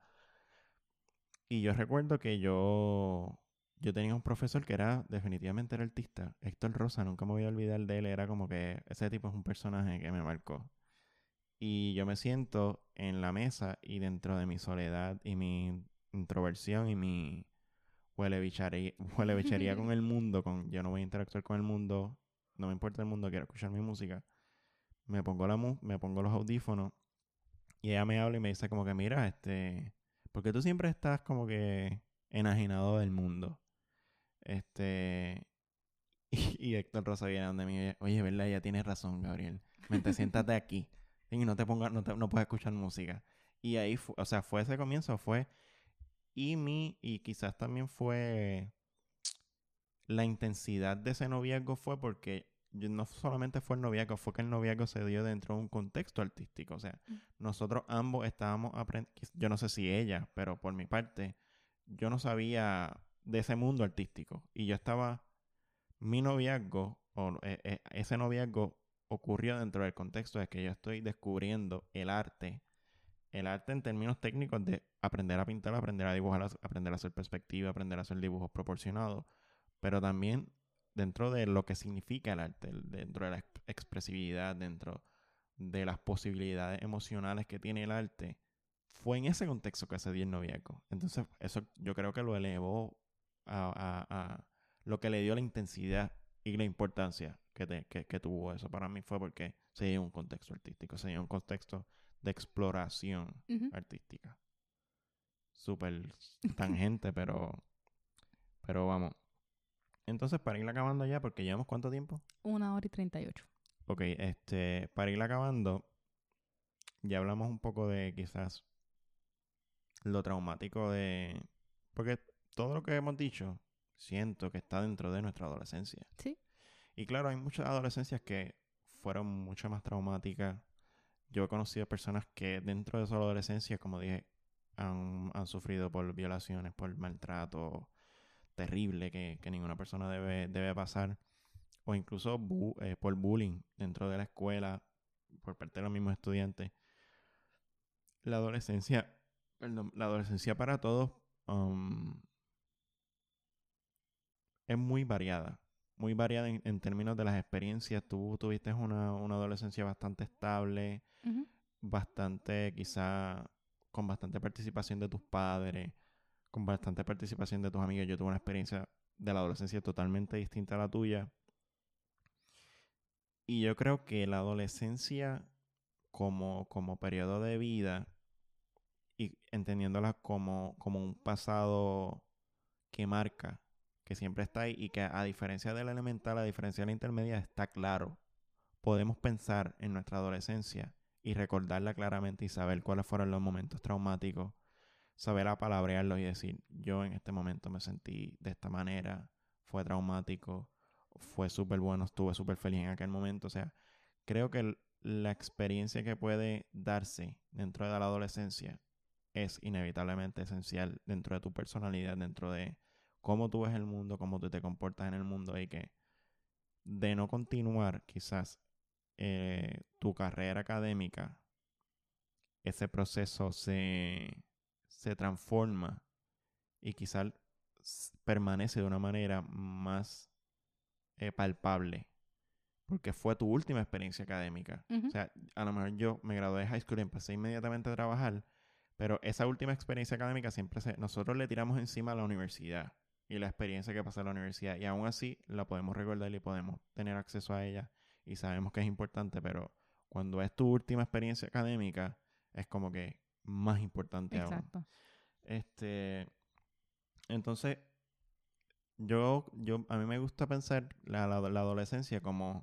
Y yo recuerdo que yo, yo tenía un profesor que era, definitivamente era artista, Héctor Rosa, nunca me voy a olvidar de él, era como que ese tipo es un personaje que me marcó. Y yo me siento en la mesa y dentro de mi soledad y mi introversión y mi huele bicharía, huele bicharía con el mundo, con yo no voy a interactuar con el mundo, no me importa el mundo, quiero escuchar mi música. Me pongo la mu me pongo los audífonos y ella me habla y me dice como que mira, este, porque tú siempre estás como que enajenado del mundo. Este, y, y Héctor Rosa viene donde mí, oye, ¿verdad? Ya tienes razón, Gabriel. Mente, siéntate aquí y no te pongas, no, te, no puedes escuchar música. Y ahí, fu o sea, fue ese comienzo, fue, y mi, y quizás también fue la intensidad de ese noviazgo fue porque yo- no solamente fue el noviazgo, fue que el noviazgo se dio dentro de un contexto artístico. O sea, Mm. nosotros ambos estábamos aprendiendo, yo no sé si ella, pero por mi parte, yo no sabía de ese mundo artístico. Y yo estaba, mi noviazgo, o eh, eh, ese noviazgo ocurrió dentro del contexto de que yo estoy descubriendo el arte. El arte en términos técnicos de aprender a pintar, aprender a dibujar, a- aprender a hacer perspectiva, aprender a hacer dibujos proporcionados, pero también dentro de lo que significa el arte, el- dentro de la ex- expresividad, dentro de las posibilidades emocionales que tiene el arte, fue en ese contexto que se dio el noviazgo. Entonces, eso yo creo que lo elevó a, a- a lo que le dio la intensidad y la importancia que, te- que, que tuvo eso. Para mí fue porque se dio en un contexto artístico, se dio en un contexto de exploración Ujú. artística. Súper tangente, pero, pero vamos. Entonces, para ir acabando ya, porque llevamos ¿cuánto tiempo? Una hora y treinta y ocho. Ok, este, para ir acabando, ya hablamos un poco de quizás lo traumático de... Porque todo lo que hemos dicho, siento que está dentro de nuestra adolescencia. Sí. Y claro, hay muchas adolescencias que fueron mucho más traumáticas. Yo he conocido personas que dentro de su adolescencia, como dije, han, han sufrido por violaciones, por maltrato terrible que, que ninguna persona debe, debe pasar. O incluso bu eh, por bullying dentro de la escuela, por parte de los mismos estudiantes. La adolescencia, perdón, la adolescencia para todos um, es muy variada. Muy variada en, en términos de las experiencias. Tú tuviste una, una adolescencia bastante estable, Ujú. bastante quizá con bastante participación de tus padres, con bastante participación de tus amigos. Yo tuve una experiencia de la adolescencia totalmente distinta a la tuya. Y yo creo que la adolescencia como, como periodo de vida y entendiéndola como, como un pasado que marca, que siempre está ahí y que a diferencia de la elemental, a diferencia de la intermedia, está claro. Podemos pensar en nuestra adolescencia y recordarla claramente y saber cuáles fueron los momentos traumáticos, saber apalabrearlos y decir, yo en este momento me sentí de esta manera, fue traumático, fue súper bueno, estuve súper feliz en aquel momento. O sea, creo que el- la experiencia que puede darse dentro de la adolescencia es inevitablemente esencial dentro de tu personalidad, dentro de cómo tú ves el mundo, cómo tú te comportas en el mundo y que de no continuar quizás eh, tu carrera académica ese proceso se, se transforma y quizás permanece de una manera más eh, palpable. Porque fue tu última experiencia académica. Uh-huh. O sea, a lo mejor yo me gradué de high school y empecé inmediatamente a trabajar, pero esa última experiencia académica siempre se... Nosotros le tiramos encima a la universidad y la experiencia que pasó en la universidad. Y aún así la podemos recordar y podemos tener acceso a ella y sabemos que es importante, pero cuando es tu última experiencia académica, es como que más importante Exacto. aún. Este... Entonces, yo, yo, a mí me gusta pensar la, la, la adolescencia como...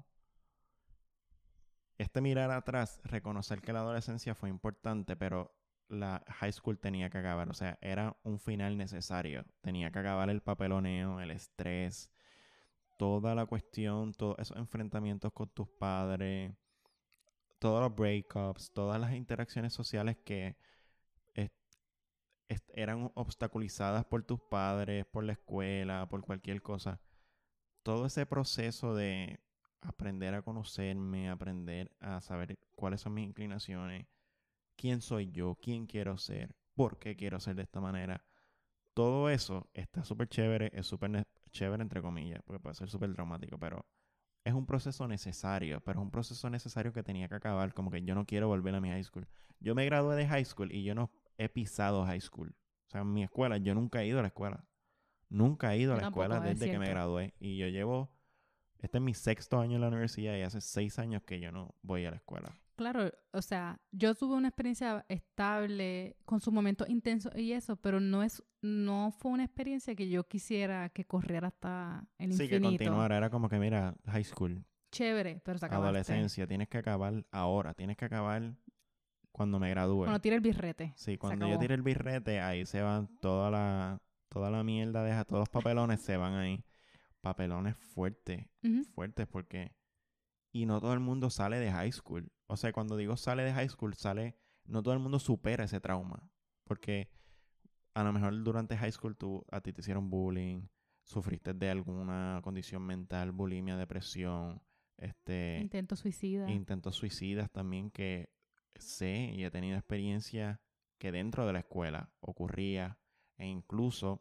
Este mirar atrás, reconocer que la adolescencia fue importante, pero la high school tenía que acabar. O sea, era un final necesario. Tenía que acabar el papeloneo, el estrés, toda la cuestión, todos esos enfrentamientos con tus padres, todos los breakups, todas las interacciones sociales que est- est- eran obstaculizadas por tus padres, por la escuela, por cualquier cosa. Todo ese proceso de aprender a conocerme, aprender a saber cuáles son mis inclinaciones, quién soy yo, quién quiero ser, por qué quiero ser de esta manera. Todo eso está súper chévere, es súper ne- chévere entre comillas, porque puede ser súper traumático, pero es un proceso necesario, pero es un proceso necesario que tenía que acabar, como que yo no quiero volver a mi high school. Yo me gradué de high school y yo no he pisado high school. O sea, en mi escuela, yo nunca he ido a la escuela. Nunca he ido a Yo la tampoco, escuela es desde que me cierto. gradué. Y yo llevo, este es mi sexto año en la universidad y hace seis años que yo no voy a la escuela. Claro, o sea, yo tuve una experiencia estable con sus momentos intensos y eso, pero no es, no fue una experiencia que yo quisiera que corriera hasta el Sí, que infinito. continuara. Era como que, mira, high school, Chévere, pero se acabaste. adolescencia, tienes que acabar ahora. Tienes que acabar cuando me gradúe. Cuando tire el birrete. Sí, se cuando yo acabó. tire el birrete, ahí se van toda la, toda la mierda, deja, todos los papelones se van ahí. Papelones fuertes, Ujú. fuertes porque... Y no todo el mundo sale de high school. O sea, cuando digo sale de high school, sale... No todo el mundo supera ese trauma. Porque a lo mejor durante high school tú, a ti te hicieron bullying, sufriste de alguna condición mental, bulimia, depresión, este, Intento suicida. intentos suicidas también que sé y he tenido experiencia que dentro de la escuela ocurría e incluso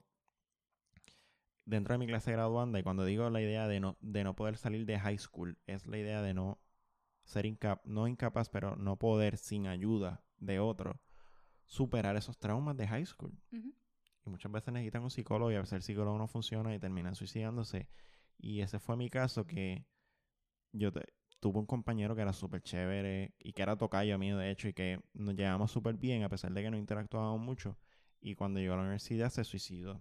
dentro de mi clase graduanda, y cuando digo la idea de no, de no poder salir de high school, es la idea de no ser incapaz, no incapaz, pero no poder sin ayuda de otro superar esos traumas de high school. Ujú. Y muchas veces necesitan un psicólogo y a veces el psicólogo no funciona y terminan suicidándose. Y ese fue mi caso que yo te- tuve un compañero que era súper chévere y que era tocayo mío de hecho y que nos llevamos súper bien a pesar de que no interactuábamos mucho. Y cuando llegó a la universidad se suicidó.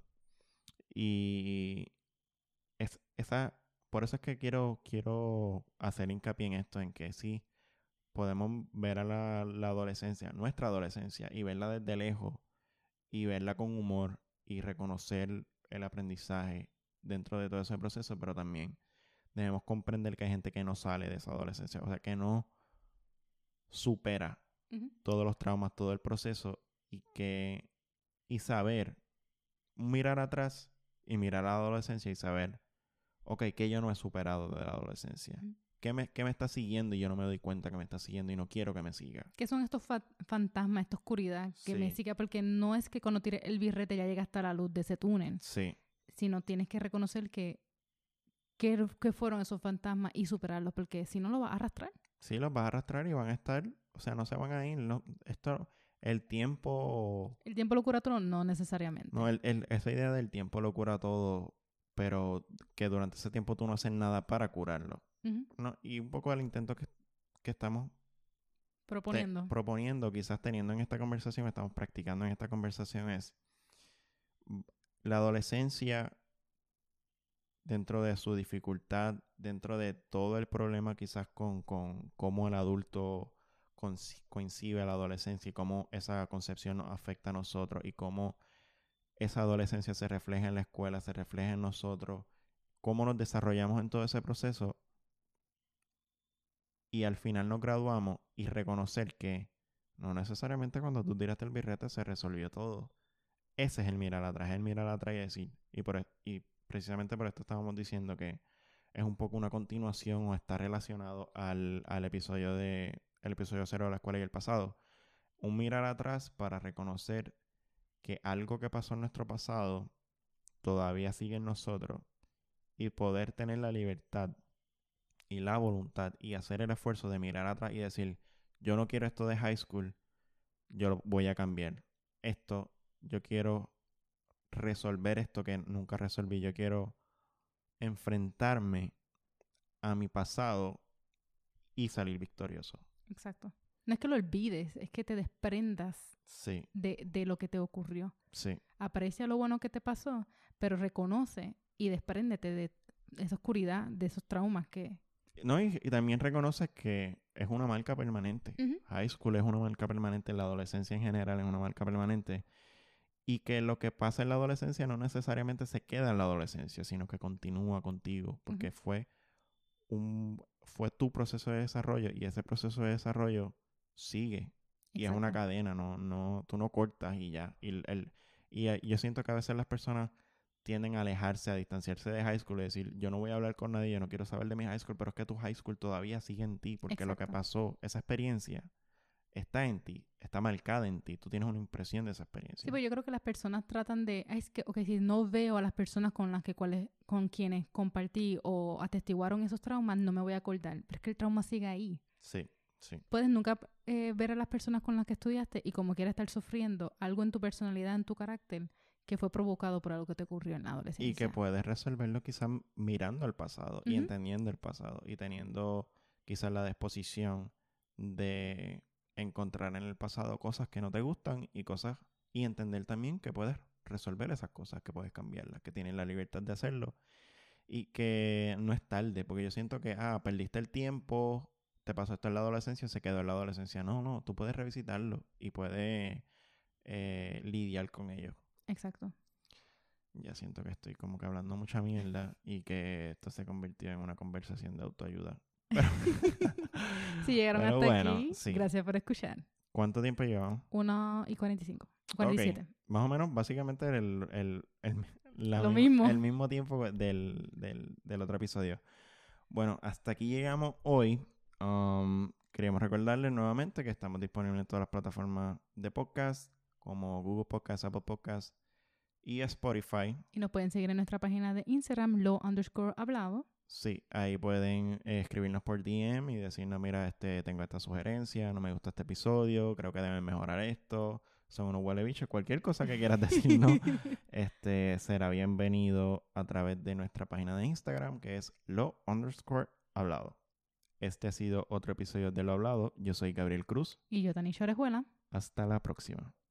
Y es, esa, por eso es que quiero, quiero hacer hincapié en esto, en que sí podemos ver a la, la adolescencia, nuestra adolescencia, y verla desde lejos, y verla con humor, y reconocer el aprendizaje dentro de todo ese proceso, pero también debemos comprender que hay gente que no sale de esa adolescencia, o sea, que no supera Ujú. todos los traumas, todo el proceso, y que, y saber mirar atrás y mirar a la adolescencia y saber ok, ¿qué yo no he superado de la adolescencia? Ujú. ¿Qué me, qué me está siguiendo y yo no me doy cuenta que me está siguiendo y no quiero que me siga? ¿Qué son estos fa- fantasmas, esta oscuridad que me Sí, sigue? Porque no es que cuando tires el birrete ya llega hasta la luz de ese túnel, sí, sino tienes que reconocer que, que, que fueron esos fantasmas y superarlos, porque si no lo vas a arrastrar. sí, los vas a arrastrar y van a estar, o sea, no se van a ir, no, esto, el tiempo, El tiempo lo cura todo, no necesariamente. no, el, el- esa idea del tiempo lo cura todo, pero que durante ese tiempo tú no haces nada para curarlo, Ujú. ¿no? Y un poco el intento que, que estamos te- Proponiendo. proponiendo, quizás teniendo en esta conversación, estamos practicando en esta conversación es mm, la adolescencia dentro de su dificultad, dentro de todo el problema quizás con, con cómo el adulto conci- coincide a la adolescencia y cómo esa concepción nos afecta a nosotros y cómo esa adolescencia se refleja en la escuela, se refleja en nosotros, cómo nos desarrollamos en todo ese proceso y al final nos graduamos y reconocer que no necesariamente cuando tú tiraste el birrete se resolvió todo. Ese es el mirar atrás, el mirar atrás y decir, y, por, es- y precisamente por esto estábamos diciendo que es un poco una continuación o está relacionado al, al episodio de el episodio cero de la escuela y el pasado. un mirar atrás para reconocer que algo que pasó en nuestro pasado todavía sigue en nosotros y poder tener la libertad y la voluntad y hacer el esfuerzo de mirar atrás y decir, yo no quiero esto de high school, yo lo voy a cambiar. Esto, yo quiero resolver esto que nunca resolví. Yo quiero enfrentarme a mi pasado y salir victorioso. Exacto. No es que lo olvides, es que te desprendas Sí, de, de lo que te ocurrió. sí. Aprecia lo bueno que te pasó, pero reconoce y despréndete de esa oscuridad, de esos traumas que... No, y, y también reconoces que es una marca permanente. Ujú. High school es una marca permanente, la adolescencia en general es una marca permanente. Y que lo que pasa en la adolescencia no necesariamente se queda en la adolescencia, sino que continúa contigo, porque Ujú. fue un fue tu proceso de desarrollo y ese proceso de desarrollo sigue y es una Exacto. cadena, no no tú no cortas y ya. Y el, el- y eh, yo siento que a veces las personas tienden a alejarse, a distanciarse de high school y decir, yo no voy a hablar con nadie, yo no quiero saber de mi high school, pero es que tu high school todavía sigue en ti, porque lo que Exacto. pasó, esa experiencia está en ti, está marcada en ti, tú tienes una impresión de esa Sí, experiencia. pues yo creo que las personas tratan de, "Ay, es que, ok, si no veo a las personas con las que cuales, con quienes compartí o atestiguaron esos traumas, no me voy a acordar. Pero es que el trauma sigue ahí. Sí, sí. Puedes nunca eh, ver a las personas con las que estudiaste y como quieras estar sufriendo algo en tu personalidad, en tu carácter, que fue provocado por algo que te ocurrió en la adolescencia. Y que puedes resolverlo quizás mirando al pasado y Ujú. entendiendo el pasado y teniendo quizás la disposición de encontrar en el pasado cosas que no te gustan y cosas y entender también que puedes resolver esas cosas, que puedes cambiarlas, que tienes la libertad de hacerlo y que no es tarde, porque yo siento que, ah, perdiste el tiempo, te pasó esto en la adolescencia, se quedó en la adolescencia. No, no, tú puedes revisitarlo y puedes eh, lidiar con ello. Exacto. Ya siento que estoy como que hablando mucha mierda y que esto se convirtió en una conversación de autoayuda. Pero, Si llegaron pero hasta bueno, aquí, sí. gracias por escuchar. ¿Cuánto tiempo llevamos? uno y cuarenta y cinco. cuarenta y siete. Ok, más o menos, básicamente el, el, el, la Lo misma- mismo. el mismo tiempo del, del, del otro episodio. Bueno, hasta aquí llegamos hoy. Um, queríamos recordarles nuevamente que estamos disponibles en todas las plataformas de podcast, como Google Podcast, Apple Podcast y Spotify. Y nos pueden seguir en nuestra página de Instagram, lo underscore hablado. Sí, ahí pueden eh, escribirnos por D M y decirnos, mira, este, tengo esta sugerencia, no me gusta este episodio, creo que deben mejorar esto, son unos huele bichos, cualquier cosa que quieras decirnos, este, será bienvenido a través de nuestra página de Instagram, que es lo underscore hablado. Este ha sido otro episodio de Lo Hablado. Yo soy Gabriel Cruz. Y yo, Tanisha Orejuela. Hasta la próxima.